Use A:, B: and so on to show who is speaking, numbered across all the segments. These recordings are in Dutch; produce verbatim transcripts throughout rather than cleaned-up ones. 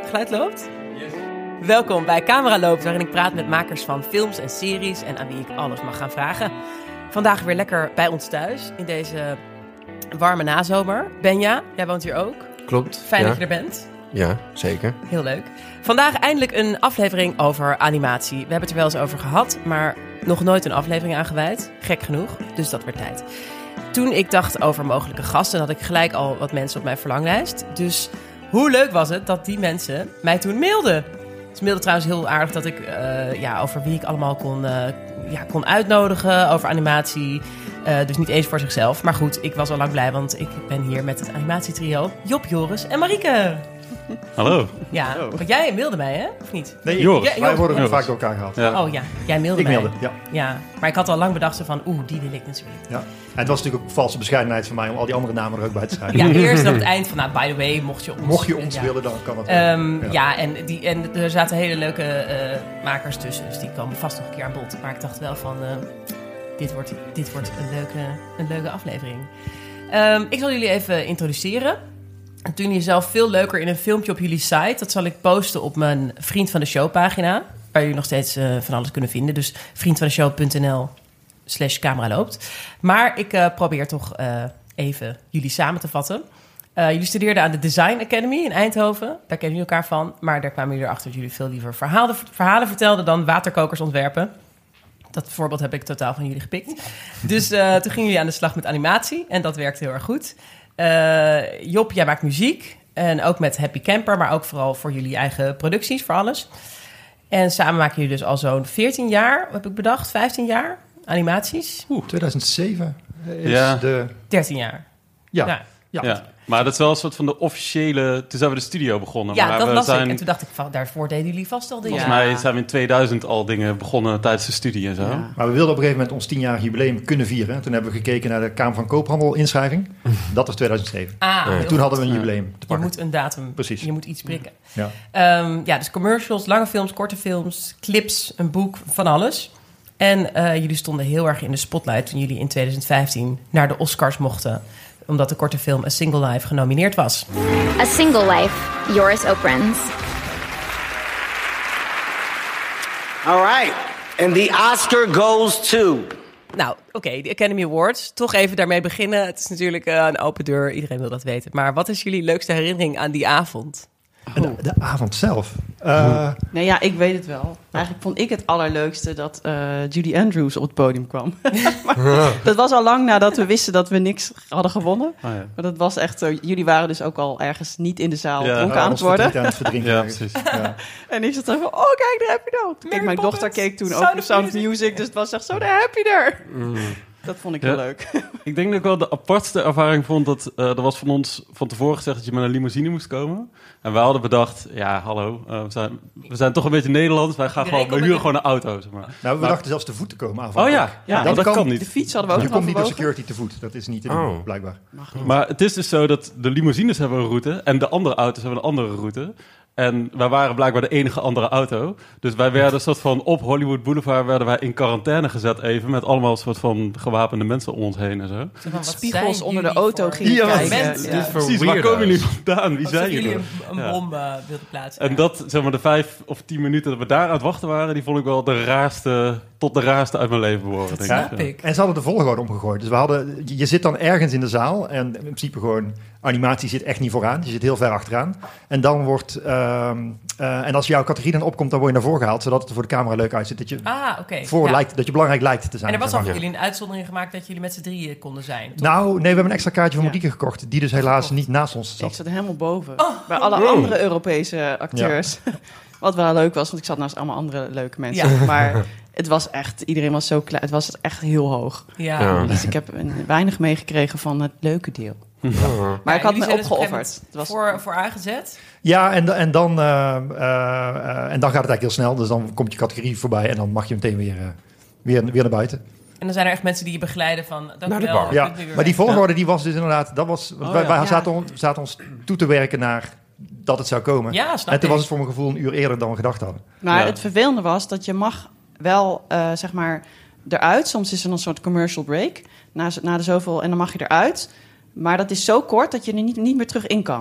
A: Geluid loopt? Yes. Welkom bij Camera Loopt, waarin ik praat met makers van films en series en aan wie ik alles mag gaan vragen. Vandaag weer lekker bij ons thuis in deze warme nazomer. Benja, jij woont hier ook.
B: Klopt.
A: Fijn
B: ja.
A: dat je er bent.
B: Ja, zeker.
A: Heel leuk. Vandaag eindelijk een aflevering over animatie. We hebben het er wel eens over gehad, maar nog nooit een aflevering aangewijd. Gek genoeg, dus dat werd tijd. Toen ik dacht over mogelijke gasten, had ik gelijk al wat mensen op mijn verlanglijst. Dus hoe leuk was het dat die mensen mij toen mailden. Ze mailden trouwens heel aardig dat ik uh, ja, over wie ik allemaal kon, uh, ja, kon uitnodigen over animatie. Uh, dus niet eens voor zichzelf. Maar goed, ik was al lang blij, want ik ben hier met het animatietrio Job, Joris en Marieke.
C: Hallo.
A: Ja,
C: Hallo.
A: want jij mailde mij, hè? Of niet?
D: Nee,
C: Joris.
A: Ja,
D: wij worden
C: Joris.
D: vaak door elkaar gehad.
C: Ja.
A: Oh ja, jij mailde
D: Ik
A: mij.
D: mailde, ja.
A: Ja, maar ik had al lang bedacht zo van, oeh, die wil ik natuurlijk.
D: ja. En het was natuurlijk ook valse bescheidenheid van mij om al die andere namen er ook bij te schrijven.
A: Ja, eerst op het eind van, nou, by the way, mocht je ons...
D: Mocht je ons
A: ja.
D: willen, dan kan dat.
A: Um,
D: ja.
A: ja, en, die, en er zaten hele leuke uh, makers tussen, dus die komen vast nog een keer aan bod. Maar ik dacht wel van, uh, dit wordt, dit wordt een, leuke, een leuke aflevering. Um, ik zal jullie even introduceren. En toen jullie zelf veel leuker in een filmpje op jullie site. Dat zal ik posten op mijn Vriend van de Show pagina. Waar jullie nog steeds uh, van alles kunnen vinden. Dus vriendvandeshow.nl slash camera loopt. Maar ik uh, probeer toch uh, even jullie samen te vatten. Uh, jullie studeerden aan de Design Academy in Eindhoven. Daar kennen jullie elkaar van. Maar daar kwamen jullie erachter dat jullie veel liever verhalen, verhalen vertelden dan waterkokers ontwerpen. Dat voorbeeld heb ik totaal van jullie gepikt. Dus uh, toen gingen jullie aan de slag met animatie. En dat werkte heel erg goed. Uh, Job, jij maakt muziek. En ook met Happy Camper. Maar ook vooral voor jullie eigen producties, voor alles. En samen maken jullie dus al zo'n veertien jaar, heb ik bedacht. vijftien jaar animaties.
D: Oeh, tweeduizend zeven is
C: Ja.
D: de...
A: dertien jaar.
D: Ja,
A: Ja.
D: ja.
C: Ja. Maar dat is wel een soort van de officiële... Toen zijn we de studio begonnen.
A: Ja,
C: maar
A: dat
C: we
A: las
C: zijn,
A: ik. En toen dacht ik, van, daarvoor deden jullie vast al dingen.
C: Volgens
A: Ja.
C: mij zijn we in tweeduizend al dingen begonnen tijdens de studie en zo.
E: Ja.
D: Maar we wilden op een gegeven moment ons tienjarig jubileum kunnen vieren. Toen hebben we gekeken naar de Kamer van Koophandel inschrijving. Dat was tweeduizend zeven.
A: Ah, heel
D: En toen hadden we een
C: Ja.
D: jubileum te
A: Je
D: pakken.
A: moet een datum,
D: Precies.
A: je moet iets prikken.
D: Ja.
A: Um, ja, dus commercials, lange films, korte films, clips, een boek, van alles. En uh, jullie stonden heel erg in de spotlight toen jullie in tweeduizend vijftien naar de Oscars mochten. Omdat de korte film A Single Life genomineerd was.
F: A Single Life, Joris Oprens.
G: All right. And the Oscar goes to...
A: Nou, oké, okay, de Academy Awards. Toch even daarmee beginnen. Het is natuurlijk uh, een open deur, iedereen wil dat weten. Maar wat is jullie leukste herinnering aan die avond?
D: En de, de avond zelf. Uh,
E: Nee, ja, ik weet het wel. Eigenlijk vond ik het allerleukste dat uh, Judy Andrews op het podium kwam. Maar dat was al lang nadat we wisten dat we niks hadden gewonnen.
C: Oh, ja.
E: Maar dat was echt... Uh, jullie waren dus ook al ergens niet in de zaal
C: Ja.
E: dronken
D: uh,
E: aan
D: ons
E: het worden.
D: verdriet aan het verdrinken.
C: Ja, precies.
D: Ja.
E: En ik zat zo van, oh kijk, daar heb je nou. Toen keek mijn
A: Poppins,
E: dochter keek toen
A: Sound
E: ook
A: of
E: Sound of
A: Music.
E: Music. Dus het was echt zo, daar heb je er. Dat vond ik heel
C: Ja.
E: leuk.
C: Ik denk dat ik wel de apartste ervaring vond dat uh, er was van ons van tevoren gezegd dat je met een limousine moest komen. En wij hadden bedacht, ja hallo, uh, we, zijn, we zijn toch een beetje Nederlands. Wij gaan
A: Iedereen
C: gewoon, we
A: komt
C: huren
A: met
C: gewoon een auto. Zeg maar.
D: Nou, we
C: Maar-
D: dachten zelfs te voet te komen
C: Oh
D: aanvankelijk.
C: ja, ja
D: dat
C: dat,
D: kan-
C: kan niet.
E: De fiets hadden we ook
D: Je
E: nog
D: komt niet door
E: overwogen.
D: security te voet. Dat is niet te doen,
B: Oh.
D: blijkbaar.
E: Mag niet.
C: Maar het is dus zo dat de limousines hebben een route en de andere auto's hebben een andere route. En wij waren blijkbaar de enige andere auto. Dus wij werden een soort van op Hollywood Boulevard werden wij in quarantaine gezet even met allemaal een soort van gewapende mensen om ons heen en zo.
A: Zo van, wat
E: Spiegels
A: zijn
E: onder de
A: jullie
E: auto
A: voor
E: gingen
C: Ja,
E: kijken.
A: mensen?
E: Ja.
B: Dit voor
C: Precies, waar
B: weirdo's.
C: komen jullie vandaan? Wie
A: Alsof
C: zijn
A: jullie
C: jullie?
A: een, een
C: Ja.
A: bom uh, wilden plaatsen.
C: En dat, zeg maar, de vijf of tien minuten dat we daar aan het wachten waren, die vond ik wel de raarste, tot de raarste uit mijn leven behoren. Denk
D: Ja.
C: ik.
A: Snap
C: Ja.
A: ik.
D: En ze hadden de volgorde omgegooid. Dus we hadden, je zit dan ergens in de zaal en in principe gewoon, animatie zit echt niet vooraan. Je zit heel ver achteraan. En dan wordt, ehm, uh, en als jouw categorie dan opkomt, dan word je naar voren gehaald, zodat het er voor de camera leuk uitziet. Dat je,
A: Ah, oké.
D: voor
A: Ja.
D: lijkt, dat je belangrijk lijkt te zijn.
A: En er was
D: zeg
A: al
D: maar.
A: voor jullie een uitzondering gemaakt dat jullie met z'n drieën konden zijn. toch?
D: Nou, nee, we hebben een extra kaartje van
E: Ja.
D: Marieke gekocht, die dus helaas niet naast ons
E: Ik
D: zat.
E: zat helemaal boven.
A: Oh.
E: Bij alle andere Europese acteurs. Wat wel leuk was, want ik zat naast allemaal andere leuke mensen.
A: Ja.
E: Maar het was echt, iedereen was zo klein. Het was echt heel hoog.
A: Ja.
B: Ja.
E: Dus ik heb een, weinig meegekregen van het leuke deel.
B: Ja.
E: Maar
A: Ja,
E: ik had
A: jullie
E: me
A: zijn dus op een
E: opgeofferd.
A: gegeven
E: Het was,
A: Voor, voor aangezet.
D: Ja, en, en, dan, uh, uh, uh, en dan gaat het eigenlijk heel snel. Dus dan komt je categorie voorbij en dan mag je meteen weer, uh, weer, weer naar buiten.
A: En dan zijn er echt mensen die je begeleiden van... Dank
B: Naar
A: u
B: de
A: wel,
B: bar.
A: u
D: Ja,
A: kunt nu weer
D: maar die
A: weg.
D: volgorde die was dus inderdaad... Dat was, want
C: Oh,
D: wij,
C: ja.
D: wij
E: Ja.
D: zaten, on- zaten ons toe te werken naar dat het zou komen.
A: Ja, snap
D: En toen
A: ik.
D: was het voor mijn gevoel een uur eerder dan we gedacht hadden.
E: maar
C: Ja.
E: het vervelende was dat je mag wel, uh, zeg maar, eruit. Soms is er een soort commercial break. Na, na de zoveel, en dan mag je eruit. Maar dat is zo kort dat je er niet, niet meer terug in kan.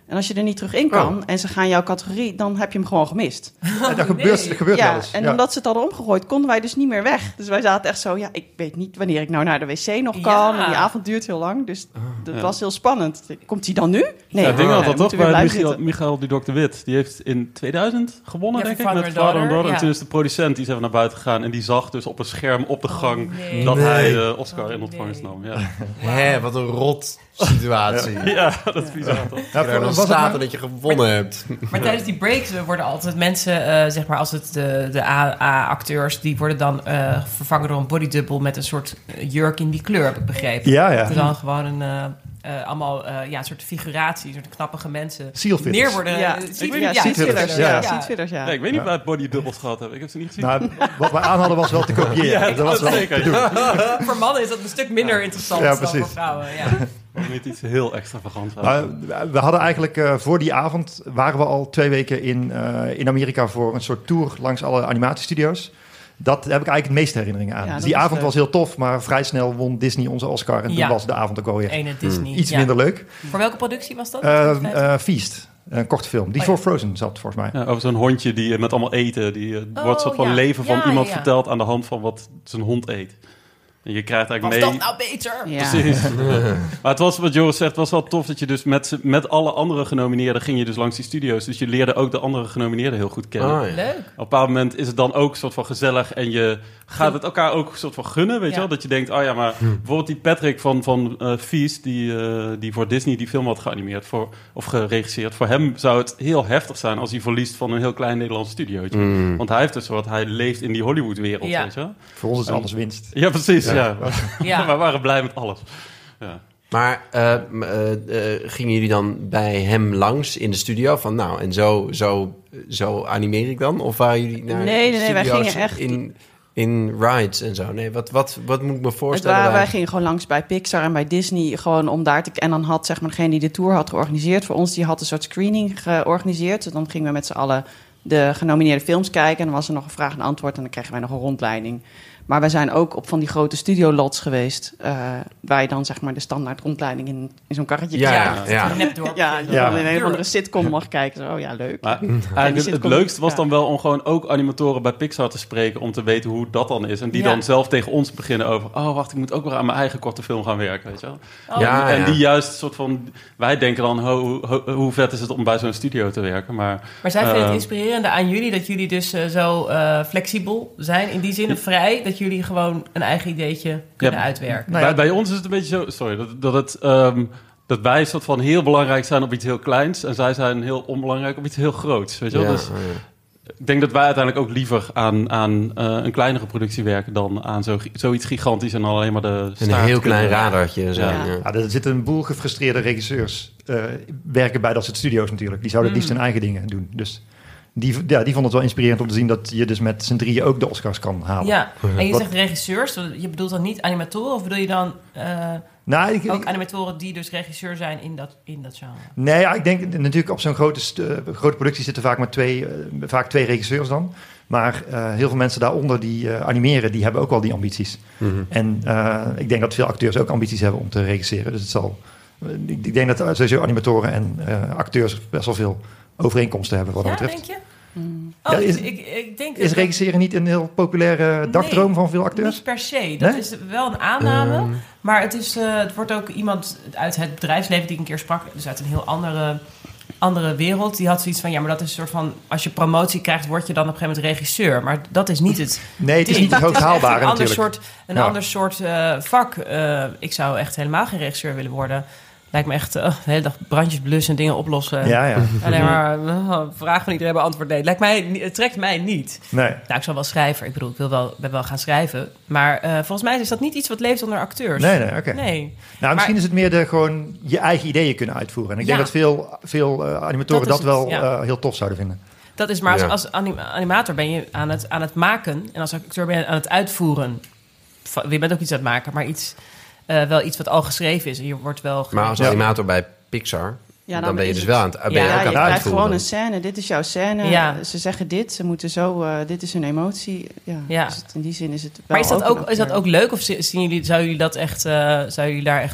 E: En als je er niet terug in kan
B: Oh.
E: en ze gaan jouw categorie, dan heb je hem gewoon gemist.
D: Ja, dat gebeurt, dat gebeurt wel
E: Ja,
D: eens.
E: en
D: Ja.
E: omdat ze het hadden omgegooid, konden wij dus niet meer weg. Dus wij zaten echt zo, ja, ik weet niet wanneer ik nou naar de wc nog kan.
A: Ja.
E: En die avond duurt heel lang, dus dat
C: Ja.
E: was heel spannend. Komt hij dan nu? Nee,
C: Ja, ik denk
E: nee,
C: dat
E: we
C: dat toch
E: moeten weer
C: bij
E: blijven
C: Michael,
E: zitten.
C: Michael die dokter Wit. Die heeft in tweeduizend gewonnen,
A: Ja,
C: denk ik,
A: Father
C: met
A: and
C: Father and
A: Daughter,
C: Daughter. En
A: ja.
C: toen is de producent, die is even naar buiten gegaan. En die zag dus op een scherm op de gang
A: nee.
C: dat
B: Nee.
C: hij de Oscar
A: Oh,
C: in ontvangst
A: nee.
C: nam. Ja,
B: Hè, wat een rot situatie.
C: ja dat is bizar toch?
D: Ja,
B: Ja, dan
D: was het
B: staat
D: maar-
B: er dat je gewonnen hebt.
A: Maar tijdens die breaks eh, worden altijd mensen, eh, zeg maar als het de, de A-acteurs, die worden dan eh, vervangen door een bodydouble met een soort eh, jurk in die kleur, heb ik begrepen.
D: Ja, ja.
A: Dat er dan gewoon een, eh, eh, allemaal eh, ja, een soort figuratie, een soort knappige mensen
D: Sealfitters.
A: neer worden.
E: Ja,
A: eh,
E: ja,
A: seat-
E: ja,
A: ja,
E: seatfillers.
D: seatfillers,
E: Ja,
D: ja.
E: seatfillers, ja.
C: Ja, ik weet niet
D: Ja.
C: waar bodydoubles gehad hebben. Ik heb ze niet gezien.
D: Nou, wat wij aan hadden was wel te kopiëren.
C: Ja,
D: dat was wel
C: zeker.
D: te doen.
A: Voor mannen is dat een stuk minder interessant
D: Ja,
A: dan
D: precies.
A: voor vrouwen. Ja.
C: Mag niet iets heel extravagants
D: Maar
C: zijn.
D: we hadden eigenlijk uh, voor die avond waren we al twee weken in, uh, in Amerika voor een soort tour langs alle animatiestudio's. Dat heb ik eigenlijk het meeste herinneringen aan.
E: Ja,
D: dus
E: dat
D: die
E: is
D: avond
E: leuk.
D: was heel tof, maar vrij snel won Disney onze Oscar. En
A: Ja.
D: toen was de avond ook wel weer
A: Ene Disney.
D: iets
A: ja.
D: minder leuk.
A: Voor welke productie was dat?
D: Uh, uh, Feast, een korte film. Die
A: Oh,
D: voor
A: ja.
D: Frozen zat volgens mij.
C: Ja, over zo'n hondje die eh, met allemaal eten. Die eh,
A: Oh,
C: wordt soort van
A: ja.
C: leven van
A: Ja,
C: iemand
A: ja, ja.
C: verteld aan de hand van wat zijn hond eet. En je krijgt
A: Was
C: eigenlijk mee...
A: dat nou beter?
E: Ja.
C: Precies. Maar het was, wat Joris zegt, het was wel tof dat je dus met, z'n- met alle andere genomineerden ging je dus langs die studio's. Dus je leerde ook de andere genomineerden heel goed kennen.
B: Oh, ja.
A: Leuk.
C: Op een bepaald moment is het dan ook een soort van gezellig en je gaat het elkaar ook een soort van gunnen, weet
A: Ja.
C: je wel? Dat je denkt, oh ja, maar bijvoorbeeld die Patrick van, van uh, Feast, die, uh, die voor Disney die film had geanimeerd voor, of geregisseerd. Voor hem zou het heel heftig zijn als hij verliest van een heel klein Nederlands studiootje.
B: Mm.
C: Want hij heeft dus wat, hij leeft in die Hollywood-wereld,
A: Ja.
C: weet je wel?
D: Voor ons is
C: En-
D: alles winst.
C: Ja, precies, ja.
D: Ja.
A: Ja.
C: Maar we waren blij met alles. Ja.
B: Maar uh, m- uh, uh, gingen jullie dan bij hem langs in de studio? Van nou, en zo, zo, zo animeer ik dan? Of waren jullie naar
E: Nee, nee, nee, wij
B: studio's
E: gingen echt-
B: in, in rides en zo? Nee, wat, wat, wat moet ik me
E: Het
B: voorstellen?
E: waren, wij
B: daar?
E: gingen gewoon langs bij Pixar en bij Disney. Gewoon om daar te... En dan had zeg maar degene die de tour had georganiseerd voor ons... die had een soort screening georganiseerd. Dus dan gingen we met z'n allen de genomineerde films kijken. En dan was er nog een vraag en antwoord. En dan kregen wij nog een rondleiding. Maar wij zijn ook op van die grote studiolots geweest... Uh, waar je dan zeg maar de standaard rondleiding in, in zo'n karretje
B: Ja,
E: krijgt.
B: ja.
A: Een nepdorp.
E: Ja,
A: Ja.
E: ja. in een of andere sitcom mag kijken. Zo, oh ja, leuk.
C: Maar
E: die
C: eigenlijk het, het
E: sitcom-
C: leukste was
E: ja.
C: dan wel om gewoon ook animatoren bij Pixar te spreken... om te weten hoe dat dan is. En die
A: Ja.
C: dan zelf tegen ons beginnen over... oh, wacht, ik moet ook weer aan mijn eigen korte film gaan werken, weet je wel?
A: Oh,
B: Ja,
C: en
B: ja.
C: die juist soort van... Wij denken dan, ho, ho- hoe vet is het om bij zo'n studio te werken? Maar,
A: Maar zij vinden
C: eh,
A: het inspirerende aan jullie dat jullie dus eh, zo eh, flexibel zijn. In die zin vrij, dat jullie gewoon een eigen ideetje kunnen
C: Ja.
A: uitwerken.
D: Nou ja,
C: bij, bij ons is het een beetje zo... Sorry, dat, dat, het, ehm, dat wij soort van heel belangrijk zijn op iets heel kleins... en zij zijn heel onbelangrijk op iets heel groots, weet je wel?
B: Ja,
C: Dus
B: oh, ja.
C: ik denk dat wij uiteindelijk ook liever aan, aan eh, een kleinere productie werken... dan aan zo, zoiets gigantisch en alleen maar de
B: En een
C: staart
B: heel klein
C: kunnen-
B: radartje. Zo,
E: Ja.
B: ja.
D: Ja, er zitten een boel gefrustreerde regisseurs uh, werken bij dat soort studio's natuurlijk. Die zouden het liefst hun eigen dingen doen. Dus die, ja, die vonden het wel inspirerend om te zien dat je dus met z'n drieën ook de Oscars kan halen.
A: Ja, en je
D: Wat-
A: zegt regisseurs, je bedoelt dan niet animatoren... of bedoel je dan eh,
D: Nou, ik,
A: ook
D: ik-
A: animatoren die dus regisseur zijn in dat, in dat genre?
D: nee, ja, ik denk natuurlijk op zo'n grote, st- uh, grote productie zitten vaak maar twee, uh, vaak twee regisseurs dan. Maar uh, heel veel mensen daaronder die uh, animeren, die hebben ook wel die ambities.
B: Mm-hmm.
D: En uh, ik denk dat veel acteurs ook ambities hebben om te regisseren. Dus het zal, uh, ik, ik denk dat sowieso animatoren en uh, acteurs best wel veel overeenkomsten hebben wat dat
A: Ja,
D: betreft.
A: denk je?
E: Mm.
A: Oh,
D: Ja, is-
A: ik, ik, ik denk
D: Is
A: dat-
D: regisseren niet een heel populaire dagdroom
A: Nee,
D: van veel acteurs?
A: Niet per se. Dat
D: Nee?
A: is wel een aanname.
B: Ehm.
A: Maar het, is, uh, het wordt ook iemand uit het bedrijfsleven die ik een keer sprak... dus uit een heel andere, andere wereld... die had zoiets van... ja, maar dat is een soort van... als je promotie krijgt, word je dan op een gegeven moment regisseur. Maar dat is niet het
D: Nee, het is
A: ding.
D: niet het hoogst
A: is echt
D: haalbare
A: een ander
D: natuurlijk.
A: soort, een
D: Ja.
A: ander soort uh, vak. Uh, ik zou echt helemaal geen regisseur willen worden... Lijkt me echt uh, de hele dag brandjes blussen en dingen oplossen.
D: Ja, ja.
A: Alleen maar uh, vragen van iedereen beantwoord. Nee, lijkt mij, het trekt mij niet.
D: Nee.
A: Nou, ik zal wel schrijven. Ik bedoel, ik wil wel, ben wel gaan schrijven. Maar uh, volgens mij is dat niet iets wat leeft onder acteurs.
D: Nee, nee, oké.
A: Nee.
D: Nou,
A: Maar-
D: misschien is het meer de, gewoon je eigen ideeën kunnen uitvoeren. En ik denk
A: Ja.
D: dat veel, veel uh, animatoren
A: Dat
D: dat,
A: is het,
D: wel
A: ja.
D: uh, heel tof zouden vinden.
A: Dat is maar als,
B: Ja.
A: als anim- animator ben je aan het, aan het maken. En als acteur ben je aan het uitvoeren. Va- Je bent ook iets aan het maken, maar iets, uh, wel iets wat al geschreven is. En je wordt wel...
B: Maar als
D: Ja.
B: animator bij Pixar,
E: Ja,
B: dan ben je
E: is
B: dus
E: het-
B: wel aan het, ben
A: Ja,
B: je ook
E: Ja,
B: aan
E: je
B: het
E: krijgt
B: uitvoeren.
E: gewoon een scène. Dit is jouw scène.
A: Ja.
E: Ze zeggen dit. Ze moeten zo... Uh, dit is hun emotie. Ja.
A: Ja.
E: Dus het- in die zin is het wel
A: Maar is dat,
E: een
A: ook, is dat
E: acteur.
A: ook leuk? Of zi- zien jullie, zouden jullie dat echt... Uh, zouden jullie daar echt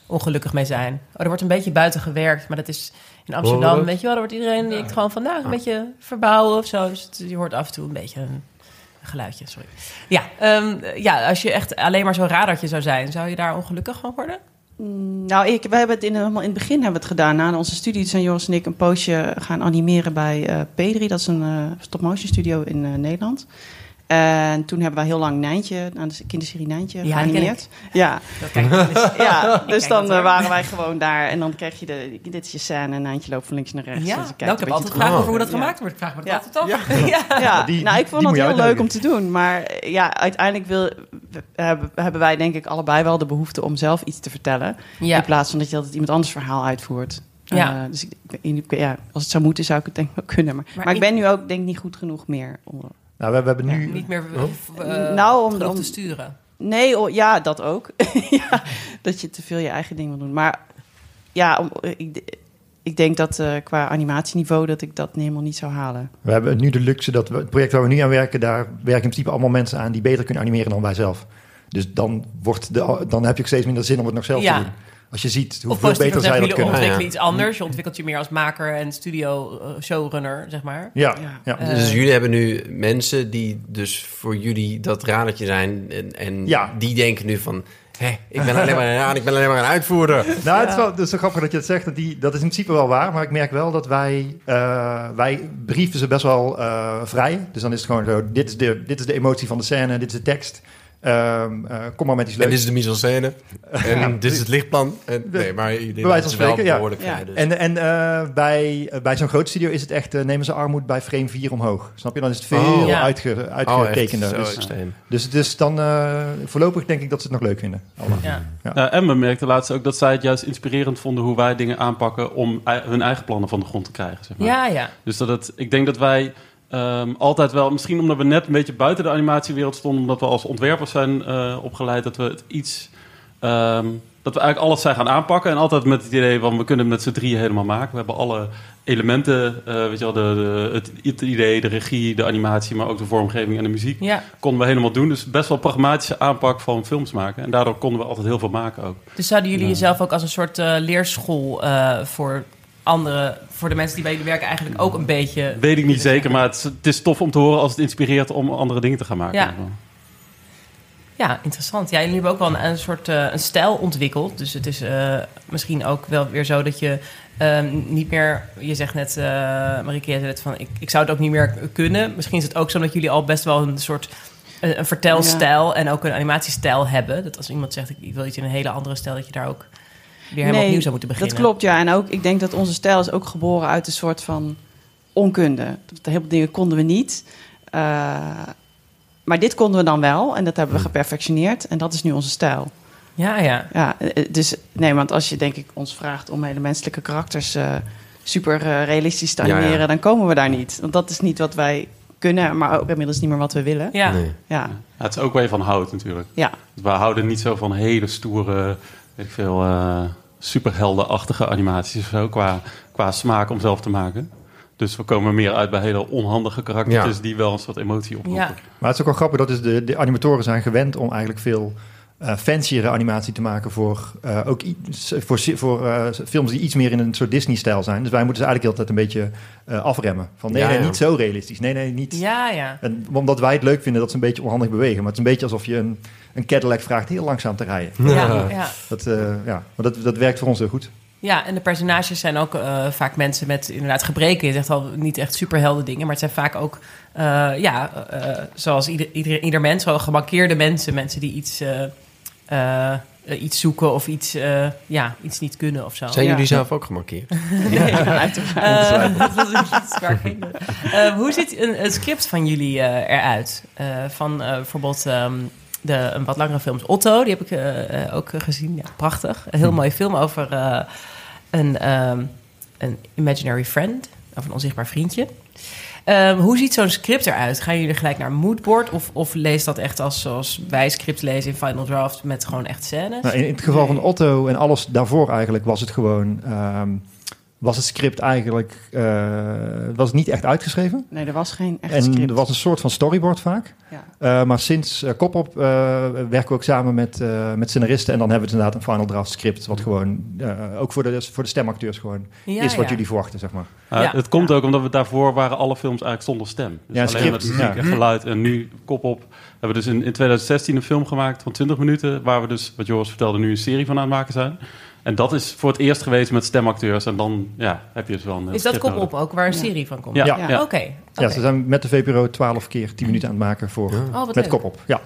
A: ongelukkig mee zijn. Oh, er wordt een beetje buiten gewerkt, maar dat is in Amsterdam,
B: Oh,
A: weet je wel, er wordt iedereen die gewoon van, nou, een beetje verbouwen of zo. Dus het, je hoort af en toe een beetje een geluidje, sorry. Ja, um, ja, als je echt alleen maar zo'n radartje zou zijn, zou je daar ongelukkig van worden?
E: Nou, ik, wij hebben het in, helemaal in het begin hebben we het gedaan. Na onze studie zijn Joris en ik een poosje gaan animeren bij uh, P drie. Dat is een uh, stop-motion studio in uh, Nederland. En toen hebben wij heel lang Nijntje, aan de kinderserie Nijntje,
A: Ja,
E: geanimeerd. Ja,
A: Dat kijk ik dus.
E: ja, dus
A: kijk
E: dan
A: dat
E: uh,
A: hoor.
E: waren wij gewoon daar. En dan kreeg je de, dit is je scène en Nijntje loopt van links naar rechts.
A: Ja,
E: Dus ik kijk
A: nou, ik
E: een
A: heb altijd
E: beetje
A: vragen
B: Oh.
A: over hoe dat
E: Ja.
A: gemaakt wordt. Ik vraag me dat
E: Ja.
A: altijd af. Ja.
E: Ja,
D: Die-
E: nou, ik
D: die
E: vond
D: moet
E: dat
D: je
E: heel leuk
D: uitnodigen.
E: om te doen. Maar ja, uiteindelijk wil, hebben, hebben wij denk ik allebei wel de behoefte om zelf iets te vertellen.
A: Ja.
E: In plaats van dat je altijd iemand anders verhaal uitvoert.
A: Ja.
E: Uh, dus ik, ik- ja, als het zou moeten, zou ik het denk ik wel kunnen. Maar,
A: Maar
E: maar,
A: ik-
E: ik ben nu ook denk ik niet goed genoeg meer. Om,
D: Nou, we, we hebben nu...
A: Niet meer uh,
E: Nou, om-
A: genoeg
E: om-
A: te sturen.
E: Nee, oh, ja, dat ook. Ja, dat je te veel je eigen ding wil doen. Maar ja, om, ik, ik denk dat uh, qua animatieniveau dat ik dat helemaal niet zou halen.
D: We hebben nu de luxe dat we, het project waar we nu aan werken, daar werken in principe allemaal mensen aan die beter kunnen animeren dan wij zelf. Dus dan, wordt de, dan heb je ook steeds minder zin om het nog zelf
A: Ja.
D: te doen. Als je ziet
A: Of
D: hoeveel
A: positief
D: beter zij
A: gezegd,
D: dat
A: jullie
D: kunnen.
A: ontwikkelen
B: Ja, ja.
A: iets anders. Je ontwikkelt je meer als maker en studio uh, showrunner, zeg maar.
D: Ja,
E: Ja.
D: ja.
A: Eh,
B: Dus jullie hebben nu mensen die dus voor jullie dat radertje zijn. En, en
D: Ja.
B: die denken nu van... Hé, ik ben alleen maar een, ik ben alleen maar een uitvoerder.
D: Nou, het is wel, het is zo grappig dat je het zegt. Dat, die, dat is in principe wel waar. Maar ik merk wel dat wij... Uh, wij brieven ze best wel uh, vrij. Dus dan is het gewoon zo... Dit is, de, dit is de emotie van de scène. Dit is de tekst. Um, uh, kom maar met iets
B: En
D: leuks.
B: dit is de mise-en-scène. En dit is het lichtplan. En, nee, maar jullie
D: Bij wijze van
B: is wel
D: spreken, ja.
B: behoorlijk vrij.
E: Ja.
B: Dus.
D: En, en uh, bij, uh, bij zo'n groot studio is het echt... Uh, nemen ze armoed bij frame vier omhoog. Snap je? Dan is het veel
B: Oh.
A: Ja.
D: uitge,
B: oh, echt
D: uitgetekender.
B: zo
D: dus,
B: extreem.
D: dus het is dan... Uh, voorlopig denk ik dat ze het nog leuk vinden. allemaal.
A: Ja.
C: Ja, en we merkten laatst ook dat zij het juist inspirerend vonden hoe wij dingen aanpakken om ei- hun eigen plannen van de grond te krijgen. Zeg maar.
A: Ja, ja.
C: Dus dat het, ik denk dat wij um, altijd wel, misschien omdat we net een beetje buiten de animatiewereld stonden, omdat we als ontwerpers zijn uh, opgeleid, dat we het iets, um, dat we eigenlijk alles zijn gaan aanpakken en altijd met het idee van we kunnen het met z'n drieën helemaal maken. We hebben alle elementen, uh, weet je wel, de, de, het, het idee, de regie, de animatie, maar ook de vormgeving en de muziek.
A: Ja.
C: Konden we helemaal doen. Dus best wel pragmatische aanpak van films maken. En daardoor konden we altijd heel veel maken ook.
A: Dus zouden jullie
C: Ja.
A: jezelf ook als een soort uh, leerschool uh, voor andere, voor de mensen die bij jullie werken eigenlijk ook een beetje...
C: Weet ik niet zeker, maar het is, het is tof om te horen als het inspireert om andere dingen te gaan maken.
A: Ja. Ja, interessant. Ja, jullie hebben ook wel een, een soort uh, een stijl ontwikkeld. Dus het is uh, misschien ook wel weer zo dat je um, niet meer... Je zegt net, uh, Marieke, je zei net van ik, ik zou het ook niet meer kunnen. Misschien is het ook zo dat jullie al best wel een soort een, een vertelstijl en ook een animatiestijl hebben. Dat als iemand zegt ik wil iets in een hele andere stijl, dat je daar ook weer helemaal opnieuw zou moeten beginnen.
E: Dat klopt, ja. En ook, ik denk dat onze stijl is ook geboren uit een soort van onkunde. Dat heel veel dingen konden we niet. Uh, maar dit konden we dan wel. En dat hebben we geperfectioneerd. En dat is nu onze stijl.
A: Ja, ja.
E: Ja, dus nee, want als je denk ik ons vraagt om hele menselijke karakters uh, super uh, realistisch te animeren, ja, ja. dan komen we daar niet. Want dat is niet wat wij kunnen, maar ook inmiddels niet meer wat we willen.
A: Ja.
B: Nee.
E: Ja.
C: Ja, het is ook waar je van houdt natuurlijk.
E: Ja.
C: We houden niet zo van hele stoere, weet ik veel, uh, superheldenachtige animaties of zo, qua, qua smaak om zelf te maken. Dus we komen meer uit bij hele onhandige karakters
B: Ja.
C: die wel een soort emotie oproepen.
A: Ja.
D: Maar het is ook wel grappig, dat is de, de animatoren zijn gewend om eigenlijk veel uh, fanciere animatie te maken voor, uh, ook iets, voor, voor uh, films die iets meer in een soort Disney-stijl zijn. Dus wij moeten ze eigenlijk altijd een beetje uh, afremmen. Van nee,
B: Ja,
D: nee,
B: ja.
D: niet zo realistisch. Nee, nee, niet.
A: Ja, ja.
D: En omdat wij het leuk vinden dat ze een beetje onhandig bewegen. Maar het is een beetje alsof je een, een Cadillac vraagt heel langzaam te rijden.
A: Ja, ja.
D: Dat, uh, ja. Maar dat, dat werkt voor ons heel goed.
A: Ja, en de personages zijn ook uh, vaak mensen met inderdaad gebreken. Je zegt al niet echt superhelden dingen, maar het zijn vaak ook, uh, ja, uh, zoals ieder, ieder, ieder mens, wel gemarkeerde mensen. Mensen die iets, uh, uh, iets zoeken of iets, uh, ja, iets niet kunnen of zo.
B: Zijn
E: Ja.
B: jullie zelf ook gemarkeerd?
E: Nee, uiteraard.
A: Uh, dat was iets waar ik uh, Hoe ziet een, een script van jullie uh, eruit? Uh, van uh, bijvoorbeeld um, de een wat langere films. Otto, die heb ik uh, uh, ook gezien. Ja, prachtig. Een heel mooie film over uh, een, um, een imaginary friend. Over een onzichtbaar vriendje. Um, hoe ziet zo'n script eruit? Gaan jullie gelijk naar een moodboard? Of, of leest dat echt als zoals wij scripts lezen in Final Draft met gewoon echt scènes?
D: Nou, in, in het geval van Otto en alles daarvoor eigenlijk was het gewoon... Um, was het script eigenlijk uh, was het niet echt uitgeschreven.
E: Nee, er was geen echt
D: en
E: script.
D: er was een soort van storyboard vaak.
E: Ja.
D: Uh, maar sinds uh, Kop-Op uh, werken we ook samen met, uh, met scenaristen. En dan hebben we het inderdaad een final draft script. Wat gewoon, uh, ook voor de, voor de stemacteurs gewoon,
A: Ja,
D: is wat
A: ja.
D: jullie verwachten, zeg maar.
C: Uh,
A: Ja.
C: Het komt
A: Ja.
C: ook omdat we daarvoor waren alle films eigenlijk zonder stem. Dus
D: Ja,
C: alleen
D: script,
C: met muziek
D: ja.
C: en geluid. En nu, Kop-Op, hebben we dus in, in twintig zestien een film gemaakt van twintig minuten... waar we dus, wat Joris vertelde, nu een serie van aan het maken zijn. En dat is voor het eerst geweest met stemacteurs. En dan ja, heb je dus wel een
A: Is dat
C: script
A: Kop-Op
C: nodig.
A: ook, waar een
E: Ja.
A: serie van komt?
C: Ja,
D: Ja.
C: ja.
E: Ja.
A: Oké.
D: Ja,
A: oké.
D: ze zijn met de V P R O twaalf keer tien minuten aan het maken voor,
A: Oh, wat
D: met
A: leuk.
D: Kop-Op. Ja.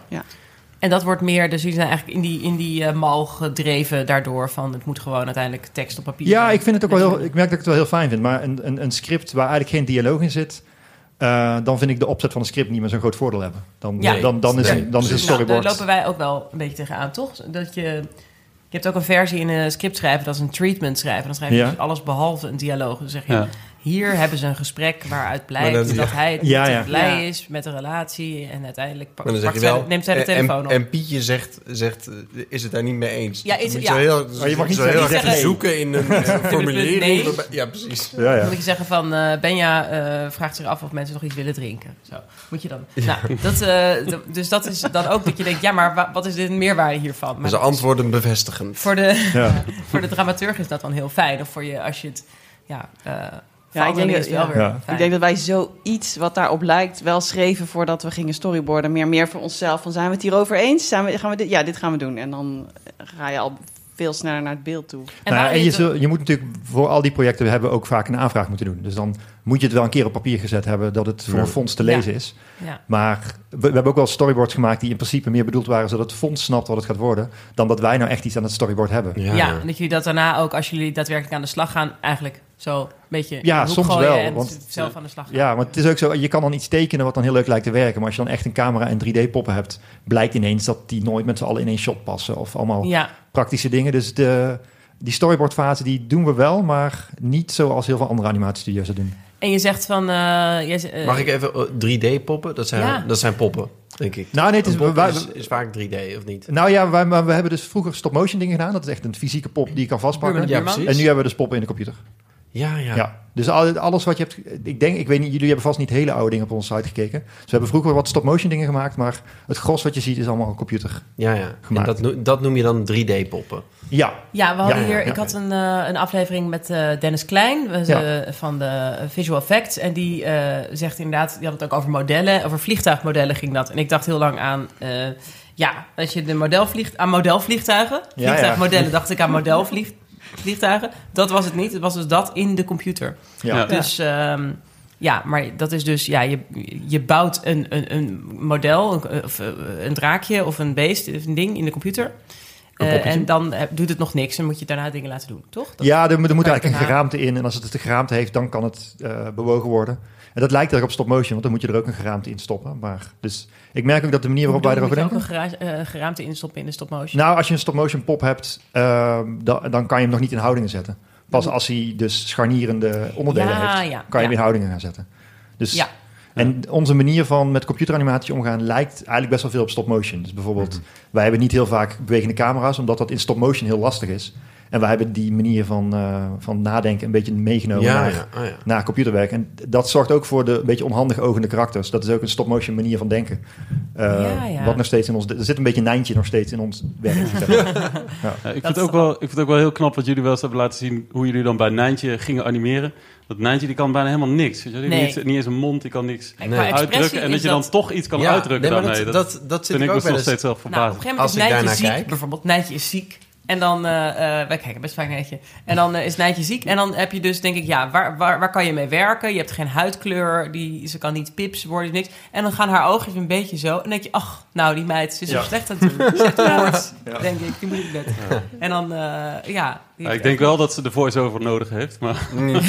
A: En dat wordt meer, dus jullie zijn eigenlijk in die, in die uh, mal gedreven daardoor van het moet gewoon uiteindelijk tekst op papier
D: Ja,
A: zijn.
D: ik vind het ook wel heel. Ik merk dat ik het wel heel fijn vind. Maar een, een, een script waar eigenlijk geen dialoog in zit, uh, dan vind ik de opzet van een script niet meer zo'n groot voordeel hebben. Dan,
A: Ja.
D: dan, dan, is,
B: Nee,
D: dan is een
B: precies.
A: Nou,
D: storyboard.
A: daar lopen wij ook wel een beetje tegenaan, toch? Dat je, je hebt ook een versie in een script schrijven, dat is een treatment schrijven. Dan schrijf je
D: Ja.
A: dus alles behalve een dialoog. Dan zeg je,
C: Ja.
A: hier hebben ze een gesprek waaruit blijkt
B: Maar dan-
A: dat
B: ja.
A: hij het
D: Ja,
A: niet
D: ja.
A: blij
E: Ja.
A: is met de relatie. En uiteindelijk pak-
B: Maar dan zeg
A: pakt
B: je
A: zij
B: wel,
A: de- neemt zij de
B: en-
A: telefoon
B: en,
A: op.
B: en Pietje zegt, zegt, uh, is het daar niet mee eens.
A: Ja, is
B: Dan
A: het-
B: moet
A: ja.
B: je heel,
D: Maar je mag niet
B: zo
D: zeggen-
B: heel erg
A: zeggen nee.
B: zoeken in een uh, formulering.
A: Nee.
B: waarbij- Ja, precies.
D: Ja, ja.
A: Dan moet je zeggen van, uh, Benja uh, vraagt zich af of mensen nog iets willen drinken. Zo, moet je dan. Nou, dat, uh, d- dus dat is dan ook dat je denkt, ja, maar wa- wat is de meerwaarde hiervan? Maar
B: Dus de
A: dat is-
B: antwoorden bevestigend.
A: voor de,
D: Ja.
A: voor de dramaturg is dat dan heel fijn. Of voor je, als je het, ja... Uh,
E: Ja, ik denk
A: is
E: dat-
A: het wel
E: ja.
A: weer
D: Ja.
A: fijn.
E: Ik denk dat wij zoiets wat daarop lijkt wel schreven voordat we gingen storyboarden. Meer, meer voor onszelf. Van zijn we het hierover eens? Zijn we, gaan we dit? Ja, dit gaan we doen. En dan ga je al veel sneller naar het beeld toe.
A: En,
D: Nou ja,
A: waar
D: en je,
A: het-
D: zul- je moet natuurlijk voor al die projecten we hebben ook vaak een aanvraag moeten doen. Dus dan moet je het wel een keer op papier gezet hebben dat het voor
B: Ja.
D: een fonds te lezen is.
A: ja.
D: Maar we, we hebben ook wel storyboards gemaakt die in principe meer bedoeld waren zodat het fonds snapt wat het gaat worden, dan dat wij nou echt iets aan het storyboard hebben.
B: Ja,
A: Ja, en dat jullie dat daarna ook, als jullie daadwerkelijk aan de slag gaan, eigenlijk zo een beetje in
D: Ja,
A: de hoek
D: soms
A: gooien
D: wel,
A: en
D: want-
A: zelf aan de slag gaan.
D: Ja, maar het is ook zo, je kan dan iets tekenen wat dan heel leuk lijkt te werken, maar als je dan echt een camera en drie D-poppen hebt, blijkt ineens dat die nooit met z'n allen in één shot passen of allemaal
A: Ja,
D: praktische dingen. Dus de, die storyboard-fase die doen we wel, maar niet zoals heel veel andere animatiestudio's dat doen.
A: en je zegt van... eh, jij, ze- eh,
B: Mag ik even uh, drie D-poppen? Dat zijn,
A: Ja.
B: dat zijn poppen, denk ik.
D: Nou, nee, het is,
B: Een pop
D: wij-
B: is, is vaak drie D, of niet?
D: nou ja, wij, maar we hebben dus vroeger stop-motion dingen gedaan. Dat is echt een fysieke pop die je kan vastpakken.
A: Buurman de
B: Ja,
A: buurman.
B: precies.
D: En nu hebben we dus poppen in de computer.
B: Ja, ja.
D: Ja. Dus al- alles wat je hebt... Ik denk, ik weet niet, jullie hebben vast niet hele oude dingen op onze site gekeken. Dus we hebben vroeger wat stop-motion dingen gemaakt, maar het gros wat je ziet is allemaal computer.
B: ja, ja. En
D: Gemaakt.
B: dat, no- dat noem je dan drie D-poppen.
D: Ja.
A: Ja, we hadden
D: Ja, ja,
A: hier...
D: ja.
A: Ik had een, eh, een aflevering met eh, Dennis Klein we-
D: Ja.
A: eh, van de Visual Effects. En die eh, zegt inderdaad... Die had het ook over modellen. Over vliegtuigmodellen ging dat. En ik dacht heel lang aan... eh, ja, als je de model vliegt, aan modelvliegtuigen.
D: Ja,
A: Vliegtuigmodellen dacht ik aan modelvliegtuigen. Dat was het niet. Het was dus dat in de computer.
D: Ja.
C: Ja.
A: Dus ehm, ja, maar dat is dus, ja, je, je bouwt een, een, een model, een, of, eh, een draakje of een beest, of een ding in de computer.
D: Een
A: Eh,
D: poppetje.
A: en dan eh, doet het nog niks en moet je daarna dingen laten doen, toch? Dat-
D: Ja, er, er moet
A: kan je
D: eigenlijk een
A: daarna-
D: geraamte in. En als het een geraamte heeft, dan kan het eh, bewogen worden. En dat lijkt erg op stop-motion, want dan moet je er ook een geraamte in stoppen. Maar, dus ik merk ook dat de manier waarop wij
A: Moet
D: erover
A: je ook
D: denken...
A: een gera- eh, geraamte instoppen in de stop-motion?
D: Nou, als je een stop-motion pop hebt, uh, da, dan kan je hem nog niet in houdingen zetten. Pas als hij dus scharnierende onderdelen
A: Ja,
D: heeft,
A: ja,
D: kan je hem
A: ja.
D: in houdingen gaan zetten. Dus,
A: Ja.
D: En onze manier van met computeranimatie omgaan lijkt eigenlijk best wel veel op stop-motion. Dus bijvoorbeeld,
B: Mhm.
D: wij hebben niet heel vaak bewegende camera's, omdat dat in stop-motion heel lastig is. En wij hebben die manier van, uh, van nadenken een beetje meegenomen
B: Ja,
D: naar,
B: ja. Oh, ja.
D: naar computerwerk. En dat zorgt ook voor de een beetje onhandig ogende karakters. Dat is ook een stop-motion manier van denken. Uh,
A: Ja, ja.
D: Wat nog steeds in ons... Er zit een beetje Nijntje nog steeds in ons werk. zeg maar.
C: Ja, ik, vind
A: Dat
C: het
A: is
C: ook wel, ik vind het ook wel heel knap wat jullie wel eens hebben laten zien... hoe jullie dan bij Nijntje gingen animeren. Dat Nijntje die kan bijna helemaal niks. Weet je? Die
A: Nee.
C: heeft niet, niet eens een mond, die kan niks
A: En
B: Nee.
A: qua expressie
C: uitdrukken. En dat
A: is
C: je dan toch iets kan
B: Ja,
C: uitdrukken
B: nee, maar
C: daarmee.
B: dat,
C: Dat,
B: dat, dat zit
C: vind
B: ik
C: ik
B: ook
C: dus
B: wel
C: nog
B: eens.
C: steeds wel
A: Nou, op een
C: verbazend.
A: gegeven moment
B: Als
A: is
B: ik
A: Nijntje
B: daarnaar
A: ziek,
B: kijk.
A: bijvoorbeeld. Nijntje is ziek. En dan, eh eh, wij kijken best vaak naar Nijntje. En dan eh, is Nijntje ziek. En dan heb je dus, denk ik, ja, waar, waar, waar kan je mee werken? Je hebt geen huidkleur. Die, ze kan niet pips worden, niks. En dan gaan haar oogjes een beetje zo. En dan denk je, ach, nou, die meid, ze is
D: Ja.
A: zo slecht aan het doen. Ze heeft koorts,
D: Ja.
A: denk ik. Die moet ik net. En dan, eh, ja. die
C: Ja,
A: heeft
C: ik denk
A: echt-
C: wel dat ze de voice-over nodig heeft. Maar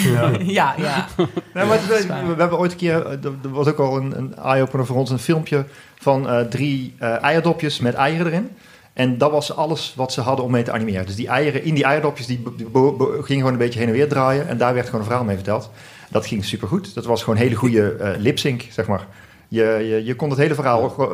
A: Ja, ja.
D: Nee, maar
A: dat is
D: we,
A: waar.
D: we hebben ooit een keer, eh, er er was ook al een, een eye-opener voor ons, een filmpje van eh, drie eh, eierdopjes met eieren erin. En dat was alles wat ze hadden om mee te animeren. Dus die eieren in die eierdopjes, die, be- die be- be- gingen gewoon een beetje heen en weer draaien. En daar werd gewoon een verhaal mee verteld. Dat ging supergoed. Dat was gewoon hele goede uh, lip-sync, zeg maar. Je, je, je kon het hele verhaal... gewoon-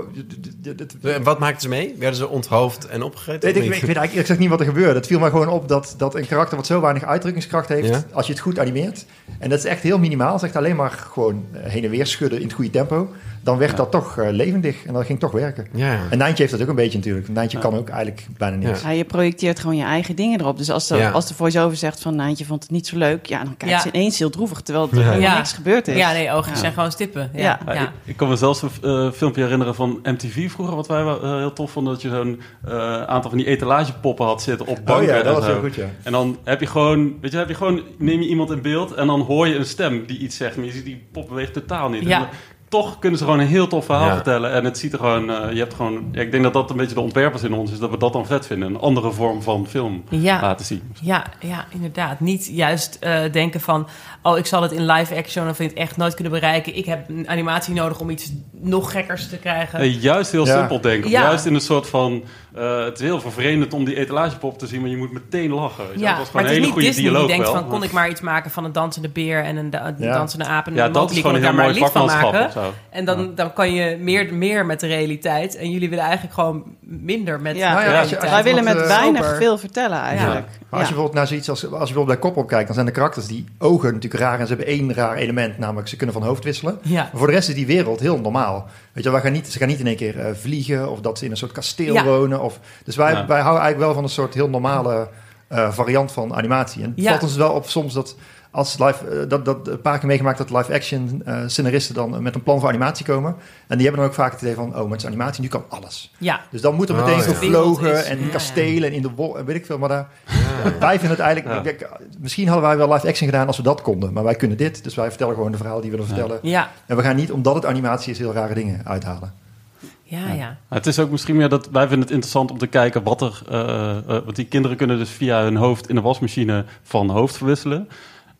B: En wat maakten ze mee? Werden ze onthoofd en opgegeten?
D: Ik, ik, ik weet eigenlijk ik zeg niet wat er gebeurde. Het viel me gewoon op dat, dat een karakter wat zo weinig uitdrukkingskracht heeft...
B: Ja.
D: als je het goed animeert... en dat is echt heel minimaal. Het is echt alleen maar gewoon uh, heen en weer schudden in het goede tempo... dan werd
C: Ja.
D: dat toch uh, levendig en dat ging toch werken.
B: Ja.
D: En Nijntje heeft dat ook een beetje natuurlijk. Nijntje
C: Ja.
D: kan ook eigenlijk bijna niks.
E: Ja, je projecteert gewoon je eigen dingen erop. Dus als de,
B: Ja.
E: als de voice-over zegt van... Naantje vond het niet zo leuk... ja, dan kijkt
A: Ja.
E: ze ineens heel droevig... terwijl er
B: Ja.
E: helemaal
A: Ja.
E: niks gebeurd is.
A: Ja, nee, oogjes
E: Ja.
A: zijn gewoon stippen. Ja,
E: Ja.
A: ja.
C: Ja, ik, ik kan me zelfs een uh, filmpje herinneren van M T V vroeger... wat wij wel uh, heel tof vonden... dat je zo'n uh, aantal van die etalagepoppen had zitten op banken
D: Oh ja, dat
C: en
D: was
C: zo.
D: heel goed, ja.
C: En dan heb je gewoon... Weet je, heb je gewoon... neem je iemand in beeld... en dan hoor je een stem die iets zegt... maar je ziet die pop beweegt totaal niet.
A: Ja.
C: En toch kunnen ze gewoon een heel tof verhaal
B: Ja.
C: vertellen. En het ziet er gewoon... Uh, je hebt gewoon ja, ik denk dat dat een beetje de ontwerpers in ons is... dat we dat dan vet vinden. Een andere vorm van film
A: Ja.
C: laten zien.
A: Ja, ja, inderdaad. Niet juist uh, denken van... oh, ik zal het in live action of in het echt nooit kunnen bereiken. Ik heb een animatie nodig om iets nog gekkers te krijgen.
C: Uh, juist heel
D: Ja.
C: simpel denken.
A: Ja.
C: Juist in een soort van... Uh, het is heel vervreemdend om die etalagepop te zien... maar je moet meteen lachen. Weet je?
A: Ja,
C: Het was
A: maar
C: gewoon
A: het
C: een
A: is
C: hele
A: niet
C: goede
A: Disney
C: dialoog
A: die denkt
C: wel.
A: van... kon ik maar iets maken van een dansende beer en een, da- een
D: Ja.
A: dansende aap... en
C: Ja,
A: een
C: dat
A: Mowgli,
C: is gewoon
A: kon
C: een
A: ik
C: heel
A: daar maar
C: mooi
A: een lied van
C: vakmanschap
A: maken.
C: of zo.
A: En dan,
C: Ja.
A: dan kan je meer, meer met de realiteit. En jullie willen eigenlijk gewoon minder met
E: Ja.
A: de
D: Nou ja, als je-
A: realiteit.
D: als
E: Wij willen met
D: wat, uh,
E: weinig
A: sober.
E: veel vertellen eigenlijk.
D: Maar als
E: Ja.
D: je bijvoorbeeld naar zoiets als, als je bijvoorbeeld bij Kop op kijkt, dan zijn de karakters die ogen natuurlijk raar en ze hebben één raar element, namelijk ze kunnen van hoofd wisselen.
A: Ja.
D: Maar voor de rest is die wereld heel normaal. Weet je, wij gaan niet, ze gaan niet in één keer uh, vliegen of dat ze in een soort kasteel
A: Ja.
D: wonen. Of, dus wij,
C: Ja.
D: wij houden eigenlijk wel van een soort heel normale uh, variant van animatie. En het
A: Ja.
D: valt ons wel op soms dat als live, uh, dat, dat een paar keer meegemaakt dat live action uh, scenaristen dan uh, met een plan voor animatie komen. En die hebben dan ook vaak het idee van, oh, met z'n animatie, nu kan alles.
A: Ja,
D: Dus dan moet er
B: Oh,
D: meteen
B: ja.
D: gevlogen
A: Wereld is-
D: en
A: ja.
D: kastelen en in de wol en weet ik veel. Maar daar, wij vinden het eigenlijk...
C: Ja.
D: Kijk, misschien hadden wij wel live action gedaan als we dat konden. Maar wij kunnen dit, dus wij vertellen gewoon de verhalen die we willen vertellen.
A: ja,
D: En we gaan niet, omdat het animatie is, heel rare dingen uithalen.
A: ja, ja.
C: Maar het is ook misschien meer dat wij vinden het interessant om te kijken wat er... Uh, uh, want die kinderen kunnen dus via hun hoofd in de wasmachine van hoofd verwisselen.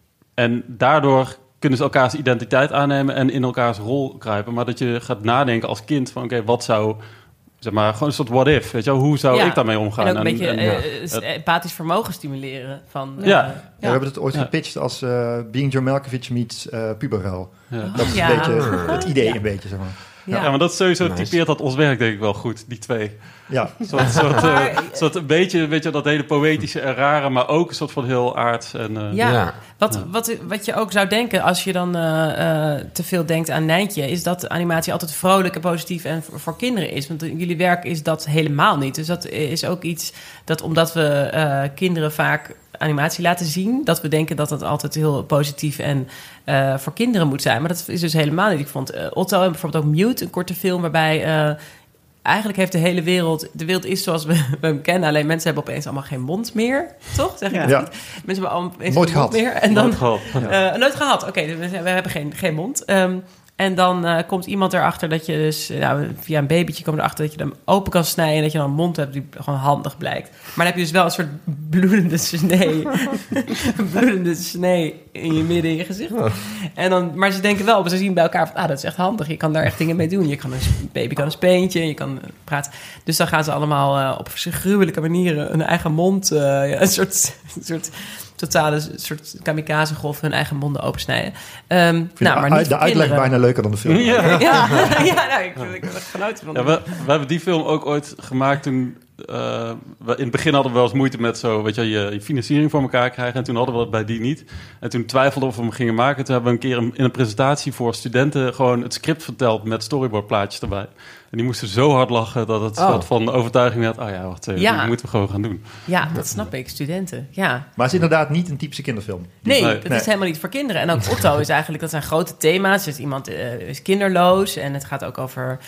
C: En daardoor kunnen ze elkaars identiteit aannemen en in elkaars rol kruipen. Maar dat je gaat nadenken als kind van oké, okay, wat zou... Zeg maar, gewoon een soort what if, weet je wel? Hoe zou
A: Ja.
C: ik daarmee omgaan?
A: En ook een beetje
C: en,
A: eh,
C: ja.
A: s-
C: Het-
A: empathisch vermogen stimuleren. Van,
C: Ja.
A: eh,
D: Ja, we hebben het ooit
C: Ja.
D: gepitcht als uh, Being John Malkovich meets uh, puberruil.
C: ja.
D: Dat is
A: Ja.
D: een beetje het idee,
A: Ja.
D: een beetje, zeg maar.
A: ja.
C: Ja, maar dat sowieso
B: Nice.
C: typeert dat ons werk denk ik wel goed, die twee.
D: Ja,
C: Een soort, soort, eh,
A: Maar-
C: soort een beetje, weet je, dat hele poëtische en rare, maar ook een soort van heel aards. En, eh,
A: Ja,
B: Ja.
A: Wat,
C: Ja.
A: Wat, wat je ook zou denken als je dan uh, uh, te veel denkt aan Nijntje... is dat animatie altijd vrolijk en positief en voor, voor kinderen is. Want in jullie werk is dat helemaal niet. Dus dat is ook iets dat omdat we uh, kinderen vaak animatie laten zien... dat we denken dat dat altijd heel positief en uh, voor kinderen moet zijn. Maar dat is dus helemaal niet. Ik vond uh, Otto en bijvoorbeeld ook Mute, een korte film... waarbij... Uh, Eigenlijk heeft de hele wereld... De wereld is zoals we, we hem kennen. Alleen mensen hebben opeens allemaal geen mond meer. Toch? Zeg ik
E: Ja.
A: dat
D: Ja.
A: goed? Mensen hebben allemaal opeens
D: Nooit
A: geen mond
D: gehad.
A: meer. En dan,
C: Nooit gehad.
A: Uh, nooit gehad. Oké, okay, we, we hebben geen, geen mond. Um, en dan uh, komt iemand erachter dat je dus... Nou, via een babytje komt erachter dat je hem open kan snijden... en dat je dan een mond hebt die gewoon handig blijkt. Maar dan heb je dus wel een soort bloedende snee. een bloedende snee in je midden in je gezicht.
B: Oh.
A: En dan, maar ze denken wel, ze zien bij elkaar van... ah, dat is echt handig. Je kan daar echt dingen mee doen. Je kan een baby kan een speentje, je kan uh, praten. Dus dan gaan ze allemaal uh, op gruwelijke manieren... hun eigen mond... Uh, ja, een soort... Een soort totale soort kamikaze-golf hun eigen monden opensnijden. Um, nou, maar
D: de,
A: niet
D: de
A: voor
D: uitleg
A: kinderen.
D: bijna leuker dan de film.
C: Ja.
A: Ja, ja nou, ik, ik heb er genoten van.
C: Ja, we, we hebben die film ook ooit gemaakt toen... Uh, we, in het begin hadden we wel eens moeite met zo, weet je, je, je financiering voor elkaar krijgen. En toen hadden we het bij die niet. En toen twijfelden of we hem gingen maken. Toen hebben we een keer een, in een presentatie voor studenten gewoon het script verteld met storyboardplaatjes erbij. En die moesten zo hard lachen dat het
B: Oh.
C: soort van overtuiging had. Oh ja, wacht even,
A: Ja.
C: dat moeten we gewoon gaan doen.
A: Ja, dat snap ik. Studenten, ja.
D: Maar het is inderdaad niet een typische kinderfilm.
A: Nee,
C: Nee.
A: dat
D: Nee.
A: is helemaal niet voor kinderen. En ook Otto is eigenlijk, dat zijn grote thema's. Dus iemand uh, is kinderloos en het gaat ook over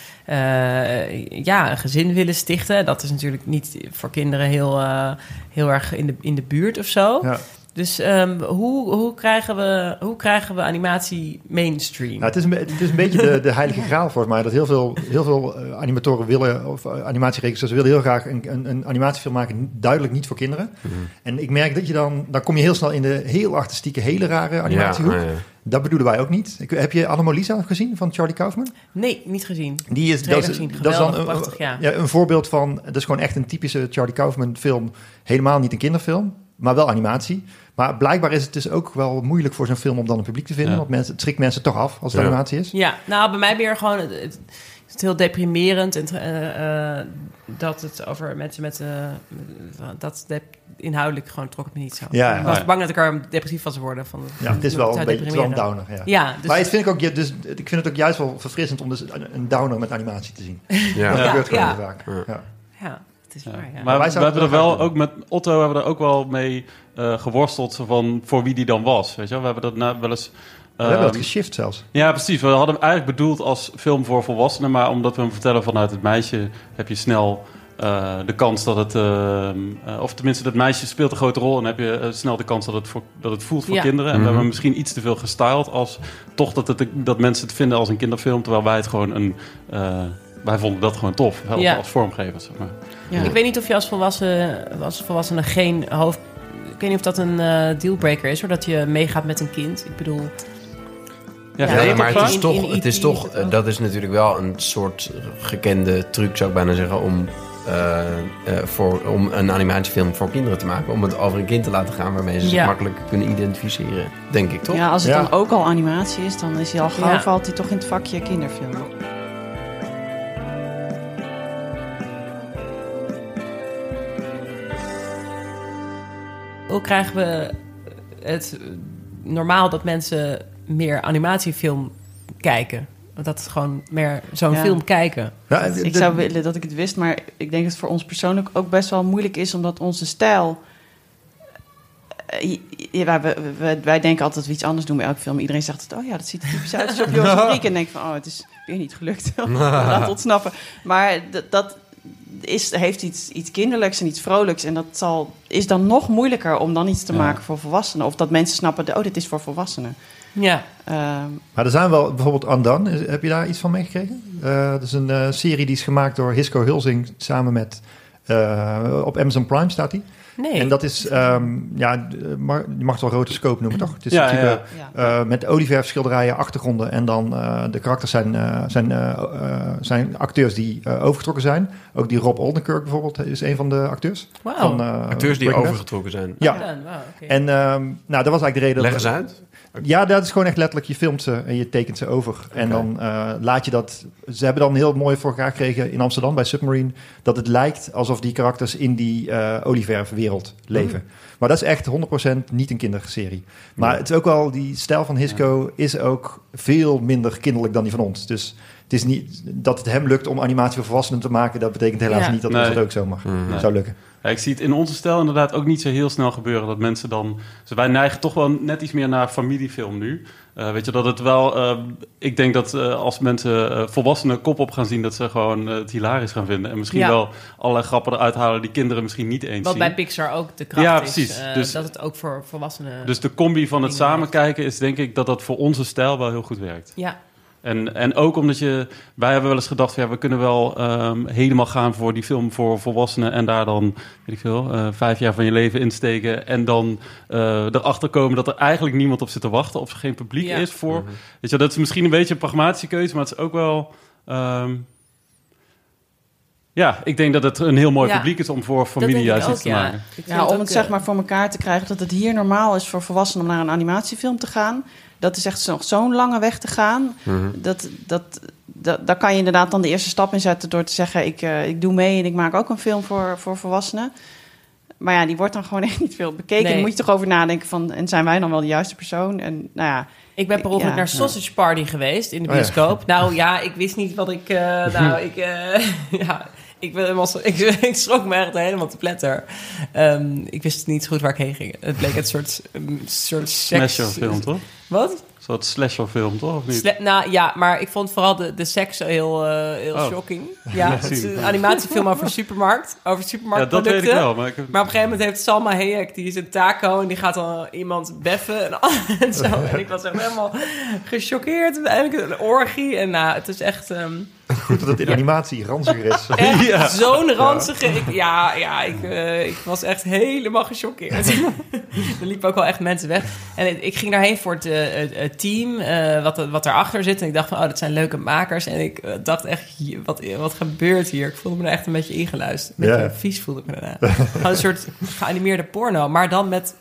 A: uh, ja, een gezin willen stichten. Dat is natuurlijk niet voor kinderen heel, uh, heel erg in de, in de buurt of zo.
D: Ja.
A: Dus um, hoe, hoe, krijgen we, hoe krijgen we animatie mainstream?
D: Nou, het, is een, het is een beetje de, de heilige graal volgens mij. Dat heel veel, heel veel uh, animatoren willen, of uh, animatieregisseurs willen heel graag een, een, een animatiefilm maken. Duidelijk niet voor kinderen.
B: Mm-hmm.
D: En ik merk dat je dan, dan kom je heel snel in de heel artistieke, hele rare animatiehoek.
B: Ja, ja.
D: Dat bedoelen wij ook niet. Ik, heb je Anomalisa gezien van Charlie Kaufman?
A: Nee, niet gezien.
D: Die is,
A: Trailer
D: dat is,
A: gezien.
D: dat is dan
A: Geweldig,
D: een,
A: prachtig, ja.
D: ja, een voorbeeld van... Dat is gewoon echt een typische Charlie Kaufman film. Helemaal niet een kinderfilm. maar wel animatie. Maar blijkbaar is het dus ook wel moeilijk voor zo'n film om dan een publiek te vinden.
C: Ja.
D: Want mensen, het schrikt mensen toch af als het
B: Ja.
D: animatie is.
A: Ja, nou, bij mij meer gewoon... Het, het is heel deprimerend. En, uh, uh, dat het over mensen met... Uh, dat de, inhoudelijk gewoon trok het me niet zo.
D: Ja, ja.
A: Ik was bang dat ik er depressief van zou worden. Van,
D: Ja, het is wel
A: zou
D: een beetje het is wel een
A: deprimeren.
D: downer. Ja.
A: Ja, dus,
D: Maar het vind ik, ook, ja, dus, ik vind het ook juist wel verfrissend om dus een downer met animatie te zien.
B: Ja.
D: Dat
A: Ja.
D: gebeurt gewoon
A: Ja.
D: heel vaak.
B: Ja.
D: Ja.
A: ja, het is
C: Ja.
A: waar, ja.
C: Maar
D: wij
C: we
D: zouden
C: hebben er
D: het wel
C: wel,
D: graag
C: ook met Otto hebben we er ook wel mee uh, geworsteld zo van voor wie die dan was. Weet je wel? We hebben dat na, wel eens...
D: We hebben dat
C: ehm,
D: geshift zelfs.
C: Ja, precies. We hadden hem eigenlijk bedoeld als film voor volwassenen, maar omdat we hem vertellen vanuit het meisje, heb je snel uh, de kans dat het, uh, uh, of tenminste, dat meisje speelt een grote rol en heb je uh, snel de kans dat het, voor, dat het voelt voor
A: Ja.
C: kinderen. En
B: Mhm.
C: we hebben hem misschien iets te veel gestyled als toch dat, het, dat mensen het vinden als een kinderfilm, terwijl wij het gewoon een, uh, wij vonden dat gewoon tof, helpen
A: Ja.
C: als vormgevers. Zeg maar.
E: Ja.
A: Ik weet niet of je als volwassene, als volwassene geen hoofd... Ik weet niet of dat een uh, dealbreaker is, hoor, dat je meegaat met een kind. Ik bedoel...
C: Ja,
A: Ja,
C: vind je
B: Nee,
C: dat
B: maar
C: ook
B: het
C: zo?
B: is
A: In- in
B: toch, het is
A: E T
B: toch
A: is het ook.
B: dat is natuurlijk wel een soort gekende truc, zou ik bijna zeggen, om, uh, uh, voor, om een animatiefilm voor kinderen te maken. Om het over een kind te laten gaan waarmee ze zich
A: Ja.
B: makkelijk kunnen identificeren, denk ik, toch?
E: Ja, als het
D: Ja.
E: dan ook al animatie is, dan is hij al gauw
A: Ja.
E: valt hij toch in het vakje kinderfilm.
A: Hoe krijgen we het normaal dat mensen meer animatiefilm kijken? Dat het gewoon meer zo'n
E: Ja.
A: film kijken.
D: Ja,
E: Ik
D: de-
E: zou willen dat ik het wist, maar ik denk dat het voor ons persoonlijk ook best wel moeilijk is, omdat onze stijl... eh, Ja, wij, wij, wij denken altijd dat we iets anders doen bij elke film. Iedereen zegt het, oh ja, dat ziet er typisch uit. Dus op Joris en Riek en denk ik van, oh, het is weer niet gelukt om dat te ontsnappen. Maar dat, dat is, heeft iets, iets kinderlijks en iets vrolijks. En dat zal, is dan nog moeilijker om dan iets te
C: Ja.
E: maken voor volwassenen. Of dat mensen snappen, oh, dit is voor volwassenen.
A: Ja.
E: Ehm,
D: Maar er zijn wel, bijvoorbeeld Undone, is- heb je daar iets van meegekregen? Uh, dat is een uh, serie die is gemaakt door Hisco Hulsing samen met, uh, op Amazon Prime staat die.
A: Nee.
D: En dat is, um, ja, mar- je mag het wel rotoscoop noemen, toch? Het is
C: Ja,
D: een type,
C: ja,
E: ja.
D: uh, met olieverf schilderijen, achtergronden en dan uh, de karakters zijn, uh, zijn, uh, uh, zijn acteurs die uh, overgetrokken zijn. Ook die Rob Oldenkirk bijvoorbeeld is een van de acteurs.
A: Wauw.
D: Van, uh,
B: Acteurs die
D: Breaking Bad.
B: overgetrokken zijn.
D: Ja.
A: Wow, oké.
D: En um, nou, dat was eigenlijk de reden.
B: Leg
D: dat,
B: eens uit.
D: Ja, dat is gewoon echt letterlijk, je filmt ze en je tekent ze over. En
B: Oké.
D: dan uh, laat je dat... Ze hebben dan heel mooi voor elkaar gekregen in Amsterdam bij Submarine, dat het lijkt alsof die karakters in die uh, olieverfwereld leven.
B: Mm.
D: Maar dat is echt honderd procent niet een kinderserie. Maar
B: Ja.
D: het is ook wel, die stijl van Hisco is ook veel minder kinderlijk dan die van ons. Dus het is niet dat het hem lukt om animatie voor volwassenen te maken. Dat betekent helaas
A: Ja.
D: niet dat
C: Nee.
D: ons dat ook zomaar
B: Mm.
D: zou lukken.
C: Ja, ik zie het in onze stijl inderdaad ook niet zo heel snel gebeuren dat mensen dan... Dus wij neigen toch wel net iets meer naar familiefilm nu. Uh, weet je, dat het wel... Uh, ik denk dat uh, als mensen uh, volwassenen kop op gaan zien, dat ze gewoon uh, het hilarisch gaan vinden. En misschien
A: Ja.
C: wel allerlei grappen eruit halen die kinderen misschien niet eens
A: Wat
C: zien.
A: bij Pixar ook de kracht
C: Ja,
A: is.
C: precies.
A: Uh,
C: Dus-
A: dat het ook voor volwassenen...
C: Dus de combi van het
A: Dingen
C: samen
A: heeft.
C: kijken is denk ik dat dat voor onze stijl wel heel goed werkt.
A: Ja.
C: En, en ook omdat je... Wij hebben wel eens gedacht, ja, we kunnen wel um, helemaal gaan voor die film voor volwassenen en daar dan, weet ik veel, uh, vijf jaar van je leven insteken en dan uh, erachter komen dat er eigenlijk niemand op zit te wachten of er geen publiek
A: Ja.
C: is voor.
B: Mhm.
C: Weet je, dat is misschien een beetje een pragmatische keuze, maar het is ook wel... Um, ja, ik denk dat het een heel mooi
A: Ja.
C: publiek is om voor
A: Dat
C: familie
A: denk ik
C: juist
A: ook,
C: iets te
A: ja.
C: maken.
A: Ik vind
E: Ja, om
A: ook,
E: het zeg
A: uh,
E: maar voor elkaar te krijgen dat het hier normaal is voor volwassenen om naar een animatiefilm te gaan. Dat is echt nog zo'n lange weg te gaan.
B: Mhm.
E: Dat, dat, dat, daar kan je inderdaad dan de eerste stap in zetten door te zeggen, ik, uh, ik doe mee en ik maak ook een film voor, voor volwassenen. Maar ja, die wordt dan gewoon echt niet veel bekeken.
A: Nee.
E: Dan moet je toch over nadenken van, en zijn wij dan wel de juiste persoon? En nou ja,
A: Ik ben per ongeluk
E: Ja.
A: naar Sausage Party geweest in de
D: Oh ja.
A: bioscoop. Nou ja, ik wist niet wat ik... uh, nou, ik... Uh, ja, ik, ben helemaal, ik, ik schrok me echt helemaal te pletter. Um, ik wist niet goed waar ik heen ging. Het bleek een soort, een soort seks...
C: Slasherfilm, toch?
A: Wat?
C: Een soort slasherfilm, toch? Of niet?
A: Sle- nou ja, maar ik vond vooral de, de seks heel, uh, heel
C: Oh.
A: shocking. Ja, het is een animatiefilm over supermarkt. Over
C: Ja,
A: supermarktproducten.
C: dat weet ik wel. Maar ik heb...
A: Maar op een gegeven moment heeft Salma Hayek, die is een taco en die gaat dan iemand beffen en, en zo. En ik was echt helemaal gechoqueerd. Uiteindelijk een orgie. En nou, het is echt... Um,
D: Goed dat het in
A: Ja.
D: animatie ranziger is.
A: Echt
C: Ja.
A: zo'n ranzige... Ik, ja, ja ik, uh, ik was echt helemaal gechoqueerd. Er liepen ook wel echt mensen weg. En ik ging daarheen voor het, uh, het team, uh, wat, wat daarachter zit. En ik dacht van, oh, dat zijn leuke makers. En ik uh, dacht echt, wat, wat gebeurt hier? Ik voelde me er echt een beetje ingeluisterd. Een beetje
D: Ja.
A: vies voelde ik me daarna. Gewoon een soort geanimeerde porno. Maar dan met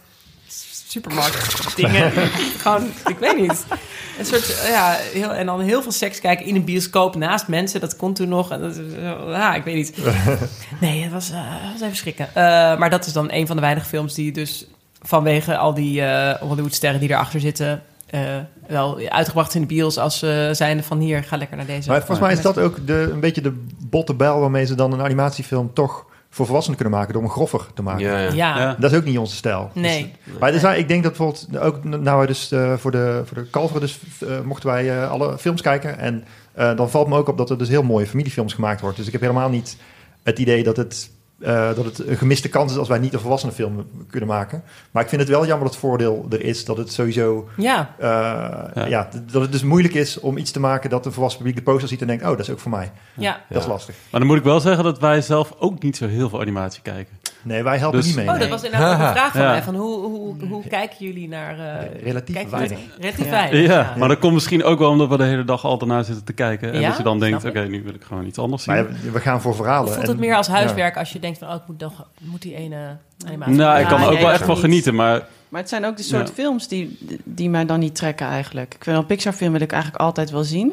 A: supermarkt dingen. Gewoon, ik weet niet. Een soort, ja, heel, en dan heel veel seks kijken in een bioscoop naast mensen. Dat kon toen nog. En dat, ja, ik weet niet. Nee, het was, uh, was even schrikken. Uh, maar dat is dan een van de weinige films die dus vanwege al die uh, Hollywoodsterren die erachter zitten, uh, wel uitgebracht in de bios als uh, zijnde van hier, ga lekker naar deze.
D: Maar volgens mij is dat ook de, een beetje de botte bijl waarmee ze dan een animatiefilm toch voor volwassenen kunnen maken door hem groffer te maken.
B: Ja, ja.
A: Ja.
C: Ja.
D: Dat is ook niet onze stijl.
A: Nee.
D: Dus, maar dus, ik denk dat bijvoorbeeld ook nou wij dus uh, voor de voor de Kalveren dus uh, mochten wij uh, alle films kijken en uh, dan valt me ook op dat er dus heel mooie familiefilms gemaakt wordt. Dus ik heb helemaal niet het idee dat het Uh, dat het een gemiste kans is als wij niet een volwassenenfilm kunnen maken. Maar ik vind het wel jammer dat het voordeel er is dat het sowieso
A: Ja.
D: Uh, ja. ja, dat het dus moeilijk is om iets te maken dat een volwassen publiek de poster ziet en denkt, oh, dat is ook voor mij.
A: Ja.
D: Dat is lastig.
C: Maar dan moet ik wel zeggen dat wij zelf ook niet zo heel veel animatie kijken.
D: Nee, wij helpen
C: Dus-
D: niet mee.
A: Oh,
D: nee.
A: dat was inderdaad ook een vraag van
C: Ja.
A: mij. Van hoe, hoe, hoe kijken jullie naar... Uh,
D: relatief
A: kijken
D: weinig.
A: jullie- Relatief
D: Ja.
A: weinig.
C: Ja, maar dat komt misschien ook wel omdat we de hele dag al ernaar zitten te kijken. En
A: Ja,
C: dat je dan denkt,
A: snap
C: oké,
A: ik.
C: nu wil ik gewoon iets anders zien.
D: Maar ja, we gaan voor verhalen.
A: Of voelt
D: en-
A: het meer als huiswerk
D: ja.
A: als je denkt van... oh, ik moet, nog, moet die ene animatie...
C: Nou, ik
A: Ja,
C: kan er ook
A: nee,
C: wel
A: dat
C: echt van
A: niet.
C: genieten, maar
E: Maar het zijn ook de soort
C: Ja.
E: films die, die mij dan niet trekken eigenlijk. Ik vind wel een Pixar-film wil ik eigenlijk altijd wel zien.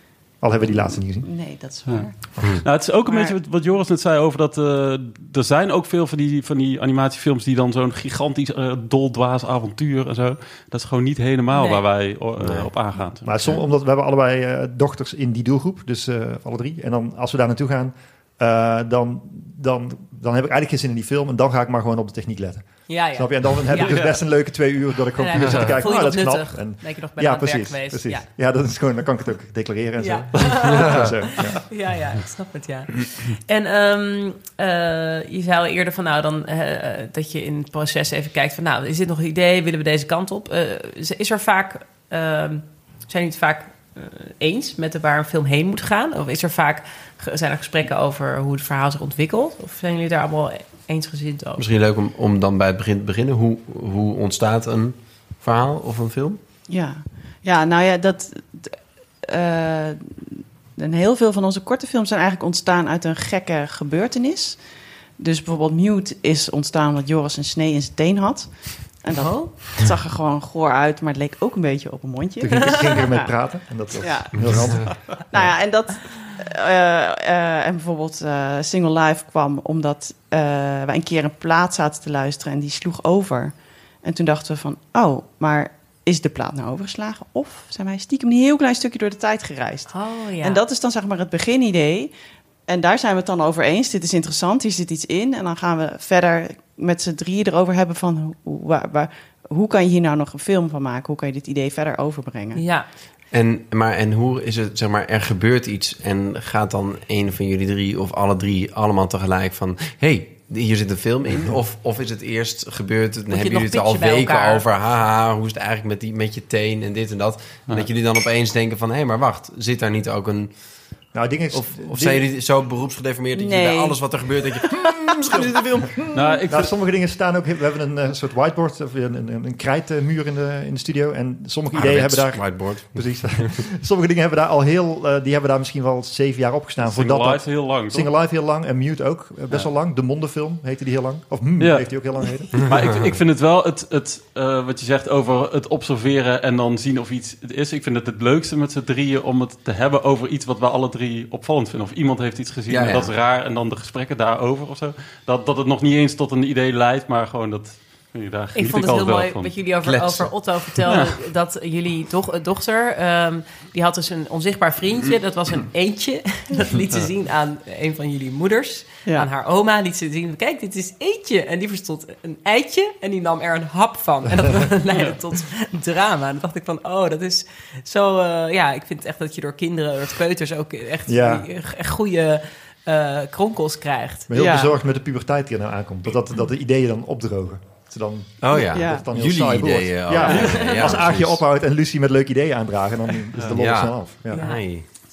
D: Al hebben we die laatste niet gezien.
E: Nee, dat is waar.
C: Ja. nou, het is ook een
E: Maar-
C: beetje wat- wat Joris net zei over dat uh, er zijn ook veel van die, van die animatiefilms die dan zo'n gigantisch uh, doldwaas avontuur en zo. Dat is gewoon niet helemaal
A: Nee.
C: waar wij uh,
B: Nee.
C: op aangaan.
D: Maar som, omdat we hebben allebei uh, dochters in die doelgroep, dus uh, alle drie. En dan als we daar naartoe gaan, uh, dan, dan, dan heb ik eigenlijk geen zin in die film en dan ga ik maar gewoon op de techniek letten.
A: Ja, ja.
D: Snap je? En dan heb
A: Ja.
D: ik dus best een leuke twee uur dat ik gewoon
A: Ja,
D: puur
A: ja.
D: zit te kijken.
A: Voel je
D: Oh, dat
A: nog
D: is knap.
A: nuttig?
D: En,
A: Ben je nog bij
D: ja,
A: aan het werk
D: precies.
A: geweest?
D: precies.
A: Ja.
D: Ja. dat is gewoon, dan kan ik het ook declareren en
A: Ja.
D: zo. zo ja.
A: Ja, ja, ik snap het, ja. En um, uh, je zei al eerder van, nou, dan uh, dat je in het proces even kijkt van, nou, is dit nog een idee? Willen we deze kant op? Uh, is er vaak, uh, zijn jullie het vaak uh, eens met de, waar een film heen moet gaan? Of is er vaak, zijn er gesprekken over hoe het verhaal zich ontwikkelt? Of zijn jullie daar allemaal eensgezind over?
B: Misschien leuk om, om dan bij het begin te beginnen. Hoe, hoe ontstaat een verhaal of een film?
E: Ja, ja nou ja, dat... Uh, en heel veel van onze korte films zijn eigenlijk ontstaan uit een gekke gebeurtenis. Dus bijvoorbeeld Mute is ontstaan omdat Joris een snee in zijn teen had. En dat
A: Oh.
E: het zag er gewoon goor uit, maar het leek ook een beetje op een mondje.
D: Toen ging ik, ging ik er met
E: Ja.
D: praten. En dat was
E: Ja.
D: heel ranzig.
E: Nou ja, en dat... Uh, uh, en bijvoorbeeld uh, Single Life kwam omdat uh, wij een keer een plaat zaten te luisteren en die sloeg over. En toen dachten we van, oh, maar is de plaat nou overgeslagen? Of zijn wij stiekem een heel klein stukje door de tijd gereisd?
A: Oh, ja.
E: En dat is dan zeg maar het beginidee. En daar zijn we het dan over eens. Dit is interessant, hier zit iets in. En dan gaan we verder met z'n drieën erover hebben van... Hoe, waar, waar, hoe kan je hier nou nog een film van maken? Hoe kan je dit idee verder overbrengen?
A: Ja.
B: En, maar, en hoe is het, zeg maar, er gebeurt iets en gaat dan een van jullie drie of alle drie allemaal tegelijk van... hey, hier zit een film in? Of, of is het eerst gebeurd, dan
A: je
B: hebben
A: nog
B: jullie het al
A: pitchen bij
B: weken
A: elkaar?
B: over... haha, hoe is het eigenlijk met, die, met je teen en dit en dat? En dat jullie dan opeens denken van... hé, hey, maar wacht, zit daar niet ook een...
D: Nou, dingen,
B: Of, of zijn jullie zo beroepsgedeformeerd dat je
E: Nee.
B: bij alles wat er gebeurt... dat je, hmm, misschien zit een film.
C: Nou, ik
D: Nou,
C: vind,
D: sommige dingen staan ook... We hebben een uh, soort whiteboard, of een, een, een krijtmuur in de, in de studio. En sommige ideeën hebben daar...
B: Whiteboard.
D: Precies. Sommige dingen hebben daar al heel... Uh, die hebben daar misschien wel zeven jaar opgestaan.
C: Single
D: voordat
C: Life heel lang, toch?
D: Single Life heel lang en Mute ook uh, best
C: Ja.
D: wel lang. De Mondenfilm heette die heel lang. Of hmm,
C: Ja.
D: heeft die ook heel lang geheten.
C: Maar ik, ik vind het wel, het, het, uh, wat je zegt over het observeren en dan zien of iets het is. Ik vind het het leukste met z'n drieën om het te hebben over iets wat we alle drie opvallend vinden. Of iemand heeft iets gezien
B: Ja,
C: en
B: ja.
C: dat is raar en dan de gesprekken daarover of zo. Dat, dat het nog niet eens tot een idee leidt, maar gewoon dat... Daar
A: Ik
C: geniet
A: vond het
C: altijd
A: heel
C: wel
A: mooi
C: van.
A: wat jullie over,
B: Kletsen.
A: over Otto vertelden. Dat jullie doch, dochter, um, die had dus een onzichtbaar vriendje. Dat was een eendje. Dat liet ze zien aan een van jullie moeders.
E: Ja.
A: Aan haar oma liet ze zien. Kijk, dit is eendje. En die verstond een eitje. En die nam er een hap van. En dat leidde tot drama. En dan dacht ik van, oh, dat is zo... Uh, ja, ik vind echt dat je door kinderen, door peuters ook echt,
D: Ja.
A: echt goede uh, kronkels krijgt.
D: Ik ben heel
E: Ja.
D: bezorgd met de puberteit die er nou aankomt. Dat, dat, dat de ideeën dan opdrogen. Dat ze dan,
B: Oh ja,
E: Ja.
D: dat het dan heel
B: jullie
D: saai wordt.
B: ideeën. Oh,
D: Ja.
B: ja, ja,
D: Als Aagje
B: precies.
D: ophoudt en Lucie met leuke ideeën aandragen, dan is de lol
B: Ja.
D: snel af. Ja.
A: Ja.
B: Nee.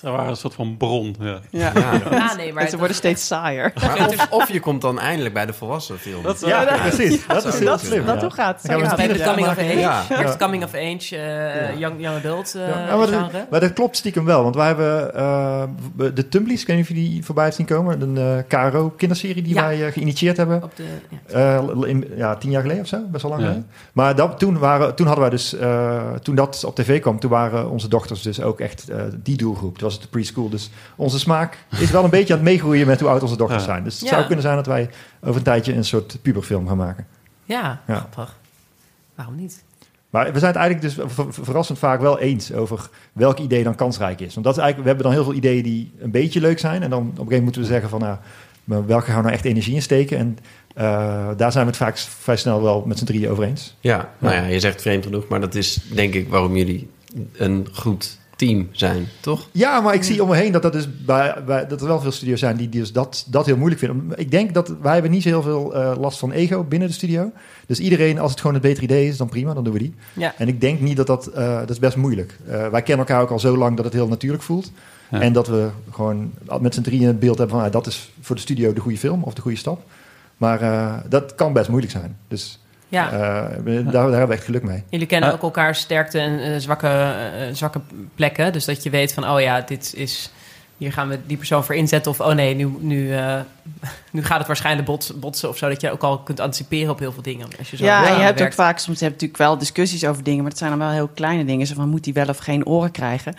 C: Er waren een soort van bron, ja.
E: Ja.
B: Ja.
A: Ja, nee, maar
E: En ze worden steeds saaier.
B: Maar of, of je komt dan eindelijk bij de volwassen film.
C: Dat is
D: Ja,
C: wel-
D: precies. Dat is heel
E: Dat,
D: slim.
E: dat
D: ja.
E: hoe gaat het?
D: Dan gaan we
E: Ja.
D: met
A: bij de coming of age.
B: Ja.
A: Echt coming of age, uh, young, young adult uh,
D: Ja, maar,
A: genre.
D: dat, maar dat klopt stiekem wel. Want wij hebben uh, de Tumblies, ik weet niet of je die voorbij hebt zien komen. Een uh, K R O-kinderserie die
A: Ja.
D: wij uh, geïnitieerd hebben.
A: Op de, ja.
D: Uh, in, ja, tien jaar geleden of zo, best wel lang
C: Ja.
D: geleden. Maar dat, toen, waren, toen hadden wij dus, uh, toen dat op tv kwam, toen waren onze dochters dus ook echt uh, die doelgroep. Toen was het de preschool. Dus onze smaak is wel een beetje aan het meegroeien met hoe oud onze dochters
C: Ja.
D: zijn. Dus het
A: Ja.
D: zou kunnen zijn dat wij over een tijdje een soort puberfilm gaan maken.
A: Ja,
D: Ja.
A: grappig. Waarom niet?
D: Maar we zijn het eigenlijk dus ver- verrassend vaak wel eens over welk idee dan kansrijk is. Want dat is eigenlijk, we hebben dan heel veel ideeën die een beetje leuk zijn. En dan op een gegeven moment moeten we zeggen van, nou, maar welke gaan we nou echt energie in steken? En uh, daar zijn we het vaak vrij snel wel met z'n drieën over eens.
B: Ja, nou ja, je zegt vreemd genoeg, maar dat is denk ik waarom jullie een goed team zijn, toch?
D: Ja, maar ik zie om me heen dat, dat, dus bij, bij, dat er wel veel studio's zijn die dus dat, dat heel moeilijk vinden. Ik denk dat wij hebben niet zo heel veel uh, last van ego binnen de studio. Dus iedereen, als het gewoon een beter idee is, dan prima, dan doen we die.
A: Ja.
D: En ik denk niet dat dat, uh, dat is best moeilijk. Uh, wij kennen elkaar ook al zo lang dat het heel natuurlijk voelt. Ja. En dat we gewoon met z'n drieën het beeld hebben van, ah, dat is voor de studio de goede film of de goede stap. Maar uh, dat kan best moeilijk zijn. Dus
A: Ja.
D: uh, daar, daar hebben we echt geluk mee.
A: Jullie kennen
C: Uh,
A: ook elkaars sterkte en uh, zwakke, uh, zwakke plekken. Dus dat je weet van, oh ja, dit is... Hier gaan we die persoon voor inzetten. Of, oh nee, nu, nu, uh, nu gaat het waarschijnlijk bots, botsen of zo. Dat je ook al kunt anticiperen op heel veel dingen. Als je zo
E: Ja, en je hebt
A: werkt.
E: ook vaak, soms heb je natuurlijk wel discussies over dingen, maar het zijn dan wel heel kleine dingen. Zo van, moet hij wel of geen oren krijgen?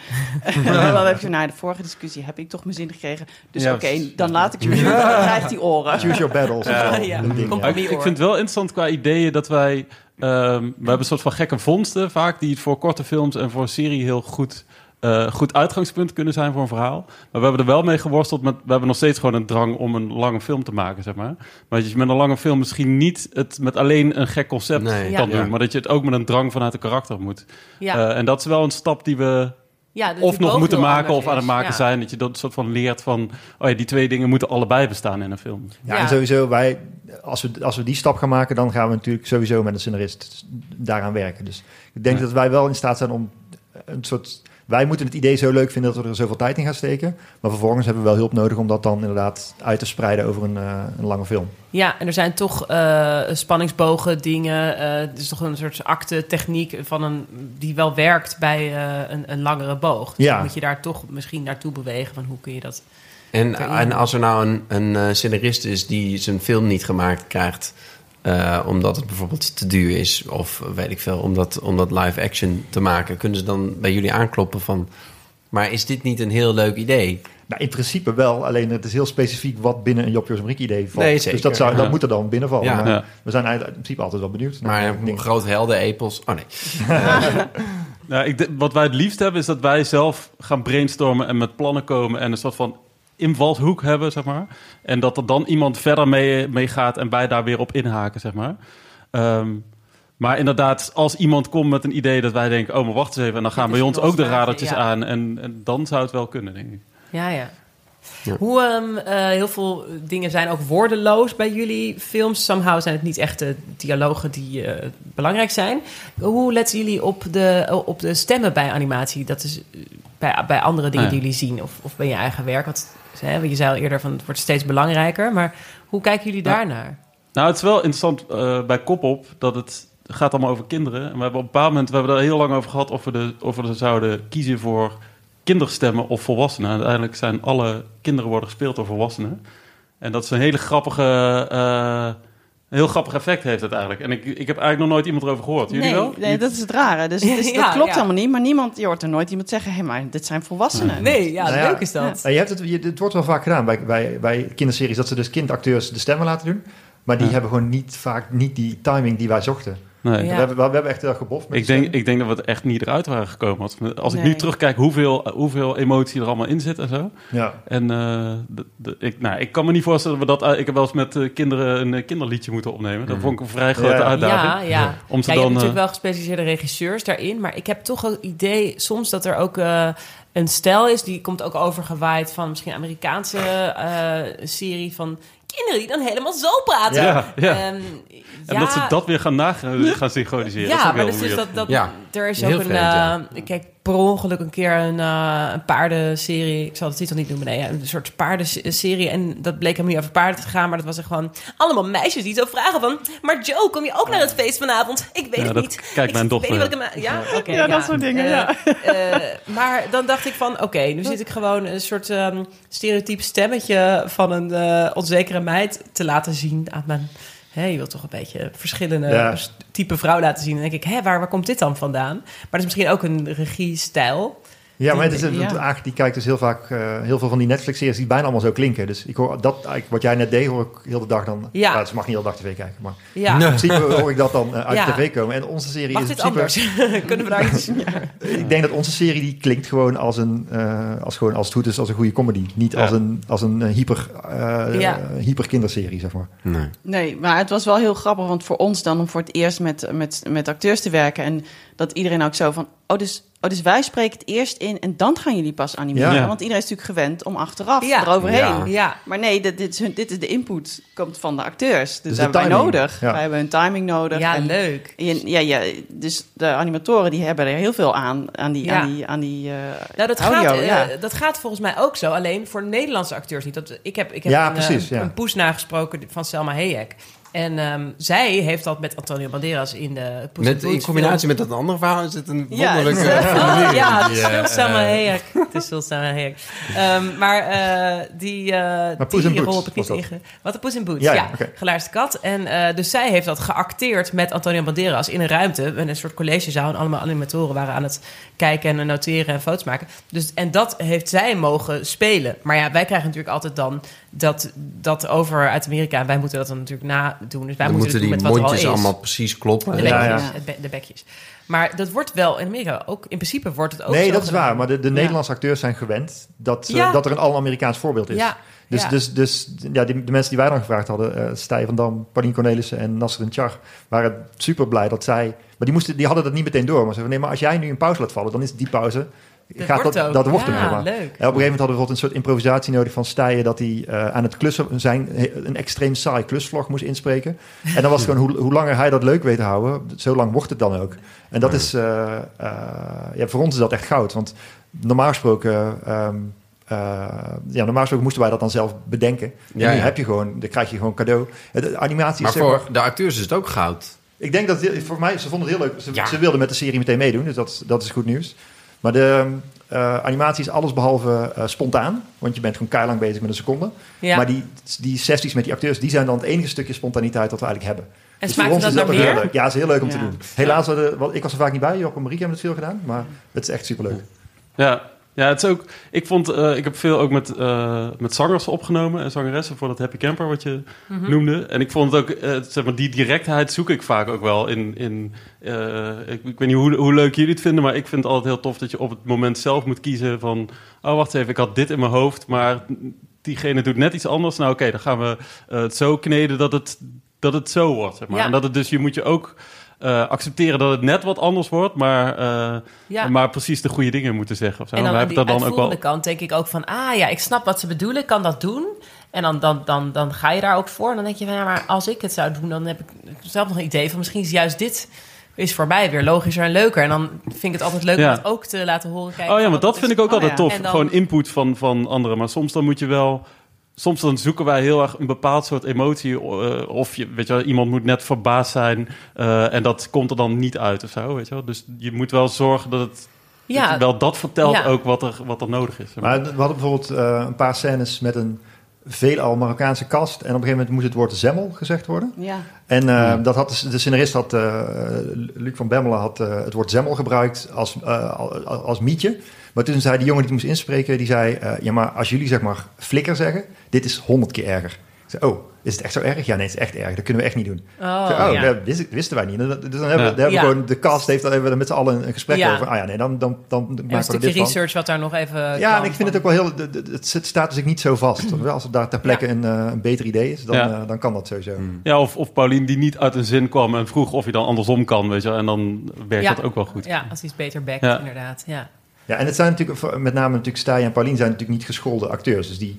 E: Dan heb je, nou, de vorige discussie heb ik toch mijn zin gekregen. Dus
C: Ja,
E: oké,
C: precies.
E: dan laat ik je dan krijgt hij oren.
D: Choose your battles.
C: Ja.
D: is wel
A: Ja.
D: een ding,
A: Kom.
D: ja.
C: Ik, ik vind het wel interessant qua ideeën dat wij... Um, we hebben een soort van gekke vondsten vaak... die voor korte films en voor een serie heel goed... Uh, goed uitgangspunt kunnen zijn voor een verhaal. Maar we hebben er wel mee geworsteld met... We hebben nog steeds gewoon een drang om een lange film te maken, zeg maar. Maar dat je met een lange film misschien niet het met alleen een gek concept
B: Nee.
C: kan
A: Ja.
C: doen. Maar dat je het ook met een drang vanuit de karakter moet.
A: Ja.
C: Uh, en dat is wel een stap die we...
A: Ja, dat
C: of
A: die
C: nog
A: boog
C: moeten
A: heel
C: maken
A: anders
C: of aan het
A: is.
C: maken
A: Ja.
C: zijn. Dat je dat soort van leert van... Oh ja, die twee dingen moeten allebei bestaan in een film.
D: Ja,
A: Ja.
D: en sowieso, wij, als, we, als we die stap gaan maken, dan gaan we natuurlijk sowieso met een scenarist daaraan werken. Dus ik denk
C: Ja.
D: dat wij wel in staat zijn om een soort... Wij moeten het idee zo leuk vinden dat we er zoveel tijd in gaan steken. Maar vervolgens hebben we wel hulp nodig om dat dan inderdaad uit te spreiden over een, uh, een lange film.
A: Ja, en er zijn toch uh, spanningsbogen, dingen. Uh, het is toch een soort acte techniek van een, die wel werkt bij uh, een, een langere boog. Dus
D: Ja.
A: dan moet je daar toch misschien naartoe bewegen. Van hoe kun je dat...
B: En, en als er nou een, een uh, scenarist is die zijn film niet gemaakt krijgt... Uh, omdat het bijvoorbeeld te duur is... of weet ik veel, om dat, om dat live action te maken... kunnen ze dan bij jullie aankloppen van... maar is dit niet een heel leuk idee?
D: Nou, in principe wel. Alleen het is heel specifiek wat binnen een Job Josem Riek idee valt.
B: Nee, zeker.
D: Dus dat, zou, dat
C: Ja.
D: moet er dan binnenvallen.
B: Ja.
D: Maar
C: Ja.
D: we zijn eigenlijk in principe altijd wel benieuwd.
B: Maar
D: Nou, ik denk-
B: grote helden, epos... Oh nee.
C: Nou, ik, de- wat wij het liefst hebben is dat wij zelf gaan brainstormen en met plannen komen en een soort van invalshoek hebben, zeg maar. En dat er dan iemand verder mee, mee gaat en wij daar weer op inhaken, zeg maar. Um, maar inderdaad, als iemand komt met een idee dat wij denken, oh, maar wacht eens even, en dan gaan
A: Dit
C: bij
A: is
C: ons
A: een
C: ook de
A: losse
C: radertjes
A: ja.
C: aan en, en dan zou het wel kunnen, denk ik.
A: Ja, ja.
B: Ja.
A: Hoe um, uh, heel veel dingen zijn ook woordeloos bij jullie films. Somehow zijn het niet echt de dialogen die uh, belangrijk zijn. Hoe letten jullie op de, op de stemmen bij animatie? Dat is uh, bij, bij andere dingen
C: Ah, ja.
A: die jullie zien. Of, of bij je eigen werk. Want hè, je zei al eerder van het wordt steeds belangrijker. Maar hoe kijken jullie
C: Ja.
A: daarnaar?
C: Nou, het is wel interessant uh, bij Kop Op dat het gaat allemaal over kinderen. En we hebben op een bepaald moment, we hebben er heel lang over gehad of we, de, of we er zouden kiezen voor kinderstemmen of volwassenen. Uiteindelijk zijn alle kinderen worden gespeeld door volwassenen. En dat is een hele grappige, uh, een heel grappig effect heeft het eigenlijk. En ik, ik heb eigenlijk nog nooit iemand erover gehoord. Jullie
E: Nee,
C: wel?
E: nee, dat is het rare. Dus het is,
A: Ja,
E: dat klopt
A: ja.
E: helemaal niet. Maar niemand, je hoort er nooit iemand zeggen, hé, maar dit zijn volwassenen.
A: Nee, ja,
D: Nou ja,
A: leuk is dat.
D: Ja, je hebt het, je, het wordt wel vaak gedaan bij, bij, bij kinderseries... dat ze dus kindacteurs de stemmen laten doen. Maar die
C: Ja.
D: hebben gewoon niet vaak niet die timing die wij zochten.
C: Nee.
A: Ja.
D: We, hebben, we hebben echt heel erg geboft met
C: Ik
D: die
C: denk,
D: stemmen.
C: ik denk dat we het echt niet eruit waren gekomen. Want als ik
E: Nee.
C: nu terugkijk hoeveel, hoeveel emotie er allemaal in zit en zo.
D: Ja.
C: En uh, de, de, ik, nou, ik kan me niet voorstellen dat we dat... Ik heb wel eens met uh, kinderen een uh, kinderliedje moeten opnemen. Dat vond ik een vrij grote
D: Ja.
C: uitdaging.
A: Ja, ja.
C: Om te
A: Ja, je
C: dan,
A: hebt natuurlijk
C: uh,
A: wel gespecialiseerde regisseurs daarin. Maar ik heb toch het idee soms dat er ook uh, een stijl is. Die komt ook overgewaaid van misschien een Amerikaanse uh, serie van kinderen die dan helemaal zo praten.
C: Ja, ja.
A: Um,
C: En
A: ja,
C: dat ze dat weer gaan, na, gaan synchroniseren.
A: Ja,
C: dat is ook
A: maar
C: heel
A: dus, dus
C: weird.
A: dat, dat
B: Ja,
A: er is
B: heel
A: ook een...
B: vreemd, ja.
A: Uh, kijk, per ongeluk een keer een, uh, een paardenserie... Ik zal de titel niet noemen, nee. Een soort paardenserie. En dat bleek hem niet over paarden te gaan. Maar dat was er gewoon allemaal meisjes die zo vragen van... Maar Joe, kom je ook naar het feest vanavond? Ik weet
C: ja,
A: het
C: dat
A: niet.
C: Kijk
A: ik
C: mijn dochter.
A: Weet niet wat ik ja, oké. Okay,
E: ja,
A: ja,
E: dat soort dingen,
A: uh,
E: ja.
A: Uh, maar dan dacht ik van... Oké, okay, nu zit ik gewoon een soort um, stereotyp stemmetje... van een uh, onzekere meid te laten zien aan mijn... Hey, je wilt toch een beetje verschillende
D: ja.
A: type vrouw laten zien. En dan denk ik, hé, waar, waar komt dit dan vandaan? Maar dat is misschien ook een regiestijl.
D: Ja, maar het is,
E: Ja.
D: Aag die kijkt dus heel vaak uh, heel veel van die Netflix-series die bijna allemaal zo klinken. Dus ik hoor dat eigenlijk wat jij net deed, hoor ik heel de dag dan.
A: Ja.
D: Nou, ze mag niet heel de dag tv kijken, maar
A: Ja.
D: in principe hoor ik dat dan uh, uit
A: Ja.
D: de tv komen. En onze serie
A: Mag
D: is in
A: dit
D: principe.
A: anders? Kunnen we daar iets...
D: Ik denk dat onze serie die klinkt gewoon als een uh, als gewoon als het goed is als een goede comedy, niet
C: Ja.
D: als een als een uh, hyper uh,
A: Ja.
D: uh, hyper kinderserie, zeg maar.
B: Nee.
E: Nee, maar het was wel heel grappig, want voor ons dan om voor het eerst met, met, met acteurs te werken en dat iedereen ook zo van, oh dus, oh, dus wij spreken het eerst in en dan gaan jullie pas animeren.
D: Ja.
E: Want iedereen is natuurlijk gewend om achteraf
A: Ja.
E: eroverheen.
B: Ja.
A: Ja.
E: Maar nee, dit, dit, is hun, dit is de input, komt van de acteurs. Dus,
D: de
E: dat hebben wij
D: timing.
E: nodig.
D: Ja.
E: Wij hebben hun timing nodig.
A: Ja,
E: En-
A: leuk.
E: Ja, ja, dus de animatoren die hebben er heel veel aan, aan die,
A: Ja.
E: aan die, aan die uh,
A: Nou, dat,
E: audio.
A: gaat, uh,
E: ja.
A: dat gaat volgens mij ook zo. Alleen voor Nederlandse acteurs niet. Dat, ik heb, ik heb
D: Ja,
A: een,
D: precies,
A: uh,
D: ja.
A: een poes nagesproken van Selma Hayek. En um, zij heeft dat met Antonio Banderas in de Poes
B: Met,
A: in
B: in combinatie met dat andere verhaal is het een
E: Ja,
B: wonderlijke...
E: het is-
B: formulering.
A: Ja, het is
B: Die,
A: veel
B: eh,
A: Selma Hayek. Het is veel Selma Hayek. Um, maar uh, die, uh,
D: Poes in
A: die
D: Boots
A: rol heb ik niet
D: was dat.
A: inge... Wat, de Poes in Boots,
D: Ja,
A: ja.
D: ja, oké.
A: Geluisterde kat. En uh, dus zij heeft dat geacteerd met Antonio Banderas in een ruimte. In een soort collegezaal. En allemaal animatoren waren aan het kijken en noteren en foto's maken. Dus, en dat heeft zij mogen spelen. Maar ja, wij krijgen natuurlijk altijd dan dat, dat over uit Amerika. En wij moeten dat dan natuurlijk nadoen. Dus wij
B: Dan
A: moeten
B: moeten
A: het doen
B: die
A: met wat er al
B: mondjes
A: is.
B: allemaal precies kloppen.
A: De
D: Ja,
A: bekjes,
D: ja.
A: het be- de bekjes. Maar dat wordt wel in Amerika ook... In principe wordt het ook
D: Nee,
A: zo
D: dat is
A: gedaan.
D: waar. Maar de, de
A: Ja.
D: Nederlandse acteurs zijn gewend dat, uh,
A: Ja.
D: dat er een al-Amerikaans voorbeeld is.
A: Ja,
D: Dus,
A: ja.
D: dus, dus ja, die, de mensen die wij dan gevraagd hadden, uh, Stijn van Dam, Paulien Cornelissen en Nasser Char, waren super blij dat zij... Maar die, moesten, die hadden dat niet meteen door. Maar ze zeiden, nee, maar als jij nu een pauze laat vallen, dan is die pauze...
A: Dat
D: gaat
A: wordt
D: dat,
A: ook.
D: dat wordt
A: Ja,
D: hem helemaal.
A: leuk.
D: En op een gegeven moment hadden we bijvoorbeeld een soort improvisatie nodig van Stijen, dat hij uh, aan het klussen zijn een extreem saai klusvlog moest inspreken. En dan was het gewoon, hoe, hoe langer hij dat leuk weet te houden, zo lang wordt het dan ook. En dat is, uh, uh, ja, voor ons is dat echt goud. Want normaal gesproken, um, uh, ja, normaal gesproken moesten wij dat dan zelf bedenken. En
B: Ja,
D: nu
B: ja.
D: heb je gewoon, dan krijg je gewoon cadeau. De animatie
B: Maar
D: is zeg maar,
B: voor de acteurs is het ook goud.
D: ik denk dat, het- voor mij, ze vonden het heel leuk. Ze,
B: Ja.
D: ze wilden met de serie meteen meedoen, dus dat, dat is goed nieuws. Maar de uh, animatie is alles behalve uh, spontaan. Want je bent gewoon keilang bezig met een seconde.
A: Ja.
D: Maar die, die sessies met die acteurs, die zijn dan het enige stukje spontaniteit dat we eigenlijk hebben.
A: En
D: Dus
A: smaakt
D: voor ons
A: dat
D: is
A: naar
D: ook heel
A: meer?
D: leuk. Ja, het is heel leuk om te
E: Ja.
D: doen. Helaas, hadden, want ik was er vaak niet bij. Job en Marieke hebben het veel gedaan. Maar het is echt superleuk.
C: Ja, ja, het is ook. Ik vond, uh, ik heb veel ook met, uh, met zangers opgenomen en zangeressen voor dat Happy Camper wat je
A: Mhm.
C: noemde. En ik vond het ook, uh, zeg maar, die directheid zoek ik vaak ook wel in. in uh, ik, ik weet niet hoe, hoe leuk jullie het vinden, maar ik vind het altijd heel tof dat je op het moment zelf moet kiezen van, oh wacht even, ik had dit in mijn hoofd, maar diegene doet net iets anders. Nou, oké, okay, dan gaan we uh, het zo kneden dat het dat het zo wordt, zeg maar.
A: Ja.
C: En dat het dus je moet je ook Uh, accepteren dat het net wat anders wordt, maar, uh,
A: Ja.
C: maar precies de goede dingen moeten zeggen. Of zo.
A: En dan
C: Wij
A: aan die
C: hebben dat dan ook wel.
A: uitvoerende kant denk ik ook van... ah ja, ik snap wat ze bedoelen, ik kan dat doen. En dan, dan, dan, dan ga je daar ook voor. En dan denk je van, ja, maar als ik het zou doen... dan heb ik zelf nog een idee van... misschien is juist dit is voor mij weer logischer en leuker. En dan vind ik het altijd leuk
C: Ja.
A: om het ook te laten horen. Kijken
C: Oh ja,
A: van,
C: want
A: wat
C: dat
A: is-
C: vind ik ook
A: oh,
C: altijd
A: ja.
C: tof.
A: En dan-
C: Gewoon input van, van anderen. Maar soms dan moet je wel... Soms dan zoeken wij heel erg een bepaald soort emotie. Uh, of je, weet je wel, iemand moet net verbaasd zijn. Uh, en dat komt er dan niet uit of zo, weet je wel. Dus je moet wel zorgen dat het...
A: Ja.
C: dat wel dat vertelt
A: Ja.
C: ook wat er, wat er nodig is.
D: Maar we hadden bijvoorbeeld uh, een paar scènes met een veelal Marokkaanse kast. En op een gegeven moment moest het woord zemmel gezegd worden.
E: Ja.
D: En uh, dat had de, de scenarist, had, uh, Luc van Bemmelen, had uh, het woord zemmel gebruikt als, uh, als, als mietje. Maar toen zei die jongen die het moest inspreken, die zei... Uh, ja, maar als jullie zeg maar flikker zeggen, dit is honderd keer erger. Ik zei, oh, is het echt zo erg? Ja, nee, het is echt erg. Dat kunnen we echt niet doen.
A: Oh,
D: Ik zei, oh
A: ja.
D: dat wisten, wisten wij niet. Dus dan hebben, we, dan
C: Ja.
D: hebben we
A: Ja.
D: gewoon... De cast heeft, hebben we er met z'n allen een gesprek
A: Ja.
D: over. Ah ja, nee, dan, dan, dan maken
A: En
D: we
A: een
D: er
A: stukje
D: dit van.
A: research wat daar nog even...
D: Ja,
A: kwam
D: en ik vind
A: van.
D: het ook wel heel... Het, het, het staat dus niet zo vast. Als er daar ter plekke
A: Ja.
D: een, uh, een beter idee is, dan,
C: Ja.
D: uh, dan kan dat sowieso.
C: Ja, of, of Paulien die niet uit een zin kwam en vroeg of je dan andersom kan, weet je wel. En dan werkt
A: Ja.
C: dat ook wel goed.
A: Ja, als iets beter backt,
C: Ja.
A: inderdaad. Ja.
D: Ja, en het zijn natuurlijk, met name natuurlijk Stijn en Paulien zijn natuurlijk niet geschoolde acteurs. Dus die,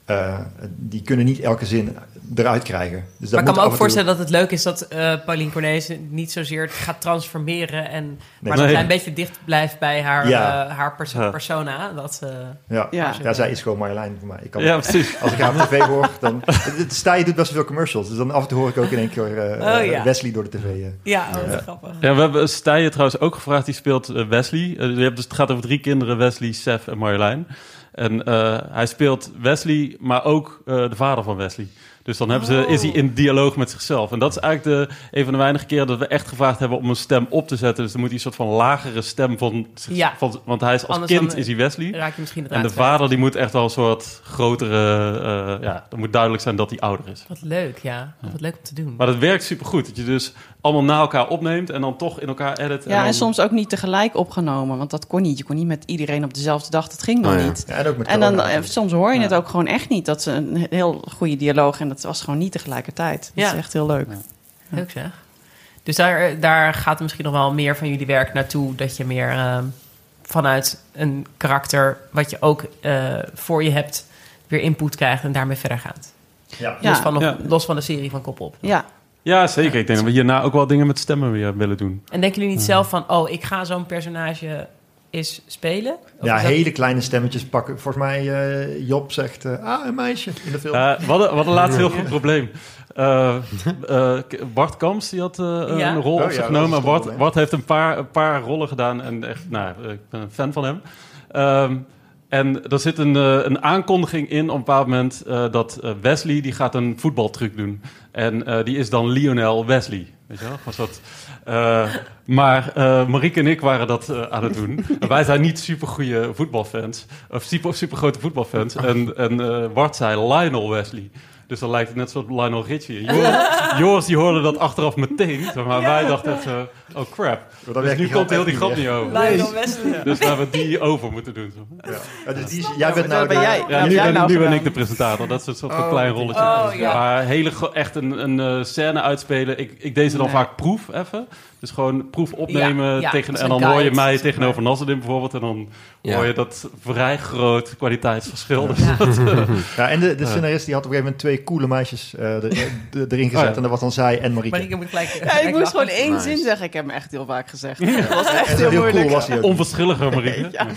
D: uh, die kunnen niet elke zin eruit krijgen. Dus
A: maar ik kan me ook
D: toe...
A: voorstellen dat het leuk is dat uh, Pauline Cornelissen niet zozeer gaat transformeren, en, nee, maar dat
C: nee.
A: zij een beetje dicht blijft bij haar,
D: ja.
A: uh, haar perso- ja. persona. Dat, uh,
D: ja.
E: Ja.
D: ja, zij is gewoon Marjolein voor mij. Ik kan
C: ja, precies.
D: Als ik haar op tv hoor, dan... Staaij doet best veel commercials, dus dan af en toe hoor ik ook in één keer uh, oh, ja. Wesley door de tv. Uh.
A: Ja, oh, uh, grappig.
C: Ja, we hebben Staaij trouwens ook gevraagd, die speelt uh, Wesley. Uh, je hebt dus, het gaat over drie kinderen, Wesley, Seth en Marjolein. En uh, hij speelt Wesley, maar ook uh, de vader van Wesley. Dus dan hebben ze, oh. is hij in dialoog met zichzelf. En dat is eigenlijk de, een van de weinige keren dat we echt gevraagd hebben om een stem op te zetten. Dus dan moet hij een soort van lagere stem van zich...
A: Ja.
C: Van, want hij is als
A: Anders
C: kind
A: dan,
C: is hij Wesley.
A: Raak je misschien
C: en de vader die moet echt wel een soort grotere... Uh, ja, dan moet duidelijk zijn dat hij ouder is.
A: Wat leuk, ja. Wat
C: ja.
A: leuk om te doen.
C: Maar dat werkt supergoed. Dat je dus allemaal na elkaar opneemt en dan toch in elkaar edit.
E: Ja,
C: en, dan...
E: en soms ook niet tegelijk opgenomen. Want dat kon niet. Je kon niet met iedereen op dezelfde dag. Dat ging dan
B: oh, ja.
E: niet.
D: Ja, en ook met
E: en dan
D: corona.
E: soms hoor je
C: ja.
E: het ook gewoon echt niet. Dat ze een heel goede dialoog en dat was gewoon niet tegelijkertijd. Dat
A: ja.
E: is echt heel leuk.
C: Ja.
A: Leuk zeg. Dus daar, daar gaat misschien nog wel meer van jullie werk naartoe. Dat je meer uh, vanuit een karakter wat je ook uh, voor je hebt, weer input krijgt en daarmee verder gaat.
D: Ja.
A: Los, van nog,
C: ja.
A: los van de serie van Kop op.
E: Ja.
C: Ja, zeker. Ja. Ik denk dat we hierna ook wel dingen met stemmen weer willen doen.
A: En denken jullie niet
C: ja.
A: zelf van, oh, ik ga zo'n personage eens spelen? Of
D: Ja,
A: dat...
D: hele kleine stemmetjes pakken. Volgens mij, uh, Job zegt, uh, ah, een meisje in de film.
C: Uh, we hadden, we hadden laatst een heel goed probleem. Uh, uh, Bart Kamps, die had uh,
A: ja?
C: een rol
D: oh,
C: op zich
D: ja,
C: genomen. Bart,
D: probleem.
C: Bart heeft een paar, een paar rollen gedaan en echt, nou, ik ben een fan van hem. Um, en er zit een, uh, een aankondiging in op een bepaald moment uh, dat uh, Wesley, die gaat een voetbaltruc doen. En uh, die is dan Lionel Wesley. Weet je wel? Was dat, uh, maar uh, Marieke en ik waren dat uh, aan het doen. En wij zijn niet super goede voetbalfans. Of super, super grote voetbalfans. En, en uh, Bart zei Lionel Wesley. Dus dan lijkt het net zoals Lionel Richie. Joris, Joris die hoorde dat achteraf meteen. Maar ja. wij dachten echt, uh, oh crap. Dus nu komt heel die grap niet over.
A: Lionel Wesley.
C: Ja. Dus we hebben die over moeten doen. Zo.
D: Ja. Ja, dus die, jij bent nou...
E: ben jij.
C: Ja,
E: Ja,
C: nu,
E: jij
C: ben,
E: nou
C: nu ben
E: gedaan?
C: ik de presentator. Dat is een soort van
B: Oh,
C: klein rolletje.
A: oh, ja.
C: Maar hele, echt een, een uh, scène uitspelen. Ik, ik deed ze dan
E: Nee.
C: vaak proef even. Dus gewoon proef opnemen.
A: Ja, ja,
C: tegen,
A: dat is
C: en
A: een
C: dan hoor je
A: guide,
C: mij
A: zeg maar.
C: tegenover Nazdin bijvoorbeeld. En dan
B: Ja.
C: hoor je dat vrij groot kwaliteitsverschil. Dus
A: Ja.
C: dat, uh,
D: Ja, en de, de scenarist die had op een gegeven moment twee coole meisjes uh, er, de, erin gezet.
C: Oh, ja.
D: En dat was dan zij en Marieke.
A: Marieke moet gelijk...
E: Ja, ik moest gewoon één
B: Nice.
E: zin zeggen. Ik heb hem echt heel vaak gezegd. Dat was echt
D: En zo
E: heel
D: heel
E: moeilijk.
D: cool was hij ook.
C: onverschilliger, Marieke.
E: Ja.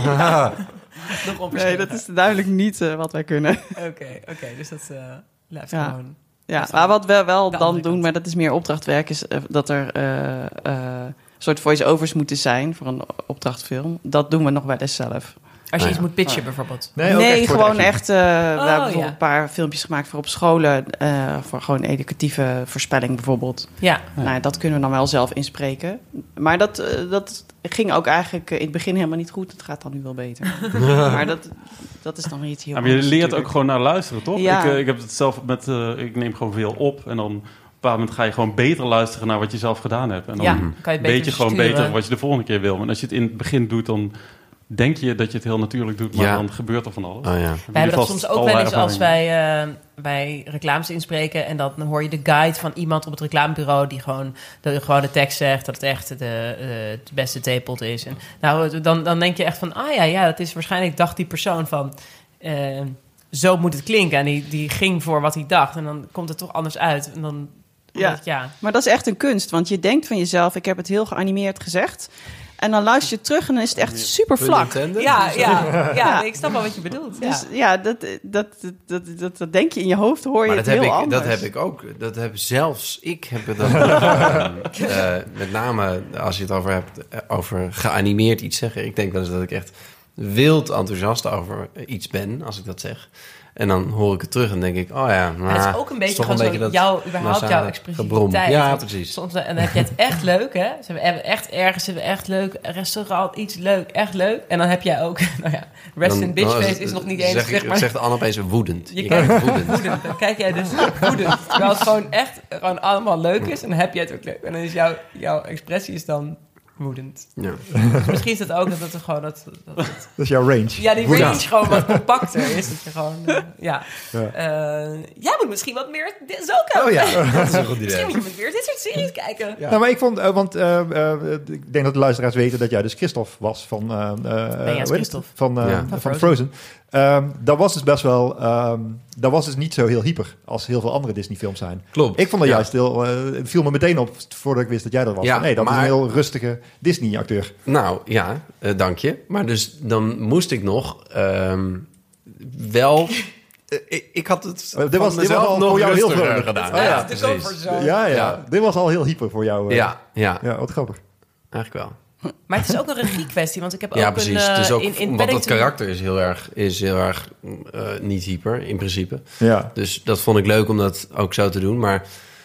A: Nog
E: Nee,
A: onverschillig.
E: dat is duidelijk niet uh, wat wij kunnen.
A: Oké, okay, okay, dus dat uh, blijft
E: Ja.
A: gewoon...
E: Ja, maar wat we wel
A: De
E: dan
A: andere
E: doen,
A: kant.
E: maar dat is meer opdrachtwerk, is uh, dat er uh, uh, soort voice-overs moeten zijn voor een opdrachtfilm. Dat doen we nog wel eens zelf.
A: Als je
B: Ah,
A: iets
B: ja.
A: moet pitchen bijvoorbeeld.
D: Nee, ook
E: Nee,
D: echt voor het
E: gewoon
D: action.
E: echt. Uh, we hebben bijvoorbeeld
A: ja.
E: een paar filmpjes gemaakt voor op scholen. Uh, voor gewoon educatieve voorspelling bijvoorbeeld.
A: Ja.
C: Ja.
E: Nou, dat kunnen we dan wel zelf inspreken. Maar dat, uh, dat ging ook eigenlijk uh, in het begin helemaal niet goed. Het gaat dan nu wel beter. Maar dat, dat is dan weer iets heel
C: Ja, maar je
E: anders
C: leert ook
E: natuurlijk.
C: gewoon naar luisteren, toch?
E: Ja.
C: Ik, uh, ik heb het zelf met... Uh, ik neem gewoon veel op en dan... Op een bepaald moment ga je gewoon beter luisteren naar wat je zelf gedaan hebt. En dan
A: Ja, kan je het
C: weet
A: beter
C: je gewoon
A: sturen.
C: beter wat je de volgende keer wil. Maar als je het in het begin doet, dan denk je dat je het heel natuurlijk doet. Maar
B: Ja.
C: dan gebeurt er van alles.
B: Oh ja.
A: Wij hebben dat soms ook wel eens als wij, uh, wij reclames inspreken. En dan hoor je de guide van iemand op het reclamebureau die gewoon de, gewoon de tekst zegt dat het echt de, uh, het beste theepot is. En nou, dan, dan denk je echt van, ah ja, ja, dat is waarschijnlijk, dacht die persoon van, uh, zo moet het klinken. En die, die ging voor wat hij dacht. En dan komt het toch anders uit. En dan,
E: Ja.
A: dat, ja.
E: Maar dat is echt een kunst, want je denkt van jezelf, ik heb het heel geanimeerd gezegd. En dan luister je terug en dan is het echt super vlak.
A: Ja, ja, ja, ja, ik snap wel wat je bedoelt. Ja.
E: Dus ja, dat, dat, dat, dat, dat denk je in je hoofd, hoor je
B: Maar
E: het
B: dat heb,
E: heel
B: ik,
E: anders.
B: dat heb ik ook. Dat heb zelfs ik heb het ook. uh, met name als je het over hebt, uh, over geanimeerd iets zeggen. Ik denk wel eens dat ik echt wild enthousiast over iets ben, als ik dat zeg. En dan hoor ik het terug en denk ik, oh ja, nou,
A: Maar het is ook een beetje
B: toch
A: gewoon zo,
B: dat
A: jouw, überhaupt jouw
B: nasale
A: expressiviteit.
B: gebrom. Ja,
A: Want
B: precies.
A: Soms, en dan heb je het echt leuk, hè? Ze hebben echt ergens, ze hebben echt leuk, restaurant, iets leuk, echt leuk. En dan heb jij ook, nou ja, rest in bitch face is nog niet eens,
B: zeg,
A: zeg maar.
B: Zegt Anne opeens woedend.
A: Je
B: Je
A: kijkt
B: kijkt woedend.
A: woedend, dan kijk jij dus woedend. Terwijl het gewoon echt gewoon allemaal leuk is en dan heb jij het ook leuk. En dan is jouw, jouw expressie is dan woedend.
B: Ja.
A: Dus misschien is het ook dat het gewoon, dat, dat het,
D: Dat is jouw range.
A: ja, die
D: Woedend.
A: range gewoon wat compacter is. Dat je gewoon, uh, ja.
D: Ja.
A: Uh, jij moet misschien wat meer dit, zo komen.
B: Oh ja, dat is een goed
A: Misschien
B: idee.
A: moet je met weer dit soort series kijken.
B: Ja.
D: Nou, maar ik vond, uh, want uh, uh, ik denk dat de luisteraars weten dat jij dus Christophe was van, uh, uh,
A: Ben jij als
D: hoe heet het?
A: Christophe?
D: van, uh,
B: Ja.
D: van,
A: Van
D: Frozen. Um, dat was dus best wel... Um, dat was dus niet zo heel hyper als heel veel andere Disney-films zijn.
B: Klopt.
D: Ik vond dat
B: Ja.
D: juist heel... Uh, het viel me meteen op voordat ik wist dat jij dat was.
B: Ja,
D: Van, nee, dat
B: maar-
D: is een heel rustige Disney-acteur.
B: Nou, ja, uh, dank je. Maar dus dan moest ik nog um, wel... Uh, ik, ik had het
D: Uh, dit
B: van
D: was, dit was
B: mezelf
D: al
B: nog
D: voor jou heel
B: rustiger
D: vrolijk.
B: gedaan.
D: Oh, ja.
A: het is over zo.
D: Ja, ja,
B: Ja.
D: Dit was al heel hyper voor jou. Uh,
B: Ja, ja,
D: ja, wat grappig.
B: eigenlijk wel.
A: Maar het is ook een regie-kwestie, want ik heb
B: Ja,
A: ook
B: precies.
A: een... uh,
B: het is ook,
A: in, in
B: want dat
A: Paddington-
B: karakter is heel erg, is heel erg uh, niet hyper, in principe.
D: Ja.
B: Dus dat vond ik leuk om dat ook zo te doen. Maar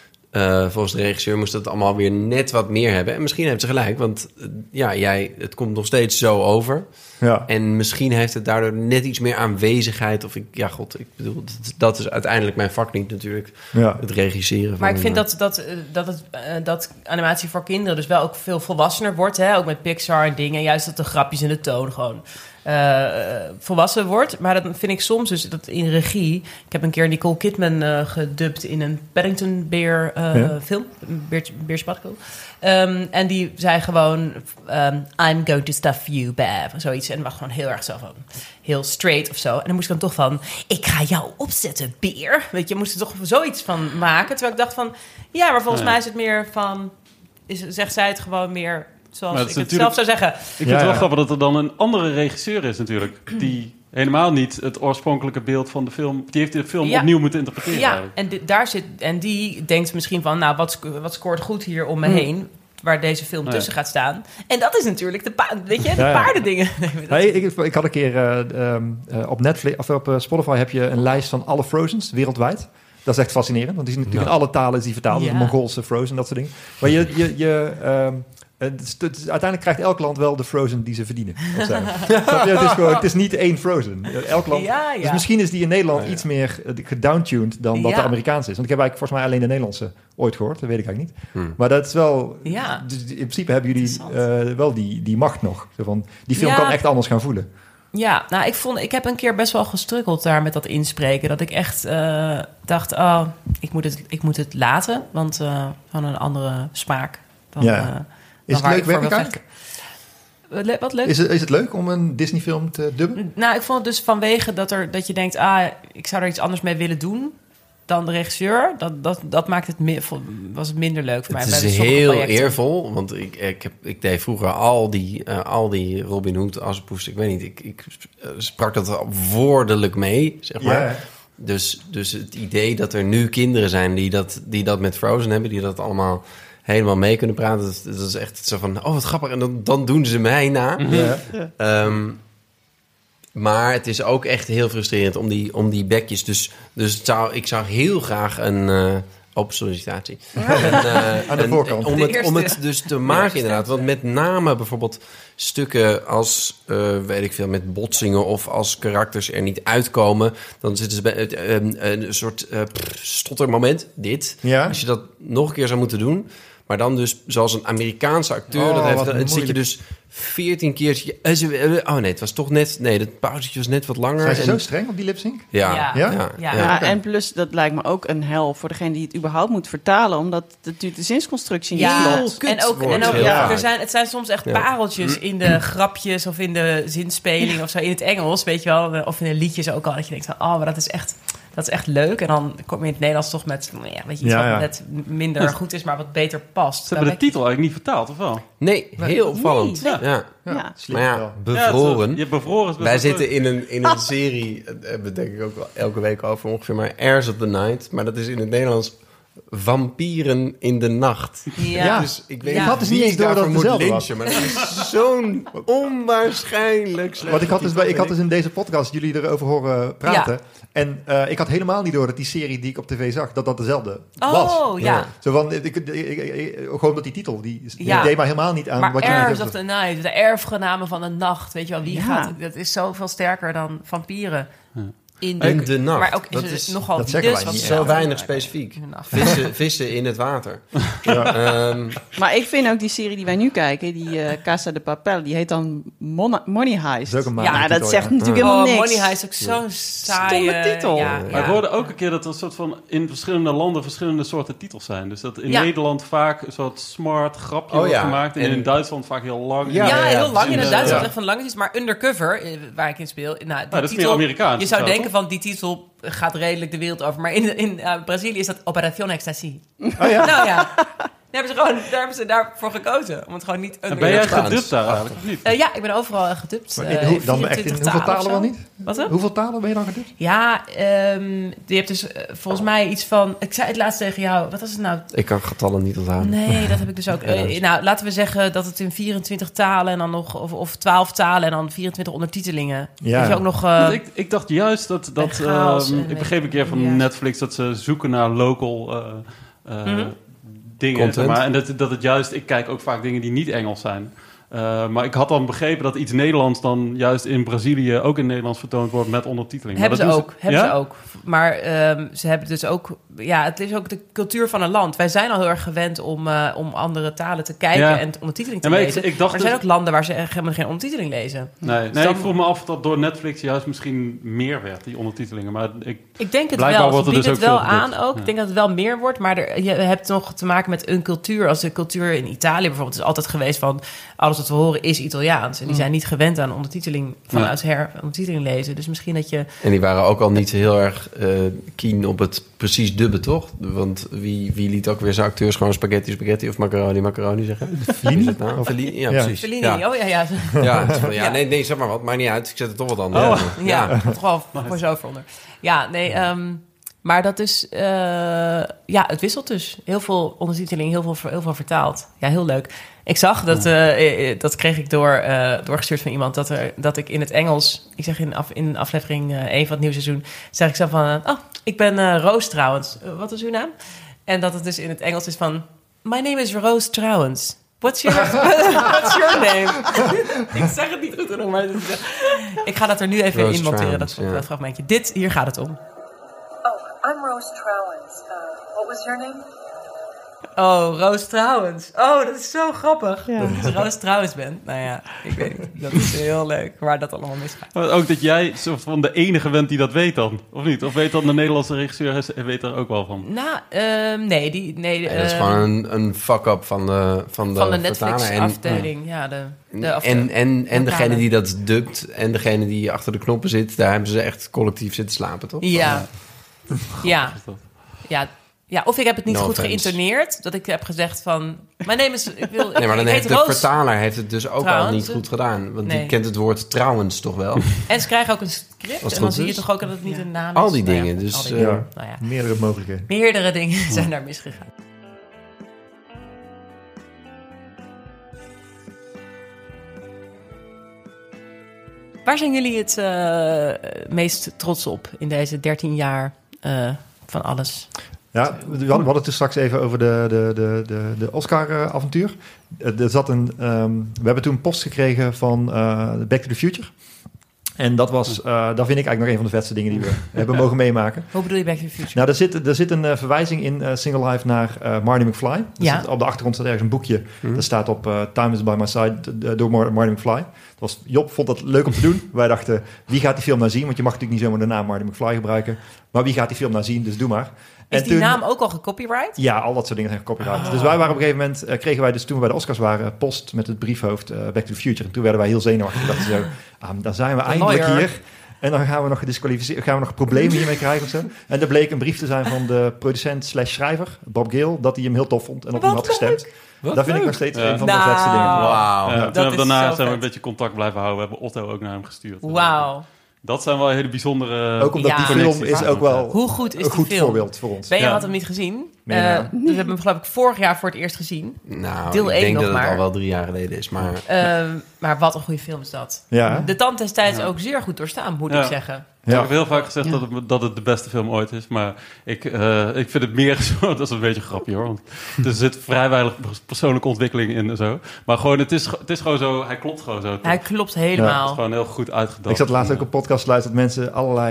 B: uh, volgens de regisseur moest dat allemaal weer net wat meer hebben. En misschien heeft ze gelijk, want uh, ja, jij, het komt nog steeds zo over.
D: Ja.
B: En misschien heeft het daardoor net iets meer aanwezigheid. Of ik, ja, god, ik bedoel, dat, dat is uiteindelijk mijn vak niet natuurlijk.
D: Ja.
B: Het regisseren van...
A: Maar ik vind
B: uh,
A: dat, dat, uh, dat, het, uh, dat animatie voor kinderen dus wel ook veel volwassener wordt. Hè? Ook met Pixar en dingen. Juist dat de grapjes en de toon gewoon uh, volwassen wordt. Maar dat vind ik soms dus dat in regie... Ik heb een keer Nicole Kidman uh, gedubt in een Paddington Bear uh,
D: Ja.
A: film. Beertje, Beertje Badko. Um, en die zei gewoon... Um, I'm going to stuff you, Bev. Zoiets. En was gewoon heel erg zo van... Heel straight of zo. En dan moest ik dan toch van... Ik ga jou opzetten, beer. Weet je, moest er toch zoiets van maken. Terwijl ik dacht van... Ja, maar volgens
C: Ja.
A: mij is het meer van... Is, zegt zij het gewoon meer zoals
C: Maar
A: ik
C: het
A: het
C: is natuurlijk-
A: zelf zou zeggen.
C: Ik vind
D: Ja,
C: het wel
D: ja.
C: grappig dat er dan een andere regisseur is natuurlijk. Die helemaal niet het oorspronkelijke beeld van de film... Die heeft de film
A: Ja.
C: opnieuw moeten interpreteren.
A: Ja,
C: eigenlijk.
A: en, di- daar zit, en die denkt misschien van... Nou, wat, sc- wat scoort goed hier om me heen... Waar deze film
C: Ja.
A: tussen gaat staan. En dat is natuurlijk de, pa- weet je, de
D: Ja, ja.
A: paardendingen. Nee, maar dat-
D: Hey, ik, ik had een keer uh, um, uh, op Netflix of op uh, Spotify heb je een lijst van alle Frozens wereldwijd. Dat is echt fascinerend, want die zijn natuurlijk in alle talen is die vertaald.
A: Ja.
D: De Mongoolse Frozen, dat soort dingen. Maar je, je, je, um, het is, het is, uiteindelijk krijgt elk land wel de Frozen die ze verdienen. of zo. Snap je? Het is gewoon, het is niet één Frozen. Elk land.
A: Ja, ja.
D: Dus misschien is die in Nederland
B: Ja, ja.
D: iets meer uh, gedowntuned dan dat
A: Ja.
D: de Amerikaanse is. Want ik heb eigenlijk volgens mij alleen de Nederlandse ooit gehoord. Dat weet ik eigenlijk niet.
B: Hmm.
D: Maar dat is wel...
A: Ja.
D: Dus in principe hebben jullie
A: Interessant.
D: uh, wel die, die macht nog. Zo van, die film
A: Ja.
D: kan echt anders gaan voelen.
A: Ja, nou, ik, vond, ik heb een keer best wel gestruggeld daar met dat inspreken. Dat ik echt uh, dacht, oh, ik moet het, ik moet het laten. Want uh, van een andere smaak dan,
D: Ja.
A: uh, dan
D: Is het
A: waar
D: leuk
A: ik voor wil
D: werk
A: vechten. Wat le- Wat leuk.
D: Is het, is het leuk om een Disney-film te dubben?
A: Nou, ik vond het dus vanwege dat, er, dat je denkt... ah, ik zou er iets anders mee willen doen dan de regisseur. Dat, dat, dat maakt het mi- was het minder leuk voor mij.
B: Het
A: bij
B: is
A: de sommige
B: heel
A: projecten.
B: eervol, want ik, ik, heb, ik deed vroeger al die, uh, al die Robin Hood, Assepoes, ik weet niet, ik, ik uh, sprak dat woordelijk mee, zeg maar.
D: Ja.
B: Dus, dus het idee dat er nu kinderen zijn die dat, die dat met Frozen hebben, die dat allemaal helemaal mee kunnen praten, dat, dat is echt zo van, oh wat grappig, en dan, dan doen ze mij na.
D: Ja.
B: Um, maar het is ook echt heel frustrerend om die, om die bekjes. Dus, dus het zou, ik zou heel graag een uh, open sollicitatie. Een, uh,
D: Aan de
B: een-
D: voorkant.
B: Om
A: De
B: het, om
A: eerste.
B: het dus te maken inderdaad. Want met name bijvoorbeeld stukken als, uh, weet ik veel, met botsingen of als karakters er niet uitkomen, dan zitten ze bij het, uh, een, een soort uh, pff, stottermoment. Dit.
D: Ja.
B: Als je dat nog een keer zou moeten doen. Maar dan dus zoals een Amerikaanse acteur
D: Oh,
B: dat heeft,
D: wat
B: dan zit je
D: moeilijk.
B: dus veertien keer. Oh nee, het was toch net. Nee, dat pauzetje was net wat langer.
D: Zijn ze
B: en-
D: zo streng op die lip-sync?
B: Ja,
A: Ja.
B: ja,
D: Ja?
B: ja,
A: Ja.
B: ja.
E: Ja,
D: oké.
E: en plus, dat lijkt me ook een hel voor degene die het überhaupt moet vertalen, omdat natuurlijk de zinsconstructie niet
A: Ja,
E: klopt.
B: kut
A: en ook,
B: wordt
A: en ook
B: heel
A: ja,
B: vaak.
A: er zijn, het zijn soms echt
B: Ja.
A: pareltjes in de grapjes of in de zinspeling of zo in het Engels, weet je wel, of in de liedjes ook al. Dat je denkt van, oh, maar dat is echt, dat is echt leuk. En dan kom je in het Nederlands toch met, nou ja, weet je, iets
D: Ja,
A: wat
D: ja.
A: net minder goed is, maar wat beter past.
C: Ze hebben de titel eigenlijk niet vertaald, of wel?
B: Nee, heel opvallend.
A: Nee.
B: Ja.
E: Ja.
D: Slim
B: Maar ja,
D: wel.
B: bevroren.
C: Ja, je bevroren is best
B: Wij
C: wel
B: zitten
C: leuk.
B: in een, in een serie, dat hebben we denk ik ook wel elke week over ongeveer, maar Airs of the Night. Maar dat is in het Nederlands Vampieren in de Nacht.
A: Ja.
D: Ja.
B: Dus ik weet
A: Ja.
B: niet
A: Ik had
D: dus
B: wie
D: niet eens
B: ik
D: door dat
B: daarvoor
D: het
B: moet
D: dezelfde was.
B: lynchen, maar dat is zo'n onwaarschijnlijk slecht.
D: Want ik had, dus, bij- ik had dus in deze podcast jullie erover horen praten.
A: Ja.
D: En uh, ik had helemaal niet door dat die serie die ik op tv zag, dat dat dezelfde
A: Oh,
D: was.
A: ja.
D: Zo van, ik, ik, ik- ik- gewoon dat die titel, die, die
A: Ja.
D: deed maar helemaal niet aan
A: Maar
D: wat je
A: Heirs
D: net
A: of
D: hebt.
A: the Night, de erfgenamen van de nacht, weet je wel, wie
E: Ja.
A: gaat, dat is zoveel sterker dan vampieren. In
B: In de nacht.
A: Maar ook is
B: Dat
A: het
B: is-
A: nogal
D: dat zeggen
A: dus
D: wij
A: wat
D: niet.
A: ze
B: Zo
A: wel-
B: weinig specifiek.
A: In de nacht.
B: Vissen, vissen in het water. Ehm,
E: Maar ik vind ook die serie die wij nu kijken, die eh, Casa de Papel, die heet dan Mon- Money Heist.
D: Dat is ook een
E: ja,
D: maandtitel,
E: dat zegt
D: ja.
E: natuurlijk
A: Oh,
E: helemaal niks.
A: Money Heist is ook zo'n saaie...
E: Stomme titel.
A: Ja,
B: Maar
C: Maar ik
A: ja.
C: hoorde ook een keer dat er een soort van in verschillende landen verschillende soorten titels zijn. Dus dat in
A: Ja.
C: Nederland vaak een soort smart grapje
B: Oh
C: wordt
B: ja.
C: gemaakt. En,
B: En-
C: in Duitsland vaak heel lang.
B: Ja,
A: Ja,
B: ja,
A: heel lang.
B: precies.
A: In het Duits
B: Ja.
A: is echt van lang is, maar Undercover, eh, waar ik in speel, nou, die
C: dat is meer
A: titel,
C: Amerikaans
A: je zou
C: of zo,
A: denken van die titel gaat redelijk de wereld over, maar in, in uh, Brazilië is dat Operación Ecstasy.
D: Oh ja?
A: Nou ja, daar hebben ze gewoon, daar hebben ze daarvoor gekozen om het gewoon niet.
C: En ben jij
B: Spaans.
C: gedubt daar eigenlijk, of niet?
A: Uh, ja, ik ben overal gedubt.
D: Maar
A: uh,
D: in hoe- dan echt in
A: vierentwintig
D: hoeveel
A: of
D: talen wel
A: zo.
D: niet?
A: Wat hè?
D: Hoeveel talen ben je dan gedubt?
A: Ja, um, je hebt dus uh, volgens mij iets van. Ik zei het laatst tegen jou. Wat was het nou?
B: ik kan getallen niet onthouden.
A: Nee, dat heb ik dus ook. Uh, nou, laten we zeggen dat het in vierentwintig talen en dan nog of, of twaalf talen en dan vierentwintig ondertitelingen.
D: Ja.
A: Heb je ook nog. Uh,
C: Want ik, ik dacht juist dat... dat
A: en chaos
C: ehm,
A: en
C: ik begreep een keer van
A: ja.
C: Netflix dat ze zoeken naar local eh, eh,
A: Mhm.
C: dingen.
B: Content.
C: zeg maar. En dat, dat het juist... Ik kijk ook vaak dingen die niet Engels zijn. Uh, maar ik had dan begrepen dat iets Nederlands dan juist in Brazilië ook in Nederlands vertoond wordt met ondertiteling. Maar
A: Hebben ze
C: dat doen
A: ook, hebben
C: ja?
A: ze ook. Maar um, ze hebben dus ook... Ja, het is ook de cultuur van een land. Wij zijn al heel erg gewend om, uh, om andere talen te kijken
C: Ja.
A: en ondertiteling te
C: Ja, maar ik-
A: lezen.
C: ik dacht
A: maar er zijn
C: dus-
A: ook landen waar ze echt helemaal geen ondertiteling lezen.
C: Nee,
A: Dus
C: nee
A: dan-
C: ik vroeg me af of dat door Netflix juist misschien meer werd, die ondertitelingen. Maar ik,
A: Ik denk het
C: Blijkbaar
A: wel.
C: wordt
A: Ze
C: er dus
A: bieden het
C: ook
A: wel
C: veel
A: aan
C: gedubt.
A: ook.
C: Ja.
A: Ik denk dat het wel meer wordt. Maar er, je hebt nog te maken met een cultuur. Als de cultuur in Italië bijvoorbeeld is altijd geweest van... alles wat we horen is Italiaans. En die zijn niet gewend aan ondertiteling vanuit her ondertiteling lezen. Dus misschien dat je...
B: En die waren ook al niet heel erg uh, keen op het precies dubben, toch? Want wie, wie liet ook weer zijn acteurs gewoon spaghetti, spaghetti of macaroni, macaroni zeggen? Fellini? Is het nou? Fellini? Ja,
D: Ja.
B: precies.
A: Fellini,
B: Ja,
A: oh ja, ja.
B: ja, het is van, ja,
A: Ja.
B: nee, nee, zeg maar wat. Maakt niet uit. Ik zet er toch wat anders.
C: Oh.
A: Ja, ja. Toch wel voor zo onder. Ja, nee, um, maar dat is... Uh, ja, het wisselt dus. Heel veel ondertiteling, heel veel, heel veel vertaald. Ja, heel leuk. Ik zag dat, uh, dat kreeg ik door, uh, doorgestuurd van iemand, dat, er, dat ik in het Engels... Ik zeg in, af, in aflevering één uh, van het nieuwe seizoen... zeg ik zo van, uh, oh, ik ben uh, Roos trouwens. Uh, wat is uw naam? En dat het dus in het Engels is van... My name is Roos trouwens. What's your, what's your name? Ik zeg het niet goed genoeg, maar... Ik ga dat er nu even
B: Rose
A: in monteren,
B: Trouwens,
A: dat,
B: ja.
A: dat fragmentje. Dit, hier gaat het om.
H: Oh, I'm Rose Trowens. Uh, what was your name?
A: Oh, Roos trouwens. Oh, dat is zo grappig.
E: Ja.
A: Dat je Roos trouwens bent. Nou ja, ik weet niet. Dat is heel leuk waar dat allemaal misgaat.
C: maar ook dat jij soort van de enige bent die dat weet dan, of niet? Of weet dan de Nederlandse regisseur is- weet er ook wel van?
A: Nou, um, nee, die, nee,
B: Nee, dat is
A: uh,
B: gewoon een, een fuck-up van de van de,
A: van de
B: vertaler. En-
A: Netflix-afdeling. Ja, de, de, of de-
B: En, en, en
A: lokale.
B: degene die dat dubt en degene die achter de knoppen zit, daar hebben ze echt collectief zitten slapen, toch?
A: Ja. Ja.
C: Is dat?
A: Ja. Ja, of ik heb het niet
B: No
A: goed
B: offense.
A: geïntoneerd. Dat ik heb gezegd van... Mijn neem is... Ik wil,
B: Nee, maar dan
A: ik
B: heeft
A: heet
B: de
A: Roos.
B: vertaler heeft het dus ook
A: Trouwens,
B: al niet goed gedaan. Want
A: nee.
B: die kent het woord trouwens toch wel.
A: En ze krijgen ook een script.
B: Als het
A: En dan
B: goed
A: zie je
B: is.
A: toch ook dat het niet een naam is.
B: Al die
A: Nou ja,
B: dingen, dus,
A: al die
B: eh,
A: dingen. Nou ja.
D: Meerdere mogelijkheden.
A: Meerdere dingen zijn daar misgegaan. Waar zijn jullie het uh, meest trots op in deze dertien jaar uh, van alles?
D: Ja, we hadden, we hadden het dus straks even over de, de, de, de, de Oscar-avontuur. Uh, er zat een, um, we hebben toen een post gekregen van uh, Back to the Future. En dat was, uh, dat vind ik eigenlijk nog een van de vetste dingen die we hebben mogen meemaken.
A: Hoe bedoel je Back to the Future?
D: Nou, er zit, er zit een uh, verwijzing in uh, Single Life naar uh, Marty McFly. Er
A: Ja.
D: zit, op de achtergrond staat ergens een boekje.
B: Hmm.
D: Dat staat op uh, Time is by my side uh, door Mar- Marty McFly. Dat was, Job vond dat leuk om te doen. Wij dachten, wie gaat die film nou zien? Want je mag natuurlijk niet zomaar de naam Marty McFly gebruiken. Maar wie gaat die film nou zien? Dus doe maar.
A: Is
D: En
A: die
D: toen-
A: naam ook al gecopyright?
D: Ja, al dat soort dingen zijn gecopyright.
A: Oh.
D: Dus wij waren op een gegeven moment, uh, kregen wij dus toen we bij de Oscars waren, post met het briefhoofd uh, Back to the Future. En toen werden wij heel zenuwachtig. Dachten zo, ah, dan zijn we
A: De
D: eindelijk
A: lawyer.
D: hier. En dan gaan we nog gedisqualificeerd, gaan we nog problemen hiermee krijgen of zo. En er bleek een brief te zijn van de producent slash schrijver, Bob Gale, dat hij hem heel tof vond en op hem
A: Wat
D: had gestemd.
B: Wat
D: dat vind ik
B: leuk.
D: nog steeds
C: Ja.
D: een van de
A: Nou.
D: vetste dingen.
B: Wauw.
C: Ja,
A: dat
C: toen hebben we
A: is
C: daarna
A: zo
C: zijn we
A: vet.
C: een beetje contact blijven houden. We hebben Otto ook naar hem gestuurd.
A: Wauw.
C: Dat zijn wel hele bijzondere
D: Ook omdat
A: Ja.
D: die film
C: connecties.
D: is ook wel
A: Hoe goed is
D: een goed
A: die film?
D: voorbeeld voor ons.
A: Ben je
C: Ja.
A: had hem niet gezien?
D: Nee,
A: Uh,
D: nou.
A: dus we hebben hem geloof ik vorig jaar voor het eerst gezien.
B: Nou,
A: Deel
B: ik
A: één
B: denk
A: nog
B: dat het
A: maar.
B: al wel drie jaar geleden is, maar...
A: Uh, maar wat een goede film is dat.
D: Ja.
A: De tand destijds
C: Ja.
A: ook zeer goed doorstaan, moet
C: Ja.
A: ik zeggen.
C: Ja.
D: Ja.
C: Ik heb heel vaak gezegd
E: Ja.
C: dat, het, dat het de beste film ooit is. Maar ik, uh, ik vind het meer zo... Dat is een beetje een grapje hoor. Want er zit vrij weinig persoonlijke ontwikkeling in en zo. Maar gewoon, het is, het is gewoon zo... Hij klopt gewoon zo.
A: Hij
C: Het
A: klopt
C: is
A: helemaal.
C: gewoon heel goed uitgedacht.
D: Ik zat laatst ook op podcast luisteren dat mensen allerlei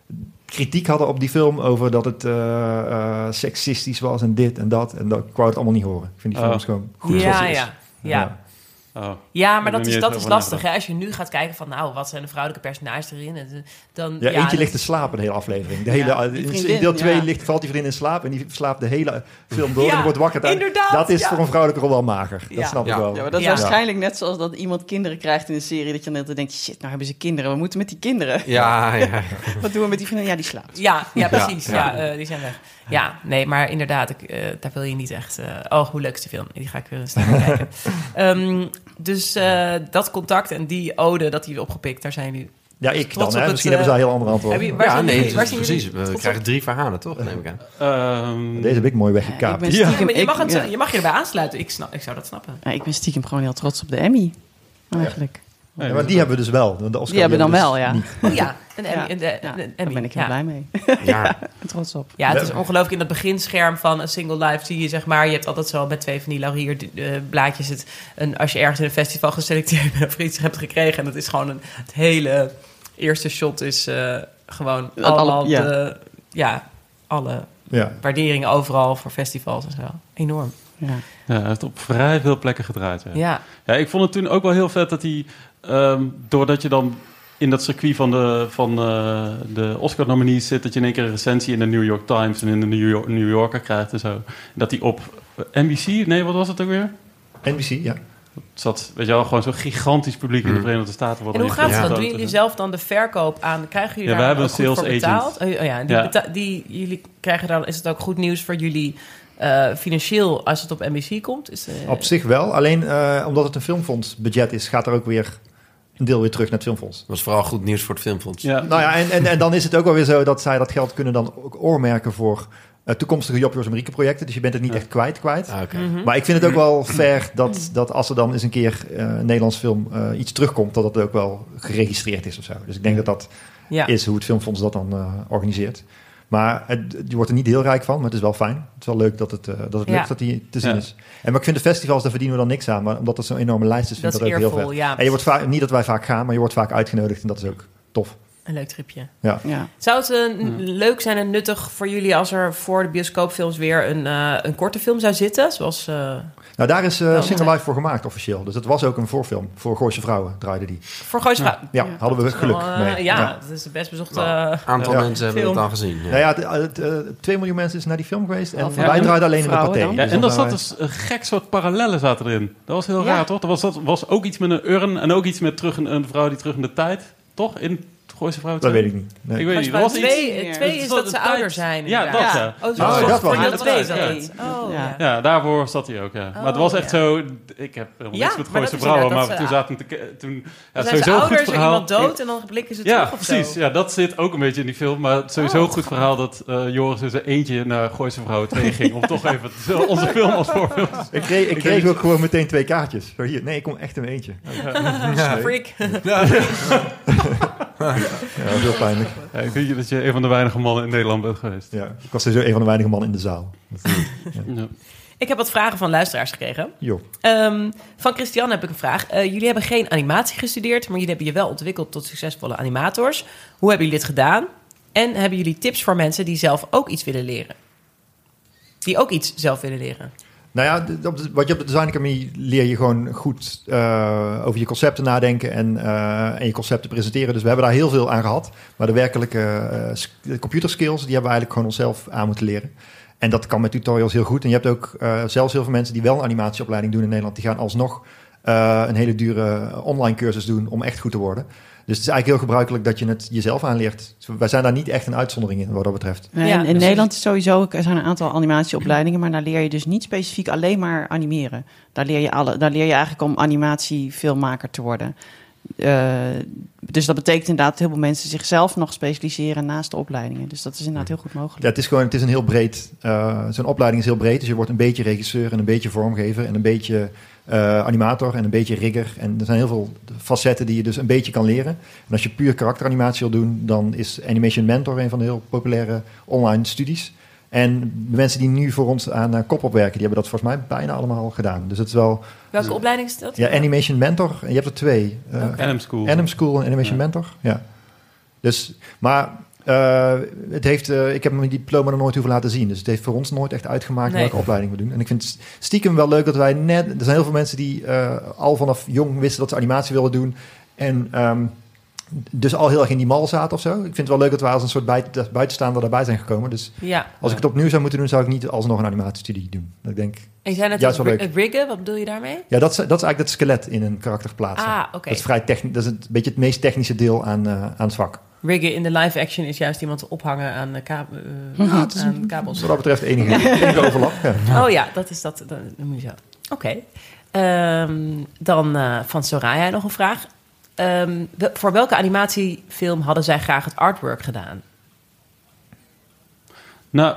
D: kritiek hadden op die film over dat het uh, uh, seksistisch was en dit en dat. En dat, ik wou het allemaal niet horen. Ik vind die
C: Oh.
D: films gewoon goed
A: Ja,
D: zoals het is.
A: ja, ja.
C: Oh.
A: Ja,
C: Ik
A: maar
C: ben
A: dat
C: er
A: is,
C: niet
A: dat
C: eens
A: is
C: over
A: lastig. Hè? Als je nu gaat kijken van, nou, wat zijn de vrouwelijke personages erin? En dan,
D: Ja,
A: ja,
D: eentje
A: dat-
D: ligt te slapen de hele aflevering. De hele,
A: Ja,
D: uh,
E: die
D: in
E: vriendin,
D: deel twee
E: ja.
D: ligt, valt die vriendin in slaap en die slaapt de hele film door
A: Ja,
D: en die wordt wakker. Dat-
A: inderdaad,
D: Dat is
A: ja.
D: voor een vrouwelijke rol wel mager.
A: Ja.
D: Dat snap
B: Ja.
D: ik wel.
E: Ja, maar dat is
A: Ja.
E: waarschijnlijk net zoals dat iemand kinderen krijgt in een serie. Dat je net denkt, shit, nou hebben ze kinderen. We moeten met die kinderen.
B: Ja, ja.
E: Wat doen we met die vriendin? Ja, die slaapt.
A: Ja, ja, precies. Ja,
B: Ja.
A: eh, die zijn weg. Ja, nee, maar inderdaad, ik, eh, daar wil je niet echt... eh, oh, hoe leuk is die film? Die ga ik weer eens naar kijken. Ehm, dus eh, dat contact en die ode dat hij opgepikt, daar zijn jullie...
D: Ja, ik
A: Trots
D: dan.
A: op
D: Hè?
A: het,
D: Misschien
A: uh,
D: hebben zij heel andere antwoorden.
A: Heb je- waar
B: ja
A: zijn
B: nee,
A: jullie- waar zijn
B: precies.
A: jullie
B: We
A: trots
B: krijgen
A: op?
B: drie verhalen, toch? Neem ik aan.
C: Ehm,
D: Deze heb ik mooi
E: Ja,
D: weggekaapt.
E: ik ben
C: Ja.
A: Ja,
E: stiekem,
A: maar je
E: ik-
A: mag, het,
E: ja.
A: je mag je erbij aansluiten. Ik, snap, ik zou dat snappen.
E: Ja, ik ben stiekem gewoon heel trots op de Emmy. Eigenlijk.
C: nee,
D: Ja, maar die hebben we dus wel. De Oscar
E: Die hebben dan
D: we dus
E: wel, ja.
D: niet.
A: Oh ja, een Emmy.
E: Ja,
A: Een,
E: ja,
A: een, een
E: daar
A: Emmy.
E: ben ik heel
A: ja.
E: blij mee.
B: Ja.
E: En trots op.
A: Ja, het is
D: We-
A: ongelooflijk. In dat beginscherm van een single life zie je, zeg maar... Je hebt altijd zo met twee van die laurier uh, blaadjes... Het, een, als je ergens in een festival geselecteerd bent of iets hebt gekregen... en dat is gewoon een, het hele eerste shot is uh, gewoon
E: Dat alle-
A: allemaal
E: ja.
A: de... Ja, alle
D: Ja.
A: waarderingen overal voor festivals en zo. Enorm.
E: Ja.
C: ja, hij heeft op vrij veel plekken gedraaid. Ja.
A: Ja,
C: Ja, ik vond het toen ook wel heel vet dat hij, ehm, doordat je dan in dat circuit van de, van, uh, de Oscar-nominees zit, dat je in één keer een recensie in de New York Times en in de New, York, New Yorker krijgt en zo. En dat hij op N B C, nee, wat was het ook weer?
D: N B C, ja.
C: Zat, weet je wel, gewoon zo'n gigantisch publiek in de Verenigde Staten. wordt
A: en hoe
C: dan
A: gaat het dan?
C: ingevuld.
A: Doen jullie zelf dan de verkoop aan? Krijgen jullie
C: Ja, wij
A: daar
C: hebben
A: ook
C: een
A: goed voor
C: sales
A: betaald?
C: agent.
A: Oh, oh ja, die,
C: Ja.
A: beta- die jullie krijgen dan, is het ook goed nieuws voor jullie uh, financieel als het op N B C komt? Is, uh,
D: Op zich wel. Alleen uh, omdat het een filmfondsbudget is, gaat er ook weer een deel weer terug naar het filmfonds.
B: Dat was vooral goed nieuws voor het filmfonds.
C: Ja,
D: Nou ja, en, en, en dan is het ook wel weer zo dat zij dat geld kunnen dan ook oormerken voor uh, toekomstige Job Jos Amerika projecten. Dus je bent het niet
C: Ja.
D: echt kwijt kwijt.
B: Ah, oké.
A: Mhm.
D: Maar ik vind het ook wel fair dat, dat als er dan eens een keer uh, een Nederlands film uh, iets terugkomt, dat het ook wel geregistreerd is of zo. Dus ik denk dat dat
A: ja.
D: is hoe het filmfonds dat dan uh, organiseert. Maar het, je wordt er niet heel rijk van, maar het is wel fijn. Het is wel leuk dat het, uh, dat het lukt
A: Ja.
D: dat die te zien
C: Ja.
D: is. En maar ik vind de festivals, daar verdienen we dan niks aan. Maar omdat het zo'n enorme lijst is, vind
A: Dat
D: ik
A: is
D: dat ook heel
A: eervol,
D: vet.
A: ja.
D: En je wordt vaak, niet dat wij vaak gaan, maar je wordt vaak uitgenodigd en dat is ook tof.
A: Een leuk tripje.
D: Ja.
E: Ja.
A: Zou het uh, n- leuk zijn en nuttig voor jullie als er voor de bioscoopfilms weer een, uh, een korte film zou zitten? Zoals, uh,
D: Nou, daar is uh,
A: Wel,
D: Single
A: ja.
D: Life voor gemaakt officieel. Dus het was ook een voorfilm. Voor Gooise Vrouwen draaide die.
A: voor Gooise Vrouw.
D: Ja,
E: Ja.
D: hadden we geluk
A: Uh,
D: mee.
A: ja, dat is de best bezochte...
B: Nou,
A: uh,
B: aantal
D: Ja.
B: mensen hebben
A: Film.
B: het al gezien. Ja.
D: Nou ja, het, het, uh, twee miljoen mensen is naar die film geweest. En
E: Oh,
D: wij
C: ja.
D: draaiden alleen in de
E: Vrouwen
D: paté.
E: dan?
C: Ja,
D: Dus
C: en
D: dan
C: er zat
D: zijn
C: dus een gek soort parallellen zaten erin. Dat was heel
A: Ja.
C: raar, toch? Er was, dat was ook iets met een urn en ook iets met terug een, een vrouw die terug in de tijd, toch? In Gooise Vrouw
D: wij-
C: twee?
D: dat weet ik niet. Nee.
C: Ik weet niet.
A: Gooise
C: Er
A: Vrouw
C: was iets...
A: twee,
E: iets-
A: twee
C: Het
A: is
C: was
A: dat
C: de
A: ze
C: tijd-
A: ouder zijn.
C: Ja,
A: inderdaad.
C: dat ja.
A: Oh, zo
D: Oh,
A: was
D: dat
A: het
D: was
A: voor
D: het.
A: de twee zat
C: Ja.
A: het. Oh,
E: Ja.
A: ja.
C: Ja, daarvoor zat hij ook, ja. maar het was
A: Oh,
C: echt
A: ja.
C: zo... Ik heb helemaal
A: Ja,
C: niks met
A: maar dat
C: Gooise
A: is
C: Vrouwen,
A: inderdaad
C: maar
A: dat
C: toen
A: ze-
C: zaten... te ke- Toen, ja,
A: Dan zijn ze
C: sowieso
A: ouder,
C: goed
A: is er
C: verhaal.
A: iemand dood en dan blikken ze
C: Ja,
A: terug of zo.
C: precies. Ja, dat zit ook een beetje in die film. Maar sowieso
A: Oh.
C: goed verhaal dat uh, Joris in zijn eentje naar Gooise Vrouwen twee ging. Om toch even zo onze film als voorbeeld.
D: Ik kreeg, ik kreeg ook gewoon meteen twee kaartjes. Zo hier, nee, ik kom echt in mijn eentje.
A: Freak.
D: Ja, dat is heel pijnlijk.
C: Ja, ik weet je dat je een van de weinige mannen in Nederland bent geweest.
D: Ja, ik was sowieso een van de weinige mannen in de zaal. Dat,
C: Ja.
A: Ik heb wat vragen van luisteraars gekregen.
D: joh.
A: Um, van Christian heb ik een vraag. Uh, jullie hebben geen animatie gestudeerd, maar jullie hebben je wel ontwikkeld tot succesvolle animators. Hoe hebben jullie dit gedaan? En hebben jullie tips voor mensen die zelf ook iets willen leren? Die ook iets zelf willen leren?
D: Nou ja, d- op de- wat je op de Design Academy leer je gewoon goed uh, over je concepten nadenken en, uh, en je concepten presenteren. Dus we hebben daar heel veel aan gehad. Maar de werkelijke uh, sk- de computerskills, die hebben we eigenlijk gewoon onszelf aan moeten leren. En dat kan met tutorials heel goed. En je hebt ook uh, zelfs heel veel mensen die wel een animatieopleiding doen in Nederland. Die gaan alsnog uh, een hele dure online cursus doen om echt goed te worden. Dus het is eigenlijk heel gebruikelijk dat je het jezelf aanleert. Dus wij zijn daar niet echt een uitzondering in wat dat betreft.
E: En
A: Ja,
E: in
A: precies.
E: Nederland is sowieso, er zijn een aantal animatieopleidingen, maar daar leer je dus niet specifiek alleen maar animeren. Daar leer je, alle, daar leer je eigenlijk om animatiefilmmaker te worden. Uh, dus dat betekent inderdaad dat heel veel mensen zichzelf nog specialiseren naast de opleidingen. Dus dat is inderdaad heel goed mogelijk.
D: Ja, het is gewoon, het is een heel breed, uh, zo'n opleiding is heel breed. Dus je wordt een beetje regisseur en een beetje vormgever en een beetje uh, animator en een beetje rigger. En er zijn heel veel facetten die je dus een beetje kan leren. En als je puur karakteranimatie wil doen, dan is Animation Mentor een van de heel populaire online studies. En de mensen die nu voor ons aan uh, kop opwerken, die hebben dat volgens mij bijna allemaal gedaan. Dus het is wel...
A: Welke opleiding is dat?
D: Ja, Animation Mentor. En je hebt er twee. Uh,
C: Adam School.
D: Adam School en Animation
C: Ja.
D: Mentor. Ja. Dus, maar uh, uh, het heeft, uh, ik heb mijn diploma nog nooit hoeven laten zien. Dus het heeft voor ons nooit echt uitgemaakt
A: Nee.
D: welke opleiding we doen. En ik vind het stiekem wel leuk dat wij net... Er zijn heel veel mensen die uh, al vanaf jong wisten dat ze animatie wilden doen. En um, dus al heel erg in die mal zaten of zo. Ik vind het wel leuk dat wij als een soort buiten, buitenstaander daarbij zijn gekomen. Dus
A: Ja.
D: als ik het opnieuw zou moeten doen, zou ik niet alsnog een animatiestudie doen. Ik denk,
A: En je zei net
D: Juist
A: het,
D: wel
A: ri-
D: leuk.
A: het riggen, wat bedoel je daarmee?
D: ja, dat is, dat is eigenlijk het skelet in een karakter plaatsen.
A: Ah, oké.
D: Dat is vrij technisch. Dat is een beetje het meest technische deel aan, uh, aan het vak.
A: Riggen in de live action is juist iemand ophangen aan, de ka- uh,
D: Ja, het is
A: aan kabels.
D: Wat dat betreft enige, enige overlap. Ja.
A: Oh ja, dat is dat. Dat noem je zo. Oké. Ehm, dan uh, van Soraya nog een vraag. Um, we- voor welke animatiefilm hadden zij graag het artwork gedaan?
C: Nou,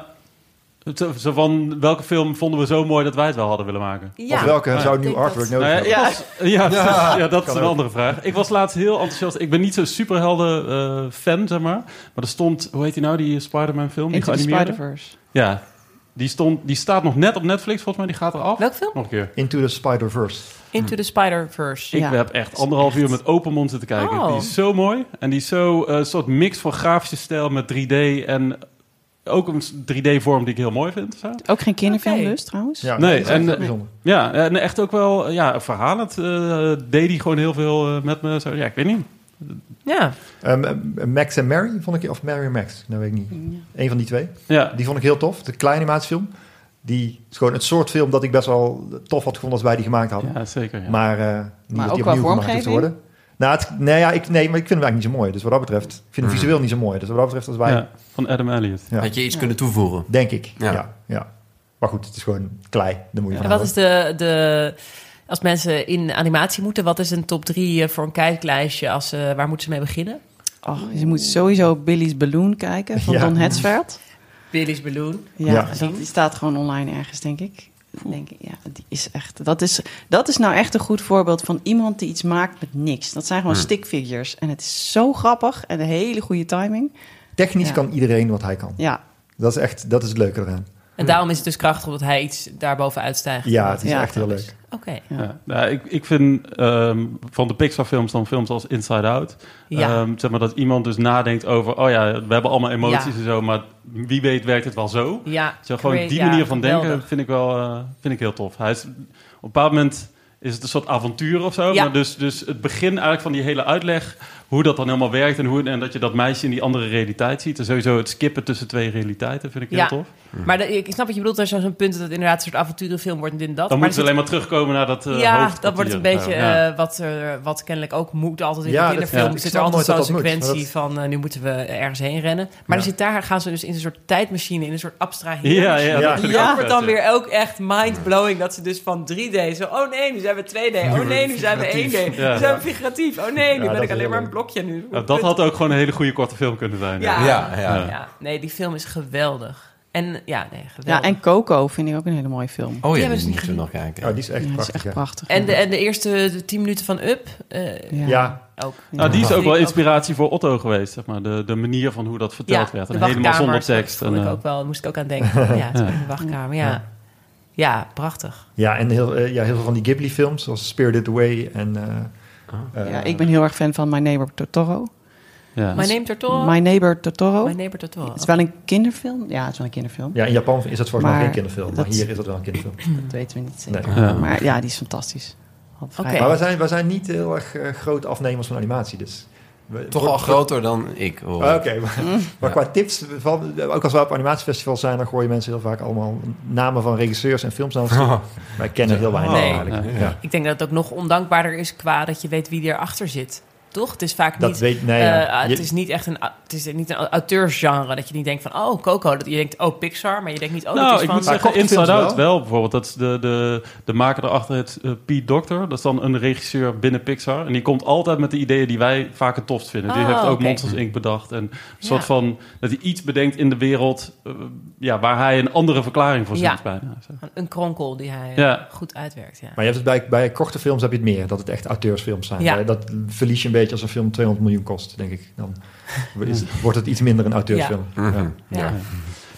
C: zo zo van welke film vonden we zo mooi dat wij het wel hadden willen maken?
A: Ja.
D: Of welke
C: Ja.
D: zou
A: Ik
D: nieuw
A: denk
D: artwork
A: dat-
D: nodig
C: Nou ja,
D: hebben?
C: ik was- ja, ja, ja, dat is
D: Kan
C: een
D: ook.
C: andere vraag. Ik was laatst heel enthousiast. Ik ben niet zo'n superhelden eh, fan, zeg maar. Maar er stond, hoe heet die nou, die Spider-Man film? Die
E: Into the
C: geanimeerde?
E: Spider-Verse.
C: Ja, die, stond, die staat nog net op Netflix, volgens mij. Die gaat eraf.
A: Welke film?
C: Nog een keer.
D: Into the Spider-Verse.
A: Into the Spider-Verse.
C: Ik
E: Ja.
C: heb echt anderhalf uur met open mond zitten kijken.
A: Oh.
C: Die is zo mooi. En die is zo eh, een soort mix van grafische stijl met drie D. En ook een drie D-vorm die ik heel mooi vind. Zo.
E: Ook geen kinderfilm
A: Oké.
E: dus, trouwens?
D: Ja,
C: Nee,
D: dat is echt
C: en,
D: heel
C: eh,
D: bijzonder.
C: Ja, en echt ook wel ja, verhalend. eh deed hij gewoon heel veel eh, met me. Zo, ja, ik weet niet.
A: Ja.
D: Um, um, Max en Mary vond ik, of Mary en Max, dat weet ik niet. Eén van die twee.
C: Ja,
D: Die vond ik heel tof. De kleine animatiefilm. Die is gewoon het soort film dat ik best wel tof had gevonden als wij die gemaakt hadden.
C: ja zeker. Ja.
D: Maar, uh, niet
E: Maar
D: dat die
E: ook qua
D: opnieuw gemaakt hoeft te
E: vormgeving?
D: worden. Nou, het, nee, ja, ik, nee, maar ik vind hem eigenlijk niet zo mooi. Dus wat dat betreft, ik vind hem visueel niet zo mooi. Dus wat dat betreft, als wij,
C: Ja, van Adam Elliott.
D: ja,
B: Had je iets kunnen toevoegen?
D: denk ik. Ja.
B: Ja.
D: Ja, Maar goed, het is gewoon klei. Daar moet je
A: En
D: van
A: wat
D: houden.
A: is de, de... Als mensen in animatie moeten, wat is een top drie voor een kijklijstje? Als, uh, waar moeten ze mee beginnen?
E: Oh, je moet sowieso Billy's Balloon kijken van
D: Ja.
E: Don Hetsvert.
A: Billy's Balloon.
E: Ja,
D: Ja.
E: dat, die staat gewoon online ergens, denk ik. Denk ik, ja, die is echt, dat, is, dat is nou echt een goed voorbeeld van iemand die iets maakt met niks. Dat zijn gewoon stick figures. En het is zo grappig en een hele goede timing.
D: Technisch
E: Ja.
D: kan iedereen wat hij kan.
E: Ja,
D: Dat is echt, dat is het leuke eraan.
A: En daarom is het dus krachtig omdat hij iets daarboven uitstijgt.
D: Ja, het is
E: Ja.
D: echt heel leuk.
A: Oké.
E: ja.
C: Ja. Nou, ik, ik vind ehm, van de Pixar-films dan films als Inside Out.
A: Ja.
C: Ehm, zeg maar dat iemand dus nadenkt over... oh ja, we hebben allemaal emoties
A: Ja.
C: en zo... maar wie weet werkt het wel zo.
A: Ja,
C: Zo, gewoon
A: great.
C: die
A: Ja,
C: manier van denken
A: geweldig.
C: vind ik wel eh, vind ik heel tof. Hij is, op een bepaald moment is het een soort avontuur of zo.
A: Ja.
C: Maar dus, dus het begin eigenlijk van die hele uitleg... hoe dat dan helemaal werkt en, hoe, en dat je dat meisje in die andere realiteit ziet. En sowieso het skippen tussen twee realiteiten vind ik heel
A: Ja.
C: tof.
A: Maar de, ik snap wat je bedoelt, er is zo'n punt dat het inderdaad een soort avonturenfilm wordt en dit en dat.
C: Dan
A: maar
C: moeten ze
A: er
C: alleen maar terugkomen naar dat uh,
A: zit- Ja,
C: hoofdkwartier
A: dat wordt een
C: of zo.
A: beetje
C: Ja.
A: uh, wat, er, wat kennelijk ook moet altijd in
D: Ja,
A: de
D: dat-
A: kinderfilm.
C: ja,
D: ik
A: Zit er
D: snap
A: altijd
D: nooit
A: zo'n
D: dat dat moet,
A: sequentie
D: maar dat-
A: van uh, nu moeten we ergens heen rennen. Maar
D: Ja.
A: er zit, daar gaan ze dus in een soort tijdmachine, in een soort abstraheren.
C: Ja, ja,
D: Ja.
C: dat vind ik
A: Dat
C: ook
A: wordt dan
C: vet, ja.
A: weer ook echt mind-blowing. Dat ze dus van drie D zo... Oh nee, nu zijn we twee D. Oh nee, nu zijn we één D.
C: Ja.
A: Nu zijn we figuratief. Oh nee, nu
D: Ja,
A: ben
D: dat
A: ik
D: is
A: alleen
D: heel
A: maar een
D: leuk.
A: blokje nu.
C: Nou, dat had ook gewoon een hele goede korte film kunnen zijn.
A: Ja.
B: Ja, ja.
A: Ja, nee, die film is geweldig. En ja, nee, geweldig.
E: ja, en Coco vind ik ook een hele mooie film.
B: Oh
A: Die
B: ja,
A: hebben
B: die
A: ze niet
B: moeten we nog kijken.
D: Oh, die is echt
E: Ja, dat is
D: prachtig.
E: echt
D: ja.
E: prachtig.
A: En de, en de eerste de tien minuten van Up uh,
E: ja.
D: Ja,
A: ook.
C: Nou, die is
A: Ja.
C: ook wel
A: Ook-
C: inspiratie voor Otto geweest, zeg maar. De, de manier van hoe dat verteld werd. En helemaal zonder tekst.
A: Dat
C: En,
A: vond ik
C: eh,
A: ook wel, daar moest ik ook aan denken. Ja, het in de wachtkamer. Ja, ja. ja prachtig.
D: ja en heel, uh, ja, heel veel van die Ghibli-films, zoals Spirited Away. En, uh, uh,
E: Ja, ik ben heel erg fan van My Neighbor Totoro.
C: ja.
A: My Name Totoro.
E: My Neighbor Totoro.
A: My Neighbor Totoro.
E: Het is wel een kinderfilm. Ja, het is wel een kinderfilm.
D: Ja, in Japan is dat volgens mij
E: Maar
D: geen kinderfilm. Maar
E: dat-
D: hier is dat wel een kinderfilm.
E: Dat weten we niet zeker.
D: Nee.
C: Ja.
E: Maar ja, die is fantastisch. Al vrij-
A: Oké.
D: Maar we zijn, we zijn niet heel erg uh, groot afnemers van animatie. Dus we-
B: Toch
D: voor-
B: al groter dan ik. hoor.
D: Oh, Oké, maar, maar qua tips, van, ook als we op animatiefestivals zijn, dan gooien mensen heel vaak allemaal namen van regisseurs en films naar ons toe. Wij kennen heel weinig
A: Nee.
D: eigenlijk.
C: Ja.
D: Ja.
A: Ik denk dat het ook nog ondankbaarder is qua dat je weet wie erachter zit. Toch? Het is vaak
D: Dat
A: niet...
D: weet, nee,
A: eh,
D: ja.
A: het
D: Je-
A: is niet echt een, het is niet een auteursgenre dat je niet denkt van oh Coco, dat je denkt oh Pixar, maar je denkt niet oh
C: Nou,
A: dat is
C: ik
A: van
C: moet zeggen,
D: korte
C: Inside
D: films
C: Out
D: wel.
C: wel bijvoorbeeld. Dat is de, de, de maker erachter, het uh, Pete Docter. Dat is dan een regisseur binnen Pixar. En die komt altijd met de ideeën die wij vaak het tofst vinden. Die
A: Oh,
C: heeft ook
A: oké.
C: Monsters Incorporated bedacht. En een
A: Ja.
C: soort van, dat hij iets bedenkt in de wereld uh, ja, waar hij een andere verklaring voor
A: Ja.
C: zoekt bijna. Zo.
A: een kronkel die hij
C: Ja.
A: uh, goed uitwerkt. Ja.
D: Maar je hebt het bij, bij korte films heb je het meer, dat het echt auteursfilms zijn.
A: Ja.
D: Bij- Dat verlies je een beetje als een film tweehonderd miljoen kost, denk ik. Dan is het, wordt het iets minder een auteursfilm.
B: Mhm.
D: Ja.
A: Ja.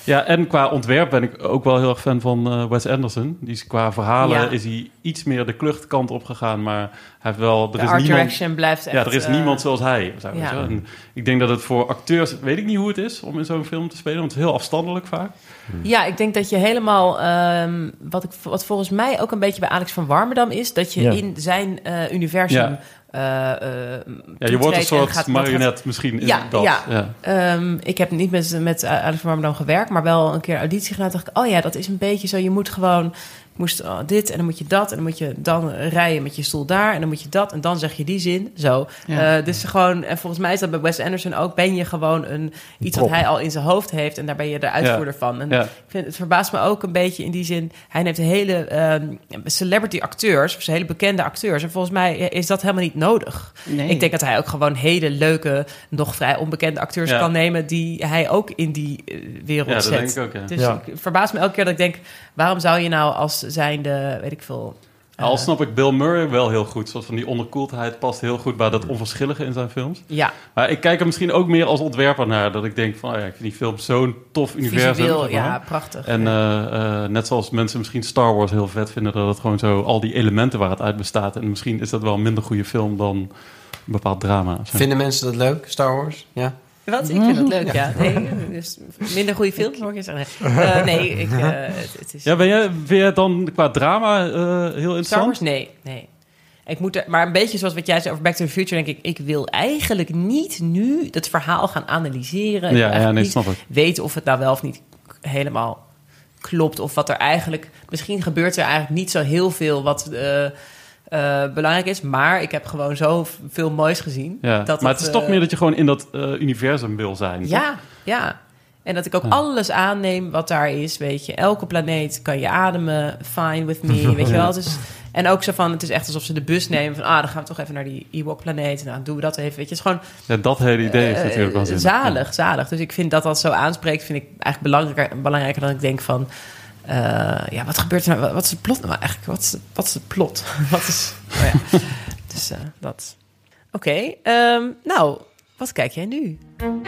C: Ja, en qua ontwerp ben ik ook wel heel erg fan van uh, Wes Anderson. Die is qua verhalen
A: Ja.
C: is hij iets meer de kluchtkant op gegaan, maar hij heeft wel... Er
A: De
C: is
A: art
C: niemand,
A: direction blijft echt...
C: ja, er is
A: uh,
C: niemand zoals hij. Zou
A: ja.
C: ja. En ik denk dat het voor acteurs... Weet ik niet hoe het is om in zo'n film te spelen, want het is heel afstandelijk vaak.
A: Ja, ik denk dat je helemaal... Um, wat, ik, wat volgens mij ook een beetje bij Alex van Warmerdam is... dat je
D: Ja.
A: in zijn uh, universum...
C: Ja.
A: Uh, uh,
C: Ja, je wordt een soort
A: gaat,
C: marionet
A: gaat,
C: misschien in
A: ja,
C: dat.
A: Ja.
C: Ja.
A: Um, ik heb niet met, met Alex van Warmerdam gewerkt... maar wel een keer auditie gedaan. Dacht ik, oh ja, dat is een beetje zo. Je moet gewoon... moest oh, dit en dan moet je dat... en dan moet je dan rijden met je stoel daar... en dan moet je dat en dan zeg je die zin. Zo.
E: Ja.
A: Uh, dus gewoon... en volgens mij is dat bij Wes Anderson ook... ben je gewoon een, iets
D: Prop.
A: wat hij al in zijn hoofd heeft... en daar ben je de uitvoerder
C: Ja.
A: van. En
C: Ja.
A: ik vind, het verbaast me ook een beetje in die zin... hij neemt hele um, celebrity acteurs... of hele bekende acteurs... en volgens mij is dat helemaal niet nodig.
E: Nee.
A: Ik denk dat hij ook gewoon hele leuke... nog vrij onbekende acteurs
C: Ja.
A: kan nemen... die hij ook in die uh, wereld
C: Ja, dat
A: zet.
C: denk ik ook, ja.
A: Dus
D: Ja.
A: ik verbaas me elke keer dat ik denk... waarom zou je nou als zijnde, weet ik veel...
C: Al
A: uh,
C: snap ik Bill Murray wel heel goed. Zoals van die onderkoeldheid past heel goed bij dat onverschillige in zijn films.
A: Ja,
C: Maar ik kijk er misschien ook meer als ontwerper naar. Dat ik denk van, oh ja, ik vind die film zo'n tof universum.
A: visueel,
C: zeg maar.
A: ja, prachtig.
C: En
A: ja.
C: uh, uh, net zoals mensen misschien Star Wars heel vet vinden... dat het gewoon zo al die elementen waar het uit bestaat. En misschien is dat wel een minder goede film dan een bepaald drama. Zo.
B: Vinden mensen dat leuk, Star Wars? Ja.
A: Wat? Ik vind dat leuk, ja. Nee, dus minder goede film, hoor ik je zeggen. Uh, nee, ik, uh, het, het is...
C: Ja, ben jij, vind jij dan qua drama uh, heel interessant?
A: Star Wars? Nee, nee. Ik moet er, maar een beetje zoals wat jij zei over Back to the Future... denk ik, ik wil eigenlijk niet nu het verhaal gaan analyseren. Ik wil
C: Ja, ja, nee,
A: niet
C: snap ik.
A: weten of het nou wel of niet helemaal klopt. Of wat er eigenlijk... Misschien gebeurt er eigenlijk niet zo heel veel wat... Uh, Uh, belangrijk is, maar ik heb gewoon zo veel moois gezien.
C: Ja,
A: dat
C: maar het is
A: uh,
C: toch meer dat je gewoon in dat uh, universum wil zijn.
A: Ja,
C: toch?
A: ja. En dat ik ook
C: Ja.
A: alles aanneem wat daar is, weet je. Elke planeet kan je ademen, fine with me, weet je wel. Dus, en ook zo van, het is echt alsof ze de bus nemen van... ah, dan gaan we toch even naar die Ewok-planeet. Nou, doen we dat even, weet je. Het is gewoon...
C: Ja, dat hele idee is
A: uh,
C: natuurlijk wel zin.
A: Zalig, zalig. Dus ik vind dat dat zo aanspreekt, vind ik eigenlijk belangrijker, belangrijker dan ik denk van... Uh, ja, wat gebeurt er nou? Wat is het plot nou eigenlijk? Wat is, wat is het plot? wat is... Oh ja. Dus uh, dat... Oké, okay, um, nou, wat kijk jij nu?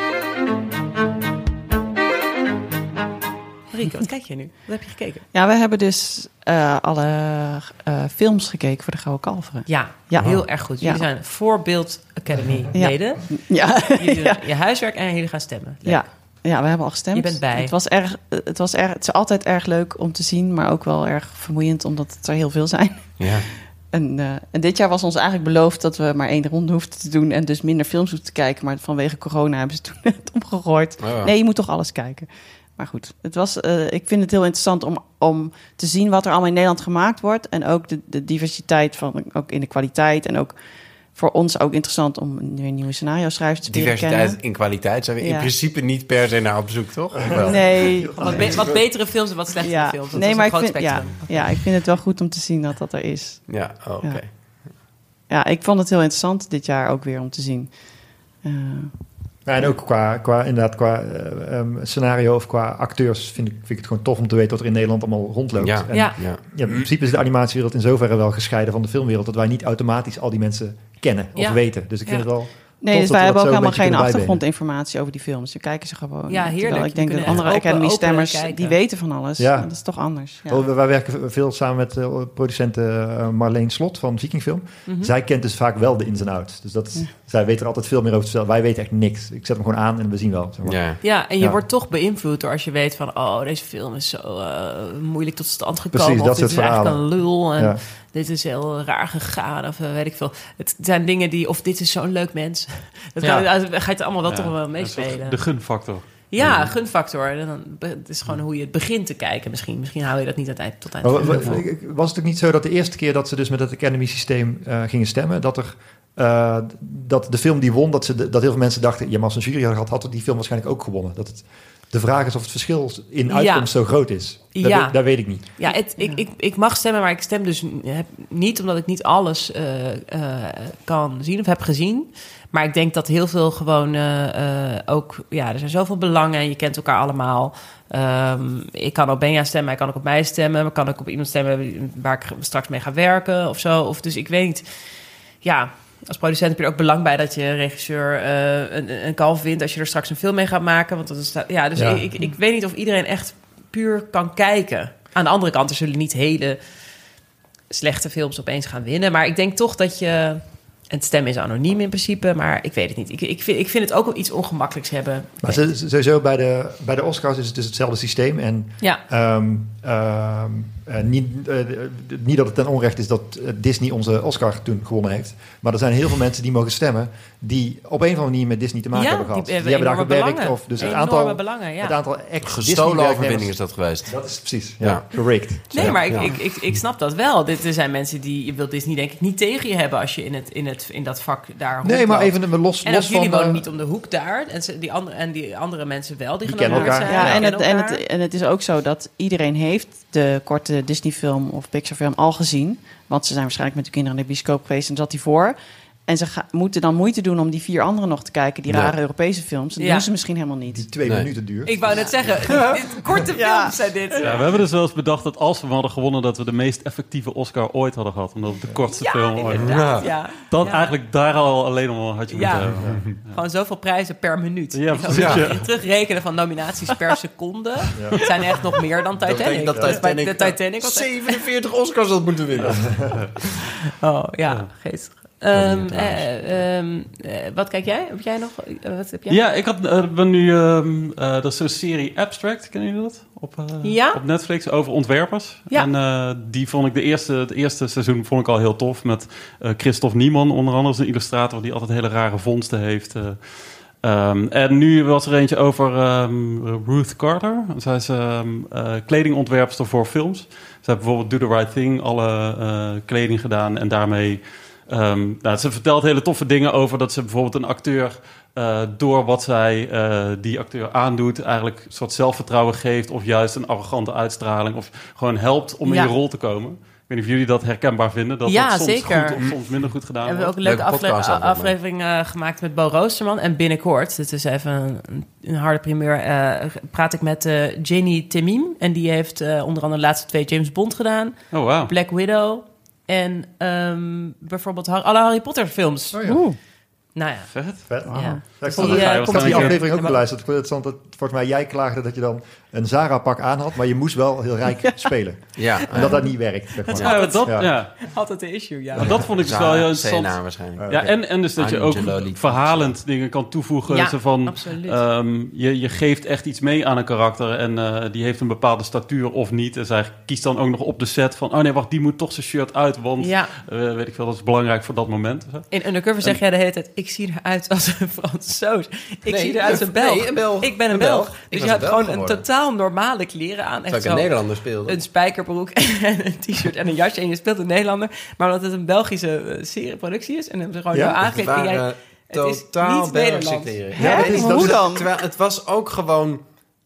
A: Marieke, wat kijk jij nu? Wat heb je gekeken?
E: Ja, we hebben dus uh, alle uh, films gekeken voor de Gouden Kalveren.
A: Ja,
E: Ja.
A: heel erg goed. Jullie
E: Ja.
A: zijn Voorbeeld Academy
E: Ja.
A: leden.
E: Ja.
A: Jullie doen
E: ja.
A: je huiswerk en jullie gaan stemmen. Leuk.
E: Ja. Ja, we hebben al gestemd.
A: Je bent bij.
E: Het was erg, het was erg, het is altijd erg leuk om te zien, maar ook wel erg vermoeiend omdat het er heel veel zijn.
B: Ja.
E: En, uh, en dit jaar was ons eigenlijk beloofd dat we maar één ronde hoefden te doen en dus minder films hoefden te kijken. Maar vanwege corona hebben ze toen het omgegooid.
B: Oh ja.
E: Nee, je moet toch alles kijken. Maar goed, het was, uh, ik vind het heel interessant om, om te zien wat er allemaal in Nederland gemaakt wordt. En ook de, de diversiteit van, ook in de kwaliteit. En ook voor ons ook interessant om weer nieuwe scenario-schrijvers te leren kennen.
B: Diversiteit in kwaliteit zijn we in
E: Ja.
B: principe niet per se naar op zoek, toch? Of wel?
E: Nee,
A: Wat, be- wat betere films en wat slechtere
E: ja.
A: films. Dat
E: nee
A: is
E: maar
A: een
E: ik
A: groot
E: vind, ja,
A: spectrum.
E: ja, ik vind het wel goed om te zien dat dat er is.
B: Ja, oh, oké.
E: Ja. Ja, ik vond het heel interessant dit jaar ook weer om te zien. Uh,
D: Ja, en ook qua, qua, inderdaad, qua uh, um, scenario of qua acteurs vind ik, vind ik het gewoon tof om te weten wat er in Nederland allemaal rondloopt.
B: Ja.
D: En,
A: Ja.
B: Ja.
D: ja, in principe is de animatiewereld in zoverre wel gescheiden van de filmwereld dat wij niet automatisch al die mensen kennen of
A: Ja.
D: weten. Dus ik vind
A: Ja.
D: het wel
E: nee,
D: tof
E: dus
D: dat
E: wij
D: we dat
E: hebben ook
D: zo een
E: helemaal
D: beetje
E: geen
D: kunnen bijbenen.
E: achtergrondinformatie over die films. We kijken ze gewoon.
A: Ja, heerlijk.
E: Terwijl ik denk
A: We
E: dat
A: kunnen
E: andere
A: echt open-
E: Academy-stemmers,
A: open kijken.
E: die weten van alles.
D: Ja.
E: Dat is toch anders. Ja.
D: Wel, we- Wij werken veel samen met uh, producent uh, Marleen Slot van Vikingfilm.
A: Mhm.
D: Zij kent dus vaak wel de ins en outs. Dus dat is,
E: Ja.
D: zij weet er altijd veel meer over te vertellen. Wij weten echt niks. Ik zet hem gewoon aan en we zien wel. Zeg maar.
B: Ja.
A: Ja, en je
D: Ja.
A: wordt toch beïnvloed door als je weet van... oh, deze film is zo uh, moeilijk tot stand gekomen.
D: Precies,
A: of
D: dat
A: dit
D: soort
A: is eigenlijk een
D: verhalen.
A: lul en
D: Ja.
A: dit is heel raar gegaan. Of uh, weet ik veel. Het zijn dingen die... Of dit is zo'n leuk mens. Dat
C: Ja.
A: kan, ga je het allemaal wel
C: Ja,
A: toch wel
C: een soort
A: meespelen.
C: De gunfactor.
A: Ja, gunfactor. En dan, het is gewoon hoe je het begint te kijken misschien. Misschien hou je dat niet uit, tot eind
D: Maar
A: van
D: wa-
A: de
D: wa-
A: film.
D: was het ook niet zo dat de eerste keer dat ze dus met het Academy-systeem uh, gingen stemmen, dat er uh, dat de film die won, dat, ze de, dat heel veel mensen dachten, ja, maar als een jury had gehad, had die film waarschijnlijk ook gewonnen. Dat het, de vraag is of het verschil in uitkomst
A: Ja.
D: zo groot is. Dat,
A: Ja.
D: weet, dat weet ik niet.
A: Ja, het, ik, ik, ik mag stemmen, maar ik stem dus heb, niet omdat ik niet alles uh, uh, kan zien of heb gezien. Maar ik denk dat heel veel gewoon uh, uh, ook... Ja, er zijn zoveel belangen en je kent elkaar allemaal. Um, ik kan op Benja stemmen, hij kan ook op mij stemmen. Maar kan ook op iemand stemmen waar ik straks mee ga werken of zo. Of, dus ik weet niet... Ja, als producent heb je er ook belang bij dat je regisseur uh, een, een call vindt als je er straks een film mee gaat maken. Want dat is, ja, dus
D: Ja.
A: Ik, ik, ik weet niet of iedereen echt puur kan kijken. Aan de andere kant, er zullen niet hele slechte films opeens gaan winnen. Maar ik denk toch dat je... En stem is anoniem in principe, maar ik weet het niet. Ik, ik, vind, ik vind het ook wel iets ongemakkelijks hebben.
D: Maar ze- ze- sowieso bij de, bij de Oscars is het dus hetzelfde systeem. En
A: Ja.
D: um, um, uh, niet, uh, niet dat het ten onrechte is dat uh, Disney onze Oscar toen gewonnen heeft. Maar er zijn heel veel mensen die mogen stemmen... die op een of andere manier met Disney te maken
A: Ja,
D: hebben gehad.
A: die
D: Die,
A: hebben
D: hebben daar
A: enorme
D: gewerkt.
A: belangen.
D: Of dus het
A: Enorme
D: aantal,
A: belangen, ja.
D: het aantal ex
B: Gestolen overwinning is dat geweest.
D: Dat is precies,
B: Ja.
D: ja, correct.
A: Nee, maar ik,
B: Ja.
A: ik, ik, ik snap dat wel. Dit, er zijn mensen die... Je wilt Disney denk ik niet tegen je hebben... als je in, het, in, het, in dat vak daar
D: Nee, maar
A: rondloopt.
D: even los,
A: En
D: los
A: ook jullie
D: van...
A: wonen
D: uh,
A: niet om de hoek daar. En, ze, die, andere, en die andere mensen wel, die,
D: Die
A: genomineerd
D: kennen
A: zijn.
D: elkaar.
E: Ja,
A: die
E: en het,
A: kennen
E: en,
A: elkaar.
E: het, en het is ook zo dat iedereen heeft de korte Disney-film of Pixar-film al gezien. Want ze zijn waarschijnlijk met hun kinderen in de bioscoop geweest en zat die voor. En ze ga- moeten dan moeite doen om die vier anderen nog te kijken, die
B: Ja.
E: rare Europese films. Dat
A: Ja.
E: doen ze misschien helemaal niet.
D: die twee
B: Nee.
D: minuten duurt.
A: Ik wou net zeggen, dit, korte
E: Ja.
A: films zijn dit.
C: Ja, we hebben dus wel eens bedacht dat als we hadden gewonnen... dat we de meest effectieve Oscar ooit hadden gehad. Omdat het de kortste
A: Ja,
C: film ooit.
A: inderdaad. Ja.
C: Dan
A: Ja.
C: eigenlijk daar al alleen al had je
A: Ja.
C: moeten hebben.
A: Gewoon zoveel prijzen per minuut.
C: Ja,
A: Ik zou
C: precies,
A: zeggen,
C: ja.
A: in terugrekenen van nominaties per seconde. Het zijn echt nog meer dan
B: Dat
A: Titanic.
B: betekent dat
A: Dus bij
B: Titanic,
A: de Titanic was echt-
B: zevenenveertig Oscars had moeten winnen.
A: Oh, ja,
C: Ja.
A: geestig.
B: niet,
A: Ehm,
B: trouwens.
A: eh, ehm, eh, wat kijk jij? Heb jij nog? eh, wat heb jij?
C: Ja, ik had, eh, ben nu... ehm eh dat is zo'n serie Abstract, kennen jullie dat? Op, eh,
A: Ja.
C: op Netflix, over ontwerpers.
A: Ja.
C: En eh, die vond ik de eerste, het eerste seizoen vond ik al heel tof. Met eh Christophe Niemann onder andere, is een illustrator die altijd hele rare vondsten heeft. eh. Ehm, en nu was er eentje over ehm, Ruth Carter. Zij is ehm eh, kledingontwerpster voor films. Ze heeft bijvoorbeeld Do the Right Thing, alle eh, kleding gedaan. En daarmee... ehm, nou, ze vertelt hele toffe dingen over dat ze bijvoorbeeld een acteur... eh, door wat zij eh, die acteur aandoet... eigenlijk een soort zelfvertrouwen geeft... of juist een arrogante uitstraling... of gewoon helpt om
A: Ja.
C: in je rol te komen. Ik weet niet of jullie dat herkenbaar vinden. Dat
A: Ja,
C: dat soms
A: zeker.
C: goed of soms minder goed gedaan
A: We hebben ook
C: wordt.
A: een leuke
B: Leuke
A: afle-
B: podcast over,
A: aflevering uh, gemaakt met Bo Roosterman. En binnenkort, dit is even een, een harde primeur... Uh, praat ik met uh, Jenny Temim. En die heeft uh, onder andere de laatste twee James Bond gedaan.
C: Oh, wow.
A: Black Widow. En um, bijvoorbeeld Har- alle Harry Potter films.
D: Oh ja.
E: Oeh.
A: Nou ja.
D: Vet.
A: Ja.
D: Ja, ik vond
A: Die,
D: het-
A: uh,
D: ik heb die
C: waarschijnlijk-
D: aflevering ook
A: Ja, maar-
D: beluisterd. Ik vond het interessant dat volgens mij jij klaagde dat je dan een Zara-pak aan had, maar je moest wel heel rijk spelen.
B: Ja,
D: En dat dat niet werkt. Zeg maar.
C: Ja, dat,
D: Ja.
C: ja.
A: Altijd de issue, ja.
C: Maar dat vond ik dus wel heel interessant.
B: Sena waarschijnlijk.
C: Ja, en, en dus dat je ook
B: Angelo Lee.
C: verhalend dingen kan toevoegen.
A: Ja,
C: zo van,
A: absoluut.
C: ehm, je, je geeft echt iets mee aan een karakter en eh, die heeft een bepaalde statuur of niet. En zij kiest dan ook nog op de set van, oh nee, wacht, die moet toch zijn shirt uit, want
A: Ja.
C: eh, weet ik veel, dat is belangrijk voor dat moment. Zo.
A: In Undercover zeg jij de hele tijd... ik zie eruit als een Fransoos. Ik
B: Nee,
A: zie eruit als een Belg.
B: nee, een Belg.
A: Ik ben een,
B: Een
A: Belg.
B: Belg. Ik
A: Dus
B: was
A: je
B: een
A: hebt
B: Belg
A: gewoon een
B: geworden.
A: totaal normale kleren aan. Echt
B: Terwijl ik
A: zo
B: een Nederlander speelde.
A: een spijkerbroek en een t-shirt en een jasje. En je speelt een Nederlander. Maar omdat het een Belgische uh, serie productie is... en hebben ze gewoon
D: Ja,
A: jou
B: Het
A: aangekleed... en jij,
B: waren
A: het is
B: totaal
A: niet
B: Belgische
A: Nederlands.
B: kleren.
D: Ja, dat is- dat
E: Hoe
D: is-
E: dan?
B: Terwijl het was ook gewoon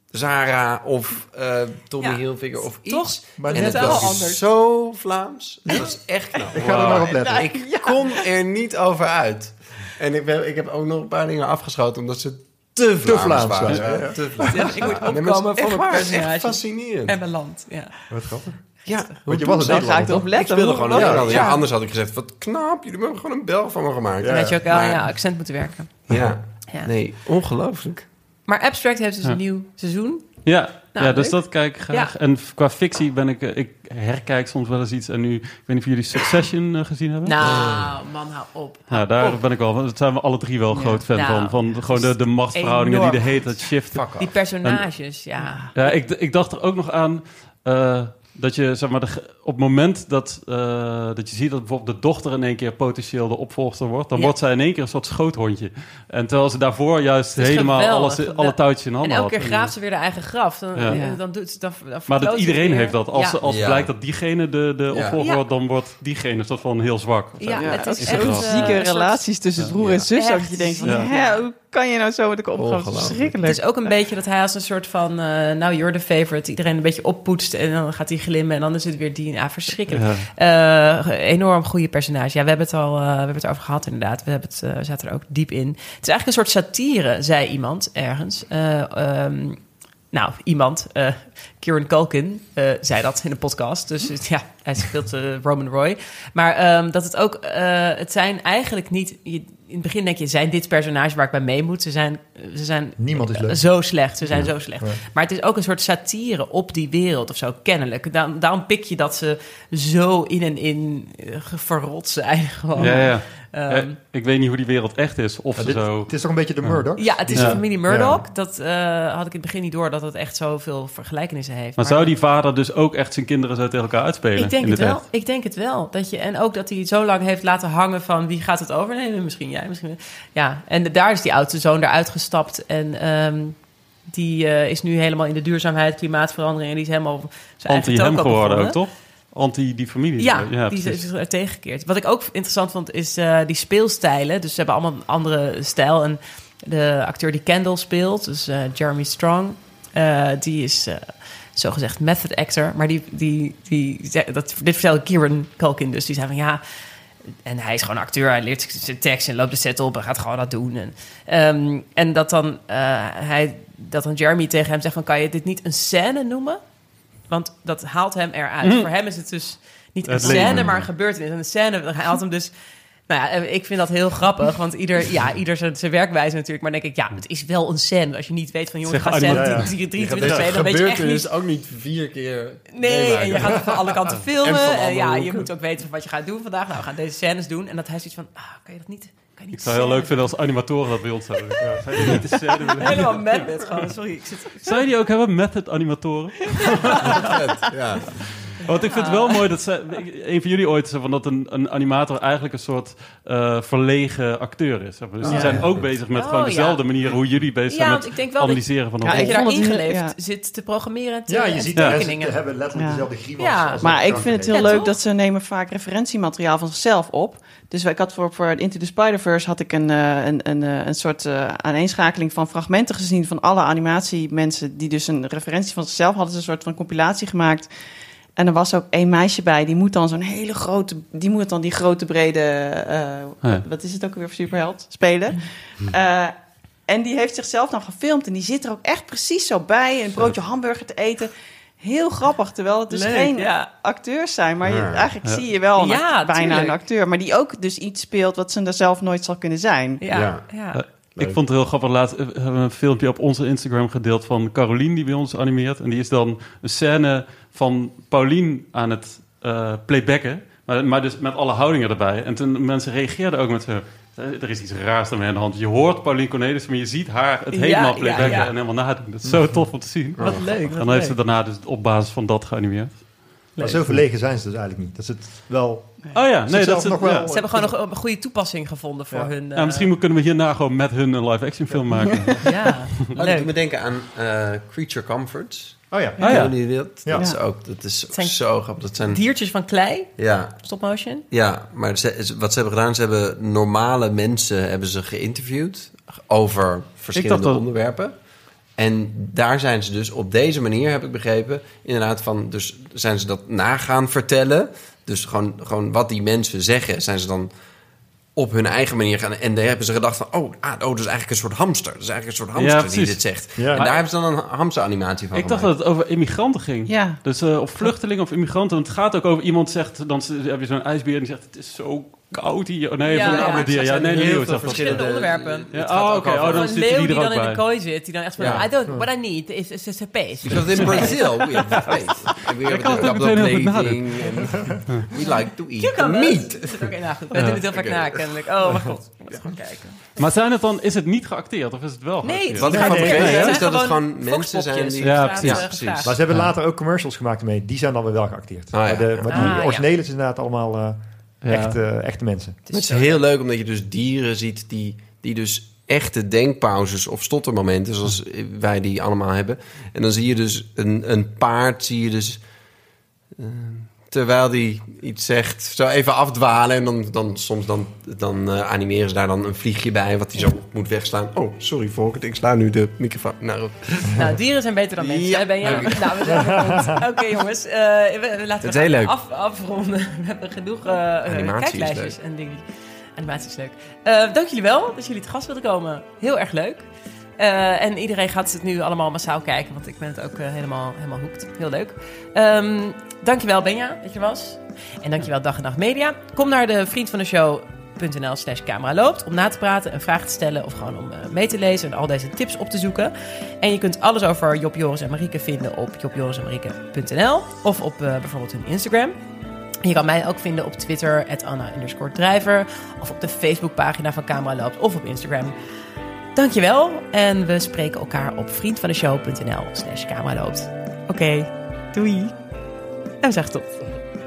B: Zara of uh, Tommy
A: Ja,
B: Hilfiger of
A: toch?
B: iets.
D: Maar
B: En het
A: totaal
B: was
A: anders.
B: zo Vlaams. Dat was echt knap.
D: Ik ga er maar op letten.
B: Ik kon er niet over uit. En ik, ben, ik heb ook nog een paar dingen afgeschoten omdat ze te Vlaams,
D: Vlaams
B: waren.
D: waren, ja.
B: Te Vlaams.
A: Ja, ik moet
B: Ja, nee,
A: opkomen
B: maar het is
A: voor
B: echt
A: mijn
B: waar, het is
A: personage.
B: echt fascinerend.
A: En mijn land, ja.
D: Wat grappig.
B: Ja,
D: Want je was een
E: Dan ga ik
D: Nederlander,
E: erop
D: toch?
E: letten.
B: ik speelde
E: Hoe-
B: gewoon
E: wat-
B: een Nederlander. Ja,
E: ja.
B: anders had ik gezegd, wat knap, jullie hebben gewoon een Belg van me gemaakt.
A: Dan
B: Ja,
A: had je ook wel
B: maar-
A: ja, accent moeten werken.
B: ja.
A: Ja.
B: Nee, ongelooflijk.
A: Maar Abstract heeft dus
C: Ja.
A: een nieuw seizoen.
C: Ja,
A: Nou,
C: ja, dus
A: leuk.
C: dat kijk ik graag.
A: Ja.
C: En f- qua fictie ben ik, eh, ik herkijk soms wel eens iets. En nu, ik weet niet of jullie Succession eh, gezien hebben.
A: Nou, man, hou op.
C: Nou, daar ben ik wel van. Dat zijn we alle drie wel groot fan
A: Nou,
C: van. Van gewoon de, de machtsverhoudingen
A: enorm
C: die de hele tijd shiften.
A: Die personages, ja.
C: Ja, ik, ik dacht er ook nog aan eh, dat je, zeg maar, de, ge- op het moment dat, eh, dat je ziet dat bijvoorbeeld de dochter in één keer potentieel de opvolgster wordt, dan
A: Ja.
C: wordt zij in één keer een soort schoothondje. En terwijl ze daarvoor juist
A: Het is
C: helemaal
A: geweldig,
C: alles,
A: geweldig.
C: alle touwtjes in
A: En
C: handen
A: elke
C: had.
A: keer graaft ze weer de eigen graf. Dan,
C: Ja.
A: dan, dan doet ze... Dan, dan
C: Maar
A: vergroot
C: dat
A: ze
C: iedereen
A: weer.
C: heeft dat. Als,
A: Ja.
C: als
B: Ja.
C: blijkt dat diegene de, de
B: Ja.
C: opvolger
A: Ja.
C: wordt, dan wordt diegene een soort van heel zwak.
A: Ja,
E: Ja,
A: het
E: ook
A: is
E: zo'n
A: echt...
C: wel.
A: eh,
E: zieke
A: een soort-
E: relaties tussen broer en
B: Ja.
E: zus. Dat
A: Echt
E: je denkt van,
C: ziek.
E: hè, hoe kan je nou zo met elkaar omgaan?
B: Ongelooflijk.
E: Verschrikkelijk.
A: Het is ook een beetje dat hij als een soort van... uh, nou, you're the favorite. Iedereen een beetje oppoetst en dan gaat hij glimmen. En dan is het weer die... Ja, verschrikkelijk.
C: Ja.
A: Uh, enorm goede personage. Ja, we hebben het al uh, we hebben het over gehad inderdaad. We, hebben het, uh, we zaten er ook diep in. Het is eigenlijk een soort satire, zei iemand ergens. Uh, um, nou, iemand, uh, Kieran Culkin, uh, zei dat in een podcast. Dus ja, hij speelt uh, Roman Roy. Maar um, dat het ook, uh, het zijn eigenlijk niet... Je, in het begin denk je, zijn dit personage waar ik bij mee moet? Ze zijn, ze zijn
D: Niemand is leuk.
A: zo slecht. Ze zijn ja. zo slecht.
D: Ja.
A: Maar het is ook een soort satire op die wereld of zo, kennelijk. Da- daarom pik je dat ze zo in en in uh, verrot zijn. Gewoon.
C: Ja, ja.
A: Um,
C: ja, ik weet niet hoe die wereld echt is. Of
D: ja,
C: ze
D: dit,
C: zo...
D: Het is toch een beetje de Murdoch?
A: Ja, het is
C: ja.
A: de familie Murdoch.
D: Ja.
A: Dat uh, had ik in het begin niet door, dat het echt zoveel vergelijkenissen heeft.
C: Maar, maar zou die vader dus ook echt zijn kinderen zo tegen elkaar uitspelen?
A: Ik denk
C: in
A: het wel.
C: Echt?
A: Ik denk het wel. Dat je, en ook dat hij het zo lang heeft laten hangen van wie gaat het overnemen? Misschien jij, misschien... Ja, en daar is die oudste zoon eruit gestapt. En um, die uh, is nu helemaal in de duurzaamheid, klimaatverandering. En die is helemaal...
C: Anti-hem geworden ook, toch? Anti die familie.
A: Ja,
C: ja
A: die is, is er tegengekeerd. Wat ik ook interessant vond, is uh, die speelstijlen. Dus ze hebben allemaal een andere stijl. En de acteur die Kendall speelt, dus uh, Jeremy Strong... Uh, die is uh, zogezegd method actor. Maar die, die, die, dat, dit vertelde Kieran Culkin dus. Die zei van ja... En hij is gewoon acteur. Hij leert zijn tekst en loopt de set op en gaat gewoon dat doen. En, um, en dat, dan, uh, hij, dat dan Jeremy tegen hem zegt van... kan je dit niet een scène noemen? Want dat haalt hem eruit. Mm. Voor hem is het dus niet een het scène, leven. Maar een gebeurtenis. En een scène haalt hem dus... Nou ja, ik vind dat heel grappig, want ieder, ja, ieder zijn, zijn werkwijze natuurlijk. Maar dan denk ik, ja, het is wel een scène. Als je niet weet van, jongens, ik ga scène drieëntwintig spelen, dan weet je echt niet...
B: is ook niet vier keer...
A: Nee, en je gaat het van alle kanten filmen. En, en ja, hoeken. Je moet ook weten wat je gaat doen vandaag. Nou, we gaan deze scènes doen. En dat hij zoiets van, ah, kan je dat niet... Kan je niet
C: ik zou heel leuk vinden als animatoren dat bij ons hebben. Ja, zou je niet de scène willen?
A: Helemaal method gewoon, sorry. Ik zit...
C: Zou je die ook hebben, method animatoren?
B: Ja.
C: Want ik vind het wel mooi dat ze, een van jullie ooit zei van dat een, een animator eigenlijk een soort uh, verlegen acteur is. Dus die zijn ook bezig met oh, gewoon dezelfde ja. manier hoe jullie bezig zijn ja, met ik denk wel analyseren
A: dat,
C: van
A: ja,
C: een
A: rol. Ja, ik je daar ingeleefd ja. zit te programmeren te,
D: ja, je ziet
A: tekeningen.
D: Ze hebben letterlijk ja. dezelfde grimas.
E: Ja. Maar ik vind het heel ja, leuk toch? Dat ze nemen vaak referentiemateriaal van zichzelf op. Dus ik had voor, voor Into the Spider-Verse had ik een, een, een, een soort uh, aaneenschakeling van fragmenten gezien van alle animatiemensen die dus een referentie van zichzelf hadden, een soort van compilatie gemaakt. En er was ook één meisje bij, die moet dan zo'n hele grote... die moet dan die grote, brede... Uh, ja. Wat is het ook weer voor superheld? Spelen. Uh, en die heeft zichzelf dan gefilmd. En die zit er ook echt precies zo bij. Een broodje hamburger te eten. Heel grappig, terwijl het dus Leuk, geen ja. acteurs zijn. Maar je, eigenlijk ja. zie je wel een
A: ja,
E: act, bijna
A: tuurlijk.
E: een acteur. Maar die ook dus iets speelt wat ze er zelf nooit zal kunnen zijn.
A: Ja, ja. ja.
C: Uh, ik vond het heel grappig. Laatst hebben we een filmpje op onze Instagram gedeeld van Carolien, die bij ons animeert. En die is dan een scène van Paulien aan het uh, playbacken. Maar, maar dus met alle houdingen erbij. En toen mensen reageerden ook met zo... Er is iets raars daarmee aan de hand. Je hoort Paulien Cornelis, maar je ziet haar het helemaal ja, playbacken ja, ja. en helemaal nadoen. Dat is zo tof om te zien.
A: Wat leuk. Wat
C: en dan
A: leuk.
C: heeft ze daarna dus op basis van dat geanimeerd.
D: Maar zo verlegen zijn ze dus eigenlijk niet. Dat is het wel...
C: Oh ja, nee, dat is
A: nog
C: het,
A: wel.
C: Ja.
A: Ze hebben gewoon nog een goede toepassing gevonden voor
C: ja.
A: hun... Uh...
C: Ja, misschien kunnen we hierna gewoon met hun een live-action film maken.
A: ja,
B: leuk. Ik moet me denken aan uh, Creature Comforts.
D: Oh ja.
B: Oh ja. Dat,
D: ja.
B: dat is ook dat is zijn
A: zo
B: grappig. Dat zijn
A: diertjes van klei.
B: Ja.
A: Stop motion.
B: Ja, maar ze, wat ze hebben gedaan, ze hebben normale mensen hebben ze geïnterviewd over verschillende
C: dat...
B: onderwerpen. En daar zijn ze dus op deze manier, heb ik begrepen, inderdaad van, dus zijn ze dat nagaan vertellen. Dus gewoon, gewoon wat die mensen zeggen, zijn ze dan op hun eigen manier gaan. En daar hebben ze gedacht van, oh, ah, oh, dat is eigenlijk een soort hamster. Dat is eigenlijk een soort hamster ja, die dit zegt. Ja. En daar hebben ze dan een hamsteranimatie van
C: Ik
B: gemaakt.
C: dacht dat het over immigranten ging.
E: Ja.
C: Dus uh, of vluchtelingen of immigranten. Want het gaat ook over iemand zegt, dan heb je zo'n ijsbeer die zegt, het is zo koud hier. Oh, nee,
A: ja,
C: van
A: ja,
C: een ander dier. Ja, nee, nee,
A: heel veel verschillende onderwerpen.
C: Ja, oh, oké. Okay. Oh, dan
A: een
C: zit
A: leeuw
C: die,
A: die dan
C: in
A: bij. de kooi zit, die dan echt van, ja. I don't, what I need is, is, is a pace.
B: Because in Brazil we have faith. We have a double plating. We like to eat meat.
A: Oké, okay, nou goed. We doen het heel vaak na, kennelijk. Oh, mijn god. Laten we gewoon kijken.
C: Maar zijn het dan, is het niet geacteerd of is het wel
A: geacteerd?
B: Nee, wat ik van begrepen heb is dat het gewoon mensen zijn die...
C: Ja, precies.
D: Maar ze hebben later ook commercials gemaakt mee. Die zijn dan weer wel geacteerd. Maar die originele is inderdaad allemaal... Ja. Echt, uh, echte mensen.
B: Het is heel leuk omdat je dus dieren ziet die, die dus echte denkpauzes of stottermomenten, zoals wij die allemaal hebben. En dan zie je dus een, een paard, zie je dus uh, terwijl die iets zegt, zo even afdwalen en dan, dan soms dan, dan uh, animeren ze daar dan een vliegje bij wat die zo moet wegslaan. Oh, sorry Volkert, ik sla nu de microfoon. Nou,
A: nou dieren zijn beter dan mensen. Ja. Ben je? Okay. Nou, we zijn Oké okay, jongens, uh, we, laten we gaan af, afronden. We hebben genoeg uh, kijklijstjes en dingen. Animatie is leuk. Uh, dank jullie wel dat jullie te gast wilden komen. Heel erg leuk. Uh, en iedereen gaat het nu allemaal massaal kijken, want ik ben het ook uh, helemaal, helemaal hoekt. Heel leuk. Um, dankjewel Benja dat je er was. En dankjewel Dag en Nacht Media. Kom naar de vriend van de show.nl slash camera loopt om na te praten, een vraag te stellen of gewoon om uh, mee te lezen en al deze tips op te zoeken. En je kunt alles over Job, Joris en Marieke vinden op job joris en marieke punt n l of op uh, bijvoorbeeld hun Instagram. Je kan mij ook vinden op Twitter, at Anna underscore Drijver, of op de Facebookpagina van Camera Loopt of op Instagram. Dankjewel en we spreken elkaar op vriendvandeshow.nl slash camera loopt. Oké, okay, doei. En we zeggen tot.